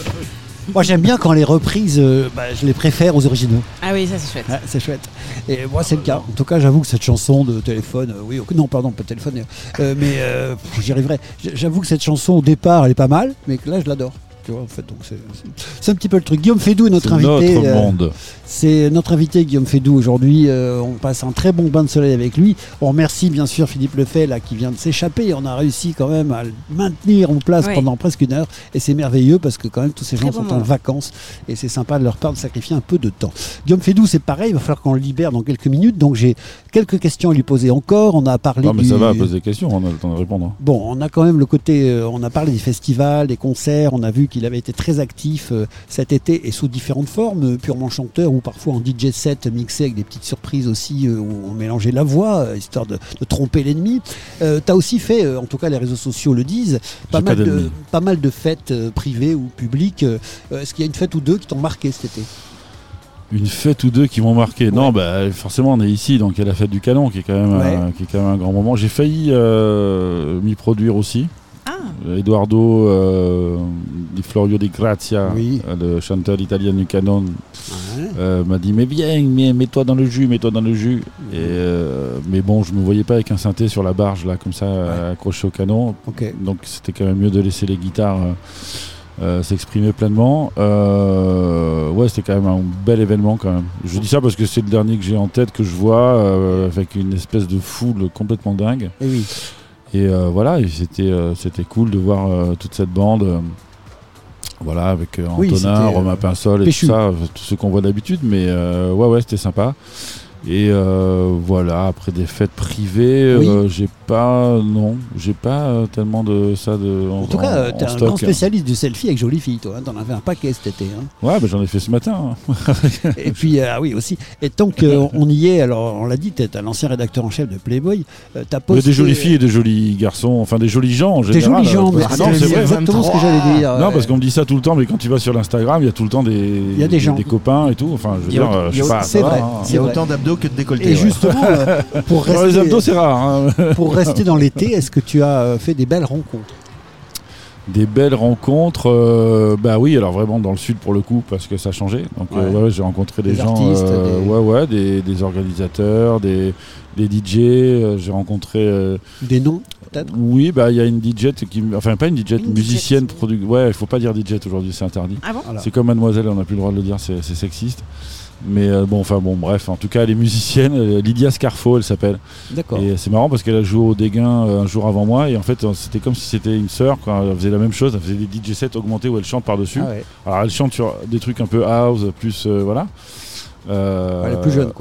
Moi j'aime bien quand les reprises, euh, bah, je les préfère aux originaux. Ah oui, ça c'est chouette. Ouais, c'est chouette. Et moi c'est le cas. En tout cas j'avoue que cette chanson de téléphone, euh, oui, ok, non pardon pas de téléphone, euh, mais euh, j'y arriverai. J'avoue que cette chanson au départ elle est pas mal, mais que là je l'adore. Tu vois, en fait, donc c'est, c'est, c'est un petit peu le truc. Guillaume Fédou est notre c'est invité. Notre euh, monde. C'est notre invité Guillaume Fédou aujourd'hui. Euh, on passe un très bon bain de soleil avec lui. On remercie bien sûr Philippe Lefay là qui vient de s'échapper. On a réussi quand même à le maintenir en place ouais. pendant presque une heure et c'est merveilleux parce que quand même tous ces gens très sont bon en moment. vacances et c'est sympa de leur part de sacrifier un peu de temps. Guillaume Fédou c'est pareil, il va falloir qu'on le libère dans quelques minutes. Donc j'ai quelques questions à lui poser encore. On a parlé. Non mais du... ça va, poser des questions, on a le temps de répondre. Bon, on a quand même le côté. Euh, on a parlé des festivals, des concerts. On a vu qu'il avait été très actif euh, cet été et sous différentes formes, euh, purement chanteur ou parfois en D J set mixé avec des petites surprises aussi euh, où on mélangeait la voix euh, histoire de, de tromper l'ennemi. Euh, tu as aussi fait, euh, en tout cas les réseaux sociaux le disent, pas, mal de, pas mal de fêtes euh, privées ou publiques. Euh, est-ce qu'il y a une fête ou deux qui t'ont marqué cet été ? Une fête ou deux qui m'ont marqué. Ouais. Non, bah, forcément, on est ici, donc il y a la fête du Canon qui est quand même, ouais. un, qui est quand même un grand moment. J'ai failli euh, m'y produire aussi. Ah. Eduardo euh, Di Florio Di Grazia, oui. le chanteur italien du Canon, ouais. euh, m'a dit mais viens, mais mets-toi dans le jus, mets-toi dans le jus. Mmh. Et, euh, mais bon, je me voyais pas avec un synthé sur la barge là, comme ça, ouais. accroché au canon. Okay. Donc c'était quand même mieux de laisser les guitares euh, euh, s'exprimer pleinement. Euh, ouais, c'était quand même un bel événement quand même. Je dis ça parce que c'est le dernier que j'ai en tête que je vois euh, avec une espèce de foule complètement dingue. Et oui. Et euh, voilà, et c'était, euh, c'était cool de voir euh, toute cette bande, euh, voilà, avec euh, Antonin, oui, Romain Pinsol et Péchu. Tout ça, euh, tout ce qu'on voit d'habitude, mais euh, ouais, ouais, c'était sympa. Et euh, voilà, après des fêtes privées, oui. euh, j'ai pas, non, j'ai pas euh, tellement de ça de. En, en tout cas, euh, t'es un stock, grand spécialiste hein. du selfie avec jolies filles, toi. Hein, t'en avais un paquet cet été. Hein. Ouais, bah, j'en ai fait ce matin. Hein. Et puis, ah euh, oui, aussi. Et tant qu'on y est, alors on l'a dit, t'es un ancien rédacteur en chef de Playboy. Euh, t'as posté... Des jolies filles et des jolis garçons, enfin des jolis gens en général. Des jolis gens, mais non, c'est vrai, exactement ce que j'allais dire. Non, ouais. parce qu'on me dit ça tout le temps, mais quand tu vas sur l'Instagram, il y a tout le temps des, y a des, gens. des copains et tout. Enfin, je veux dire, je sais pas. C'est vrai. Il y a autant d'abdos que de décolletés. Et justement, euh, pour rester, les abdos, c'est rare. Hein. Pour rester dans l'été, est-ce que tu as fait des belles rencontres ? Des belles rencontres, euh, bah oui, alors vraiment dans le sud pour le coup, parce que ça a changé. Donc ouais. Euh, ouais, j'ai rencontré des, des gens, artistes, euh, des... ouais, ouais, des, des organisateurs, des, des D J. Euh, j'ai rencontré euh, des noms peut-être. Oui, bah il y a une D J qui, enfin pas une D J, une musicienne, produ... ouais, il faut pas dire D J aujourd'hui, c'est interdit. Ah bon ? C'est comme Mademoiselle, on n'a plus le droit de le dire, c'est, c'est sexiste. Mais euh, bon, enfin bon, bref, en tout cas, elle est musicienne, euh, Lydia Scarfo, elle s'appelle. D'accord. Et c'est marrant parce qu'elle a joué au Dégain euh, un jour avant moi, et en fait, c'était comme si c'était une sœur, quoi. Elle faisait la même chose, elle faisait des D J sets augmentés où elle chante par-dessus. Ah ouais. Alors elle chante sur des trucs un peu house, plus euh, voilà. Euh, elle est plus jeune, quoi.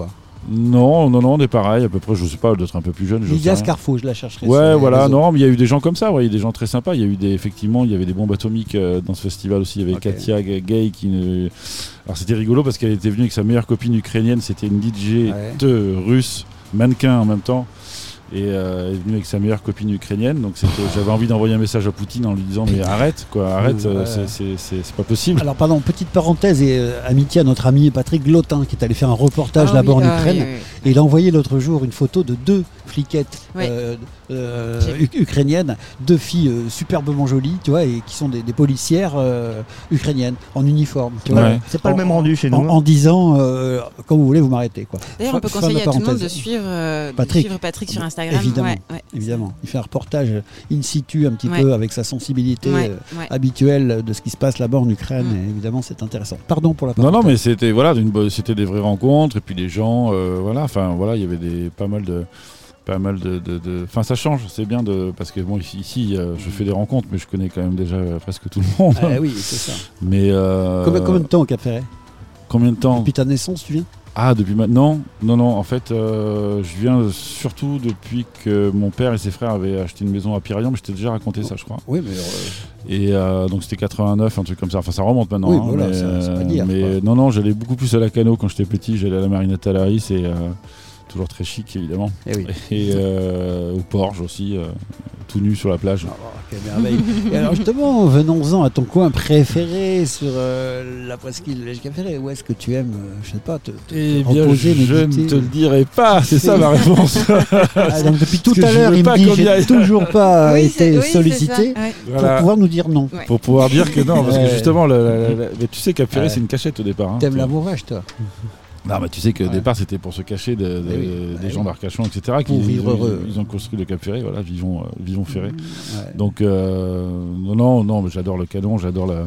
Non, non, non, on est pareil, à peu près, je sais pas, d'être un peu plus jeune. Lydia Scarfo, je la chercherai. Ouais, voilà, réseaux. Non, mais il y a eu des gens comme ça, ouais, il y a des gens très sympas. Il y a eu des, effectivement, il y avait des bombes atomiques euh, dans ce festival aussi. Il y avait okay. Katia Gay qui. Ne... Alors c'était rigolo parce qu'elle était venue avec sa meilleure copine ukrainienne, c'était une D J ouais. russe, mannequin en même temps. Et euh, elle est venue avec sa meilleure copine ukrainienne, donc j'avais envie d'envoyer un message à Poutine en lui disant mais arrête quoi, arrête, ouais. euh, c'est pas possible. Alors pardon, petite parenthèse et euh, amitié à notre ami Patrick Glotin qui est allé faire un reportage ah, là-bas oui, en Ukraine ah, oui, oui. Et il a envoyé l'autre jour une photo de deux fliquettes oui. euh, euh, ukrainiennes, deux filles euh, superbement jolies, tu vois, et qui sont des, des policières euh, ukrainiennes en uniforme. Tu vois, ouais. C'est pas en, le même rendu chez nous. En, en disant euh, quand vous voulez vous m'arrêtez quoi. D'ailleurs on peut fin conseiller à tout le monde de suivre, euh, Patrick. de suivre Patrick sur Instagram. Évidemment, ouais, ouais. évidemment. Il fait un reportage in situ un petit ouais. peu avec sa sensibilité ouais, euh, ouais. habituelle de ce qui se passe là-bas en Ukraine. Mm. Et évidemment, c'est intéressant. Pardon pour la parenthèse. Non, non, mais c'était voilà, une, c'était des vraies rencontres et puis les gens, euh, voilà, enfin voilà, il y avait des pas mal de. Pas mal de, de, de... Enfin, ça change, c'est bien de parce que bon ici, ici euh, je fais des rencontres, mais je connais quand même déjà euh, presque tout le monde. Ah oui, c'est ça. Mais euh... combien, combien de temps au Cap Ferret? Combien de temps? Depuis ta naissance, tu viens? Ah, depuis maintenant? Non, non. En fait, euh, je viens surtout depuis que mon père et ses frères avaient acheté une maison à Piraillan, mais je t'ai déjà raconté ça, je crois. Oui, mais euh... et euh, donc c'était quatre-vingt-neuf, un truc comme ça. Enfin, ça remonte maintenant. Oui, hein, voilà, mais, ça, ça va dire, mais quoi. non, non, j'allais beaucoup plus à la Cano quand j'étais petit. J'allais à la Marinette Talaris et euh, toujours très chic, évidemment. Et, oui. et euh, au Porge aussi, euh, tout nu sur la plage. Oh, quelle merveille. Et alors justement, venons-en à ton coin préféré sur euh, la presqu'île de Cap Ferret. Où est-ce que tu aimes, euh, je sais pas, te, te eh reposer, bien, je méditer? ne te le dirai pas, c'est ça ma réponse. Ah, donc depuis tout à l'heure, il me dit j'ai toujours pas oui, été oui, sollicité ouais. pour voilà. pouvoir nous dire non. Ouais. Pour pouvoir dire que non, parce que justement, la, la, la, la, mais tu sais, Cap Ferret, ouais. c'est une cachette au départ. Hein, T'aimes l'amourage, toi? Non, bah, tu sais qu'au ouais. départ, c'était pour se cacher de, de, oui. des ouais. gens d'Arcachon, et cetera. Qui, pour vivre ils, heureux. Ils, ils ont construit le Cap Ferret, voilà, vivons, euh, vivons ferré. Ouais. Donc, euh, non, non, non, mais j'adore le canon, j'adore la.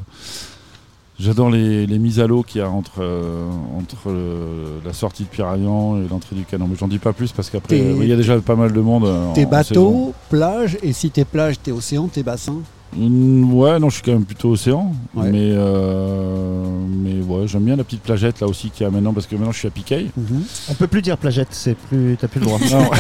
J'adore les, les mises à l'eau qu'il y a entre, euh, entre euh, la sortie de Piraillan et l'entrée du canon. Mais j'en dis pas plus parce qu'après, il y a déjà pas mal de monde. Euh, tes en, bateaux, en plage, et si t'es plage, t'es océan, t'es bassin? Mmh, ouais, non, je suis quand même plutôt océan. Ouais. Mais, euh, mais ouais, j'aime bien la petite plagette là aussi qu'il y a maintenant parce que maintenant je suis à Piquet. Mm-hmm. On peut plus dire plagette, c'est plus, t'as plus le droit.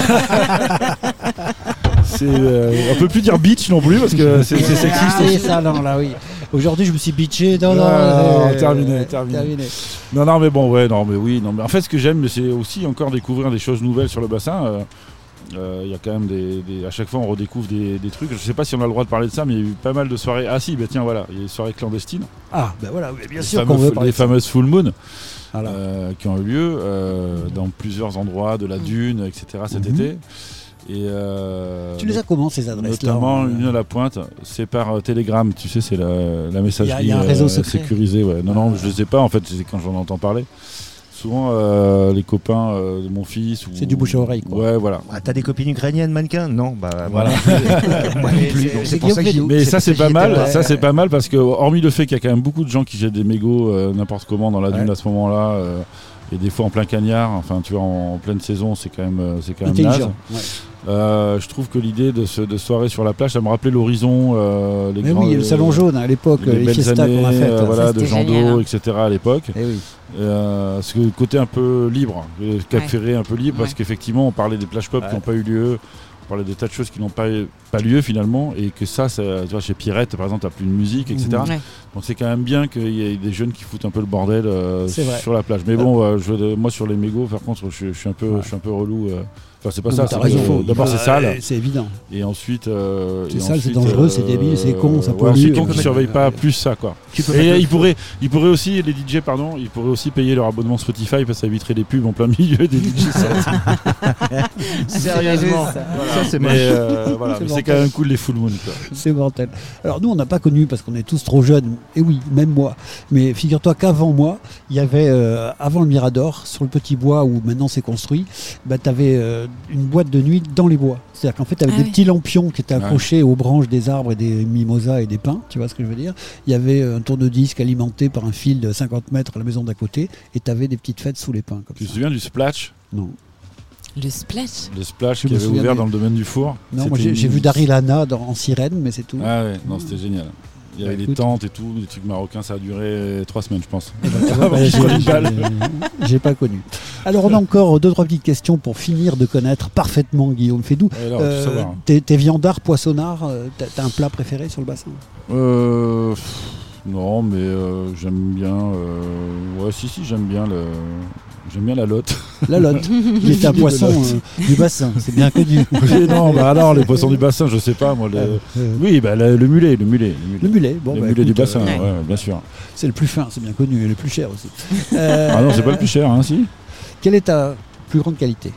c'est, euh, on peut plus dire beach non plus parce que c'est, c'est sexiste. Ah, ça, non, là, oui. Aujourd'hui, je me suis bitché. Non, non, ah, euh, terminé, euh, terminé, terminé. Non, non, mais bon, ouais, non, mais oui, non, mais en fait, ce que j'aime, c'est aussi encore découvrir des choses nouvelles sur le bassin. Euh, Il euh, y a quand même des, des. À chaque fois, on redécouvre des, des trucs. Je sais pas si on a le droit de parler de ça, mais il y a eu pas mal de soirées. Ah, si, bah tiens, voilà, il y a des soirées clandestines. Ah, ben voilà, bien les sûr fameux, qu'on veut parler les de ça. fameuses full moon voilà. euh, qui ont eu lieu euh, dans plusieurs endroits de la Dune, et cetera cet mm-hmm. été. Et euh, tu les as comment ces adresses là? Notamment une à la pointe, c'est par euh, Telegram, tu sais, c'est la, la messagerie y a, y a un réseau euh, sécurisé. Ouais. Non, non, je ne sais pas, en fait, c'est quand j'en entends parler. Souvent, euh, les copains euh, de mon fils. Ou... C'est du bouche à oreille, quoi. Ouais, voilà. Ah, t'as des copines ukrainiennes mannequins? Non, bah voilà. Moi non plus. Donc c'est pour ça que j'y... Mais ça, c'est pas mal. Ouais. Ça, c'est pas mal parce que, hormis le fait qu'il y a quand même beaucoup de gens qui jettent des mégots euh, n'importe comment dans la dune ouais. à ce moment-là, euh, et des fois en plein cagnard. Enfin, tu vois, en, en pleine saison, c'est quand même, c'est quand même naze. Ouais. Euh, je trouve que l'idée de, ce, de soirée sur la plage, ça me rappelait l'horizon. Euh, les Mais grands, oui, le salon jaune à l'époque, les, les belles fiestas années, qu'on a faites. Euh, voilà, ça, de Jando, génial, hein. et cetera à l'époque. Et oui. Euh, ce côté un peu libre, le Cap ouais. Ferret un peu libre, ouais. parce qu'effectivement, on parlait des plage pop ouais. qui n'ont pas eu lieu. On parlait des tas de choses qui n'ont pas, pas lieu finalement, et que ça, ça tu vois, chez Pirette par exemple, t'as plus de musique, et cetera. Ouais. Donc c'est quand même bien qu'il y ait des jeunes qui foutent un peu le bordel euh, sur la plage. Mais ouais. bon, euh, je, moi sur les mégots, par contre, je, je suis un peu, ouais. je suis un peu relou. Euh. Enfin, c'est pas non, ça. C'est raison, que, d'abord, euh, c'est sale. C'est évident. Et ensuite, euh, c'est et sale, ensuite, c'est dangereux, euh, c'est débile, c'est con, ça pollue. Ouais, c'est con euh, qu'ils ne surveillent pas euh, plus ça, quoi. Et ils pourraient, ils pourraient aussi, les D J, pardon, ils pourraient aussi payer leur abonnement Spotify parce que ça éviterait des pubs en plein milieu des D J sets. Sérieusement, ça, voilà. ça c'est mais euh, voilà, c'est, mais c'est quand même cool les full moon, quoi. C'est mortel. Alors nous, on n'a pas connu parce qu'on est tous trop jeunes. Et oui, même moi. Mais figure-toi qu'avant moi, il y avait euh, avant le Mirador, sur le petit bois où maintenant c'est construit, bah, tu avais euh, une boîte de nuit dans les bois. C'est-à-dire qu'en fait, tu avais ah des oui. petits lampions qui étaient accrochés ouais. aux branches des arbres et des mimosas et des pins, tu vois ce que je veux dire. Il y avait un tourne-disque alimenté par un fil de cinquante mètres à la maison d'à côté et tu avais des petites fêtes sous les pins. Comme tu ça. te souviens du Splash? Non. Le Splash Le Splash qui avait ouvert des... dans le domaine du four. Non, moi j'ai, une... j'ai vu Daryl Hannah dans, en sirène, mais c'est tout. Ah ouais, non, c'était génial. Il y avait Bah, des écoute. tentes et tout, des trucs marocains, ça a duré trois semaines, je pense. Eh ben, tu vois, Avant bah, qu'il soit j'ai- une balle. j'ai- J'ai pas connu. Alors on a encore deux trois petites questions pour finir de connaître parfaitement Guillaume Fédoux. Ouais, là, on va tout savoir. t'es, t'es viandard, poissonnard, euh, t'as, t'as un plat préféré sur le bassin? Euh, pff, non, mais euh, j'aime bien. euh, ouais, si, si, j'aime bien le. J'aime bien la lotte. La lotte, qui est un poisson euh, du bassin, c'est bien connu. Oui, non, bah alors les poissons du bassin, je sais pas moi. Le... Euh, Oui, bah le, le mulet, le mulet, Le mulet, bon, le bah, mulet du écoute, bassin, euh, ouais, bien sûr. C'est le plus fin, c'est bien connu, et le plus cher aussi. Euh, Ah non, c'est pas le plus cher, hein, si. Quelle est ta plus grande qualité?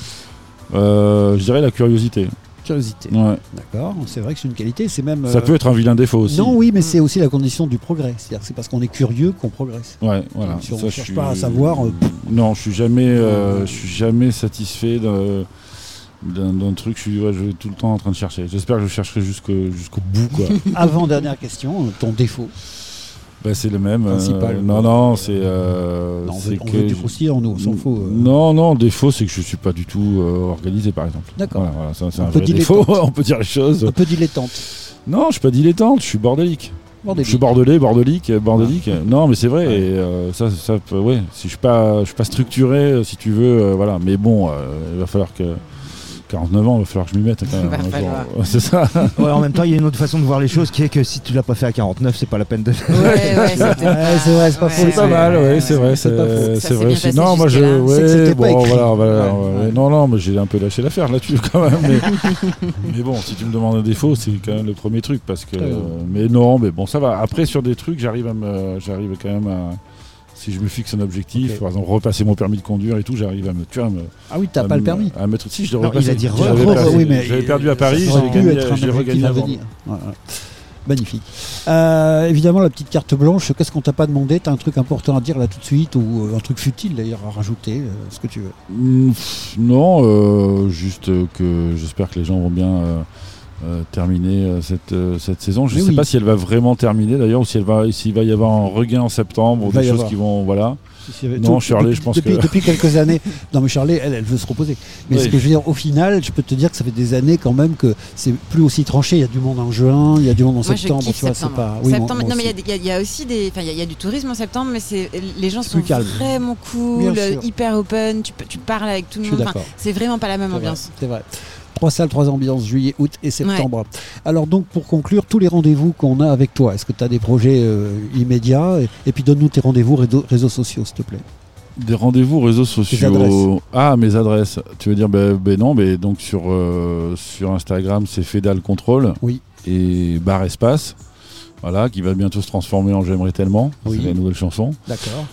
Euh, je dirais la curiosité. Curiosité. Ouais. D'accord, c'est vrai que c'est une qualité, c'est même. Ça euh, peut être un vilain défaut aussi. Non, oui, mais c'est aussi la condition du progrès. C'est-à-dire que c'est parce qu'on est curieux qu'on progresse. Ouais, voilà. Si on Ça, ne je cherche suis- pas à savoir. euh, Non, je suis jamais, euh, je suis jamais satisfait d'un, d'un, d'un truc. Je suis ouais, je suis tout le temps en train de chercher. J'espère que je chercherai jusqu'au, jusqu'au bout, quoi. Avant dernière question, euh, ton défaut. Bah, c'est le même. euh, Principal. non, non, c'est. euh, Non, on c'est veut, on que veut du je- croustillant, nous, on s'en fout. euh. Non, non, défaut, c'est que je suis pas du tout euh, organisé, par exemple. D'accord. Voilà, voilà, ça, c'est Un un peu vrai défaut. dilettante. On peut dire les choses. Un peu dilettante. Non, je suis pas dilettante, je suis bordélique. Bordélique. Je suis bordelais, bordelique, bordelique. Non, mais c'est vrai. Et, euh, ça, ça, peut- ouais. Si je suis pas, je suis pas structuré, euh, si tu veux, euh, voilà. Mais bon, euh, il va falloir que quarante-neuf ans, il va falloir que je m'y mette. Quand même, Va un jour. falloir. Ouais, c'est ça. Ouais, en même temps, il y a une autre façon de voir les choses qui est que si tu l'as pas fait à quarante-neuf, c'est pas la peine de. Ouais, ouais, c'était Ouais, pas- c'est vrai, c'est pas faux. C'est pas mal, ouais, c'est vrai, c'est c'est pas faux. c'est Ça s'est vrai. bien aussi. passé Non, moi je, jusque-là. C'est que ouais, c'était pas bon, écrit. voilà, voilà, Ouais, ouais. ouais. Non, non, mais j'ai un peu lâché l'affaire là-dessus quand même. Mais, mais bon, si tu me demandes un défaut, c'est quand même le premier truc parce que. Très bien. euh, mais non, mais bon, ça va. Après, sur des trucs, j'arrive à me, j'arrive quand même à. Si je me fixe un objectif, Ok. par exemple repasser mon permis de conduire et tout, j'arrive à me, tu vois, à me- Ah oui, t'as à pas le me- permis. À mettre, si je l'ai Non, repassé. il a dit Je re- l'avais re- perdu, oui, mais j'avais perdu à Paris, Ça j'avais aurait pu gagné, être un j'ai objectif regagné à avant. venir. Ouais, ouais. Magnifique. Euh, évidemment, la petite carte blanche, qu'est-ce qu'on t'a pas demandé? T'as un truc important à dire là tout de suite ou euh, un truc futile d'ailleurs à rajouter, euh, ce que tu veux. Mm, pff, Non, euh, juste euh, que j'espère que les gens vont bien euh, euh, terminer euh, cette, euh, cette saison. Je ne Mais sais oui. pas si elle va vraiment terminer d'ailleurs ou si elle va, s'il va y avoir un regain en septembre ou Il va des y choses avoir. qui vont. Voilà. Si, si, Non, tout- Shirley, depuis, je pense depuis, que- depuis quelques années. Non, mais Shirley, elle, elle veut se reposer. Mais Oui. ce que je veux dire, au final, je peux te dire que ça fait des années quand même que c'est plus aussi tranché. Il y a du monde en juin, il y a du monde en Moi, je septembre. kiffe Tu vois, c'est septembre. pas. Oui, moi- Septembre, moi non, mais il y a aussi. des- il y, a- il y a aussi des. Enfin, il y a- il y, a du tourisme en septembre, mais c'est les gens sont plus calme. vraiment cool, Bien sûr. hyper open. Tu, peux- tu parles avec tout le Je suis monde. Enfin, d'accord. c'est vraiment pas la même C'est vrai, ambiance. C'est vrai. Trois salles, trois ambiances, juillet, août et septembre. Alors donc pour conclure, tous les rendez-vous qu'on a avec toi, est-ce que tu as des projets euh, immédiats et, et puis donne-nous tes rendez-vous réseaux, réseaux sociaux, s'il te plaît. Des rendez-vous réseaux adresses. sociaux. Ah, mes adresses. Tu veux dire, ben ben non, mais donc sur, euh, sur Instagram, c'est Fédal Control. Oui. Et Bar Espace. Voilà, qui va bientôt se transformer en J'aimerais tellement. Oui. C'est la nouvelle chanson. D'accord.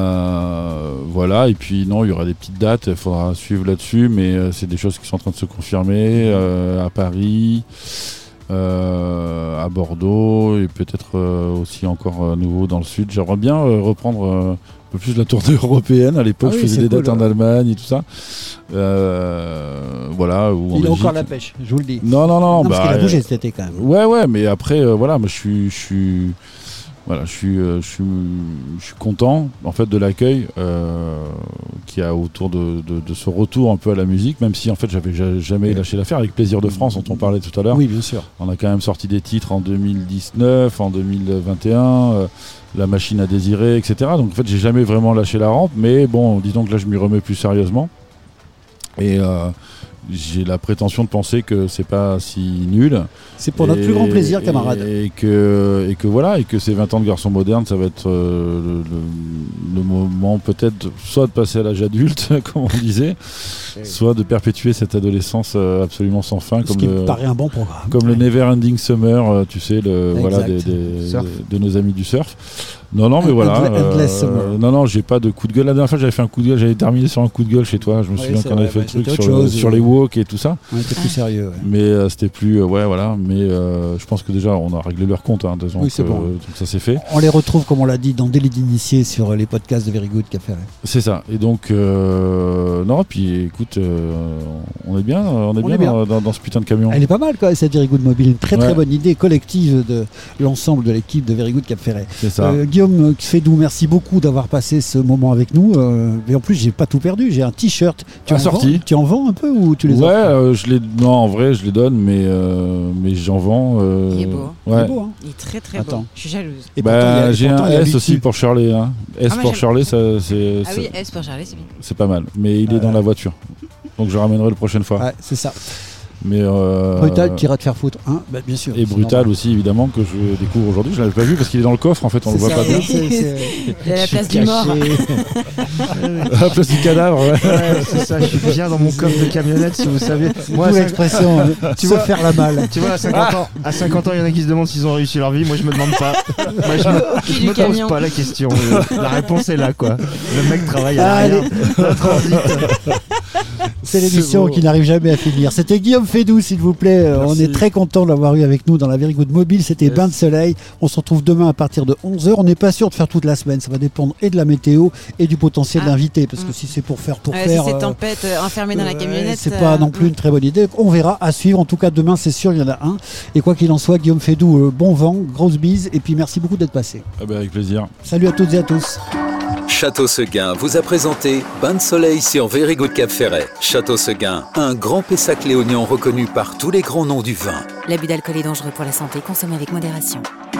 Euh, voilà, et puis non, il y aura des petites dates, il faudra suivre là-dessus, mais euh, c'est des choses qui sont en train de se confirmer euh, à Paris, euh, à Bordeaux, et peut-être euh, aussi encore à nouveau dans le sud. J'aimerais bien euh, reprendre euh, un peu plus la tournée européenne. À l'époque, Ah oui, je faisais c'est des cool, dates en ouais. Allemagne et tout ça. Euh, voilà. Ou en Il a Belgique. encore la pêche, je vous le dis. Non, non, non. Non, parce bah, qu'il a bougé euh, cet été quand même. Ouais, ouais, mais après, euh, voilà, moi je suis, je suis, voilà, je suis, euh, je suis, je suis content en fait de l'accueil euh, qu'il y a autour de, de, de ce retour un peu à la musique, même si en fait j'avais ja- jamais lâché l'affaire avec Plaisir de France dont on parlait tout à l'heure. Oui, bien sûr. On a quand même sorti des titres en deux mille dix-neuf, en deux mille vingt et un, euh, La Machine à désirer, et cetera. Donc en fait j'ai jamais vraiment lâché la rampe, mais bon, disons que là je m'y remets plus sérieusement. Et euh, j'ai la prétention de penser que c'est pas si nul. C'est pour notre plus grand plaisir, camarade. Et, et que, et que voilà, et que ces vingt ans de garçon moderne, ça va être euh, le, le- le moment peut-être soit de passer à l'âge adulte, comme on disait, soit de perpétuer cette adolescence euh, absolument sans fin, Ce comme, qui le, me paraît un bon programme. comme le Never Ending Summer, euh, tu sais, le, voilà, des, Exact. des- Surf. de nos amis du surf. Non, non, mais Un- voilà. Endle- Endless Summer. non, non, j'ai pas de coup de gueule. La dernière fois, j'avais fait un coup de gueule, j'avais terminé sur un coup de gueule chez toi. Je me Ouais, souviens c'est qu'on vrai, avait fait ouais, le truc c'était sur, autre le- chose, sur euh. les walks et tout ça. On était plus sérieux. ouais. Mais euh, c'était plus. euh, ouais, voilà. Mais euh, je pense que déjà, on a réglé leur compte. Hein, donc, Oui, c'est bon. euh, donc ça s'est fait. On les retrouve, comme on l'a dit, dans Délit d'initié sur les podcasts de Very Good Café. C'est ça. Et donc, euh, non, puis écoute, euh, on est bien, on est On bien, est bien. Dans, dans- dans ce putain de camion. Elle est pas mal, quoi, cette Very Good Mobile. Une très très Ouais. bonne idée collective de l'ensemble de l'équipe de Very Good Cap Ferret. C'est ça. Euh, Guillaume Guillaume Fédou, merci beaucoup d'avoir passé ce moment avec nous. Euh, mais en plus, j'ai pas tout perdu. J'ai un t-shirt. Tu en sorti. Vends, tu en vends un peu ou tu les Ouais, offres euh, je les. Non, en vrai, je les donne, mais euh, mais j'en vends. Euh... Il est beau. Ouais. Il est beau, hein. Il est très très Attends. beau. Je suis jalouse. Et bah, pourtant, il y a- j'ai pourtant, un il y a S lui aussi dessus. pour Shirley. Hein. S Ah, moi, pour j'aime- Shirley, ça, c'est, Ah c'est- oui, S pour Charlie, c'est bien. c'est pas mal. Mais il est dans la voiture. Donc je ramènerai la prochaine fois. Ouais, c'est ça. Mais euh, Brutal, tu iras te faire foutre. Hein bah, bien sûr. Et c'est Brutal normal. aussi, évidemment, que je découvre aujourd'hui. Je l'avais pas vu parce qu'il est dans le coffre, en fait, on le C'est voit ça, pas bien. c'est- c'est- Il est à la Je suis place du mort. À la place du cadavre, ouais. Ouais, c'est ça, je suis bien dans mon coffre de camionnette, si vous savez. Moi, à cinq- l'expression, euh, tu se vois, faire la malle. Tu vois, à cinquante ans, à cinquante ans, il y en a qui se demandent s'ils ont réussi leur vie. Moi, je me demande pas. Moi, je me, Qui je du me pose camion. pas la question. La réponse est là, quoi. Le mec travaille à Allez. l'arrière. Dans le transit. C'est l'émission beau. qui n'arrive jamais à finir. C'était Guillaume Fédou, s'il vous plaît. Euh, On Merci. est très content de l'avoir eu avec nous dans la Very Good Mobile. C'était Yes. Bain de Soleil. On se retrouve demain à partir de onze heures. On n'est pas sûr de faire toute la semaine. Ça va dépendre et de la météo et du potentiel Ah. d'invité. Parce que Mm. si c'est pour faire, pour Ouais, faire. si c'est euh, tempête euh, enfermée dans la Ouais, camionnette. c'est pas euh, non plus une très bonne idée. On verra à suivre. En tout cas, demain, c'est sûr, il y en a un. Et quoi qu'il en soit, Guillaume Fédou, euh, bon vent, grosse bise. Et puis merci beaucoup d'être passé. Ah bah, avec plaisir. Salut à toutes et à tous. Château Seguin vous a présenté Bain de Soleil sur Very Good Cap Ferret. Château Seguin, un grand Pessac léognan reconnu par tous les grands noms du vin. L'abus d'alcool est dangereux pour la santé, consommez avec modération.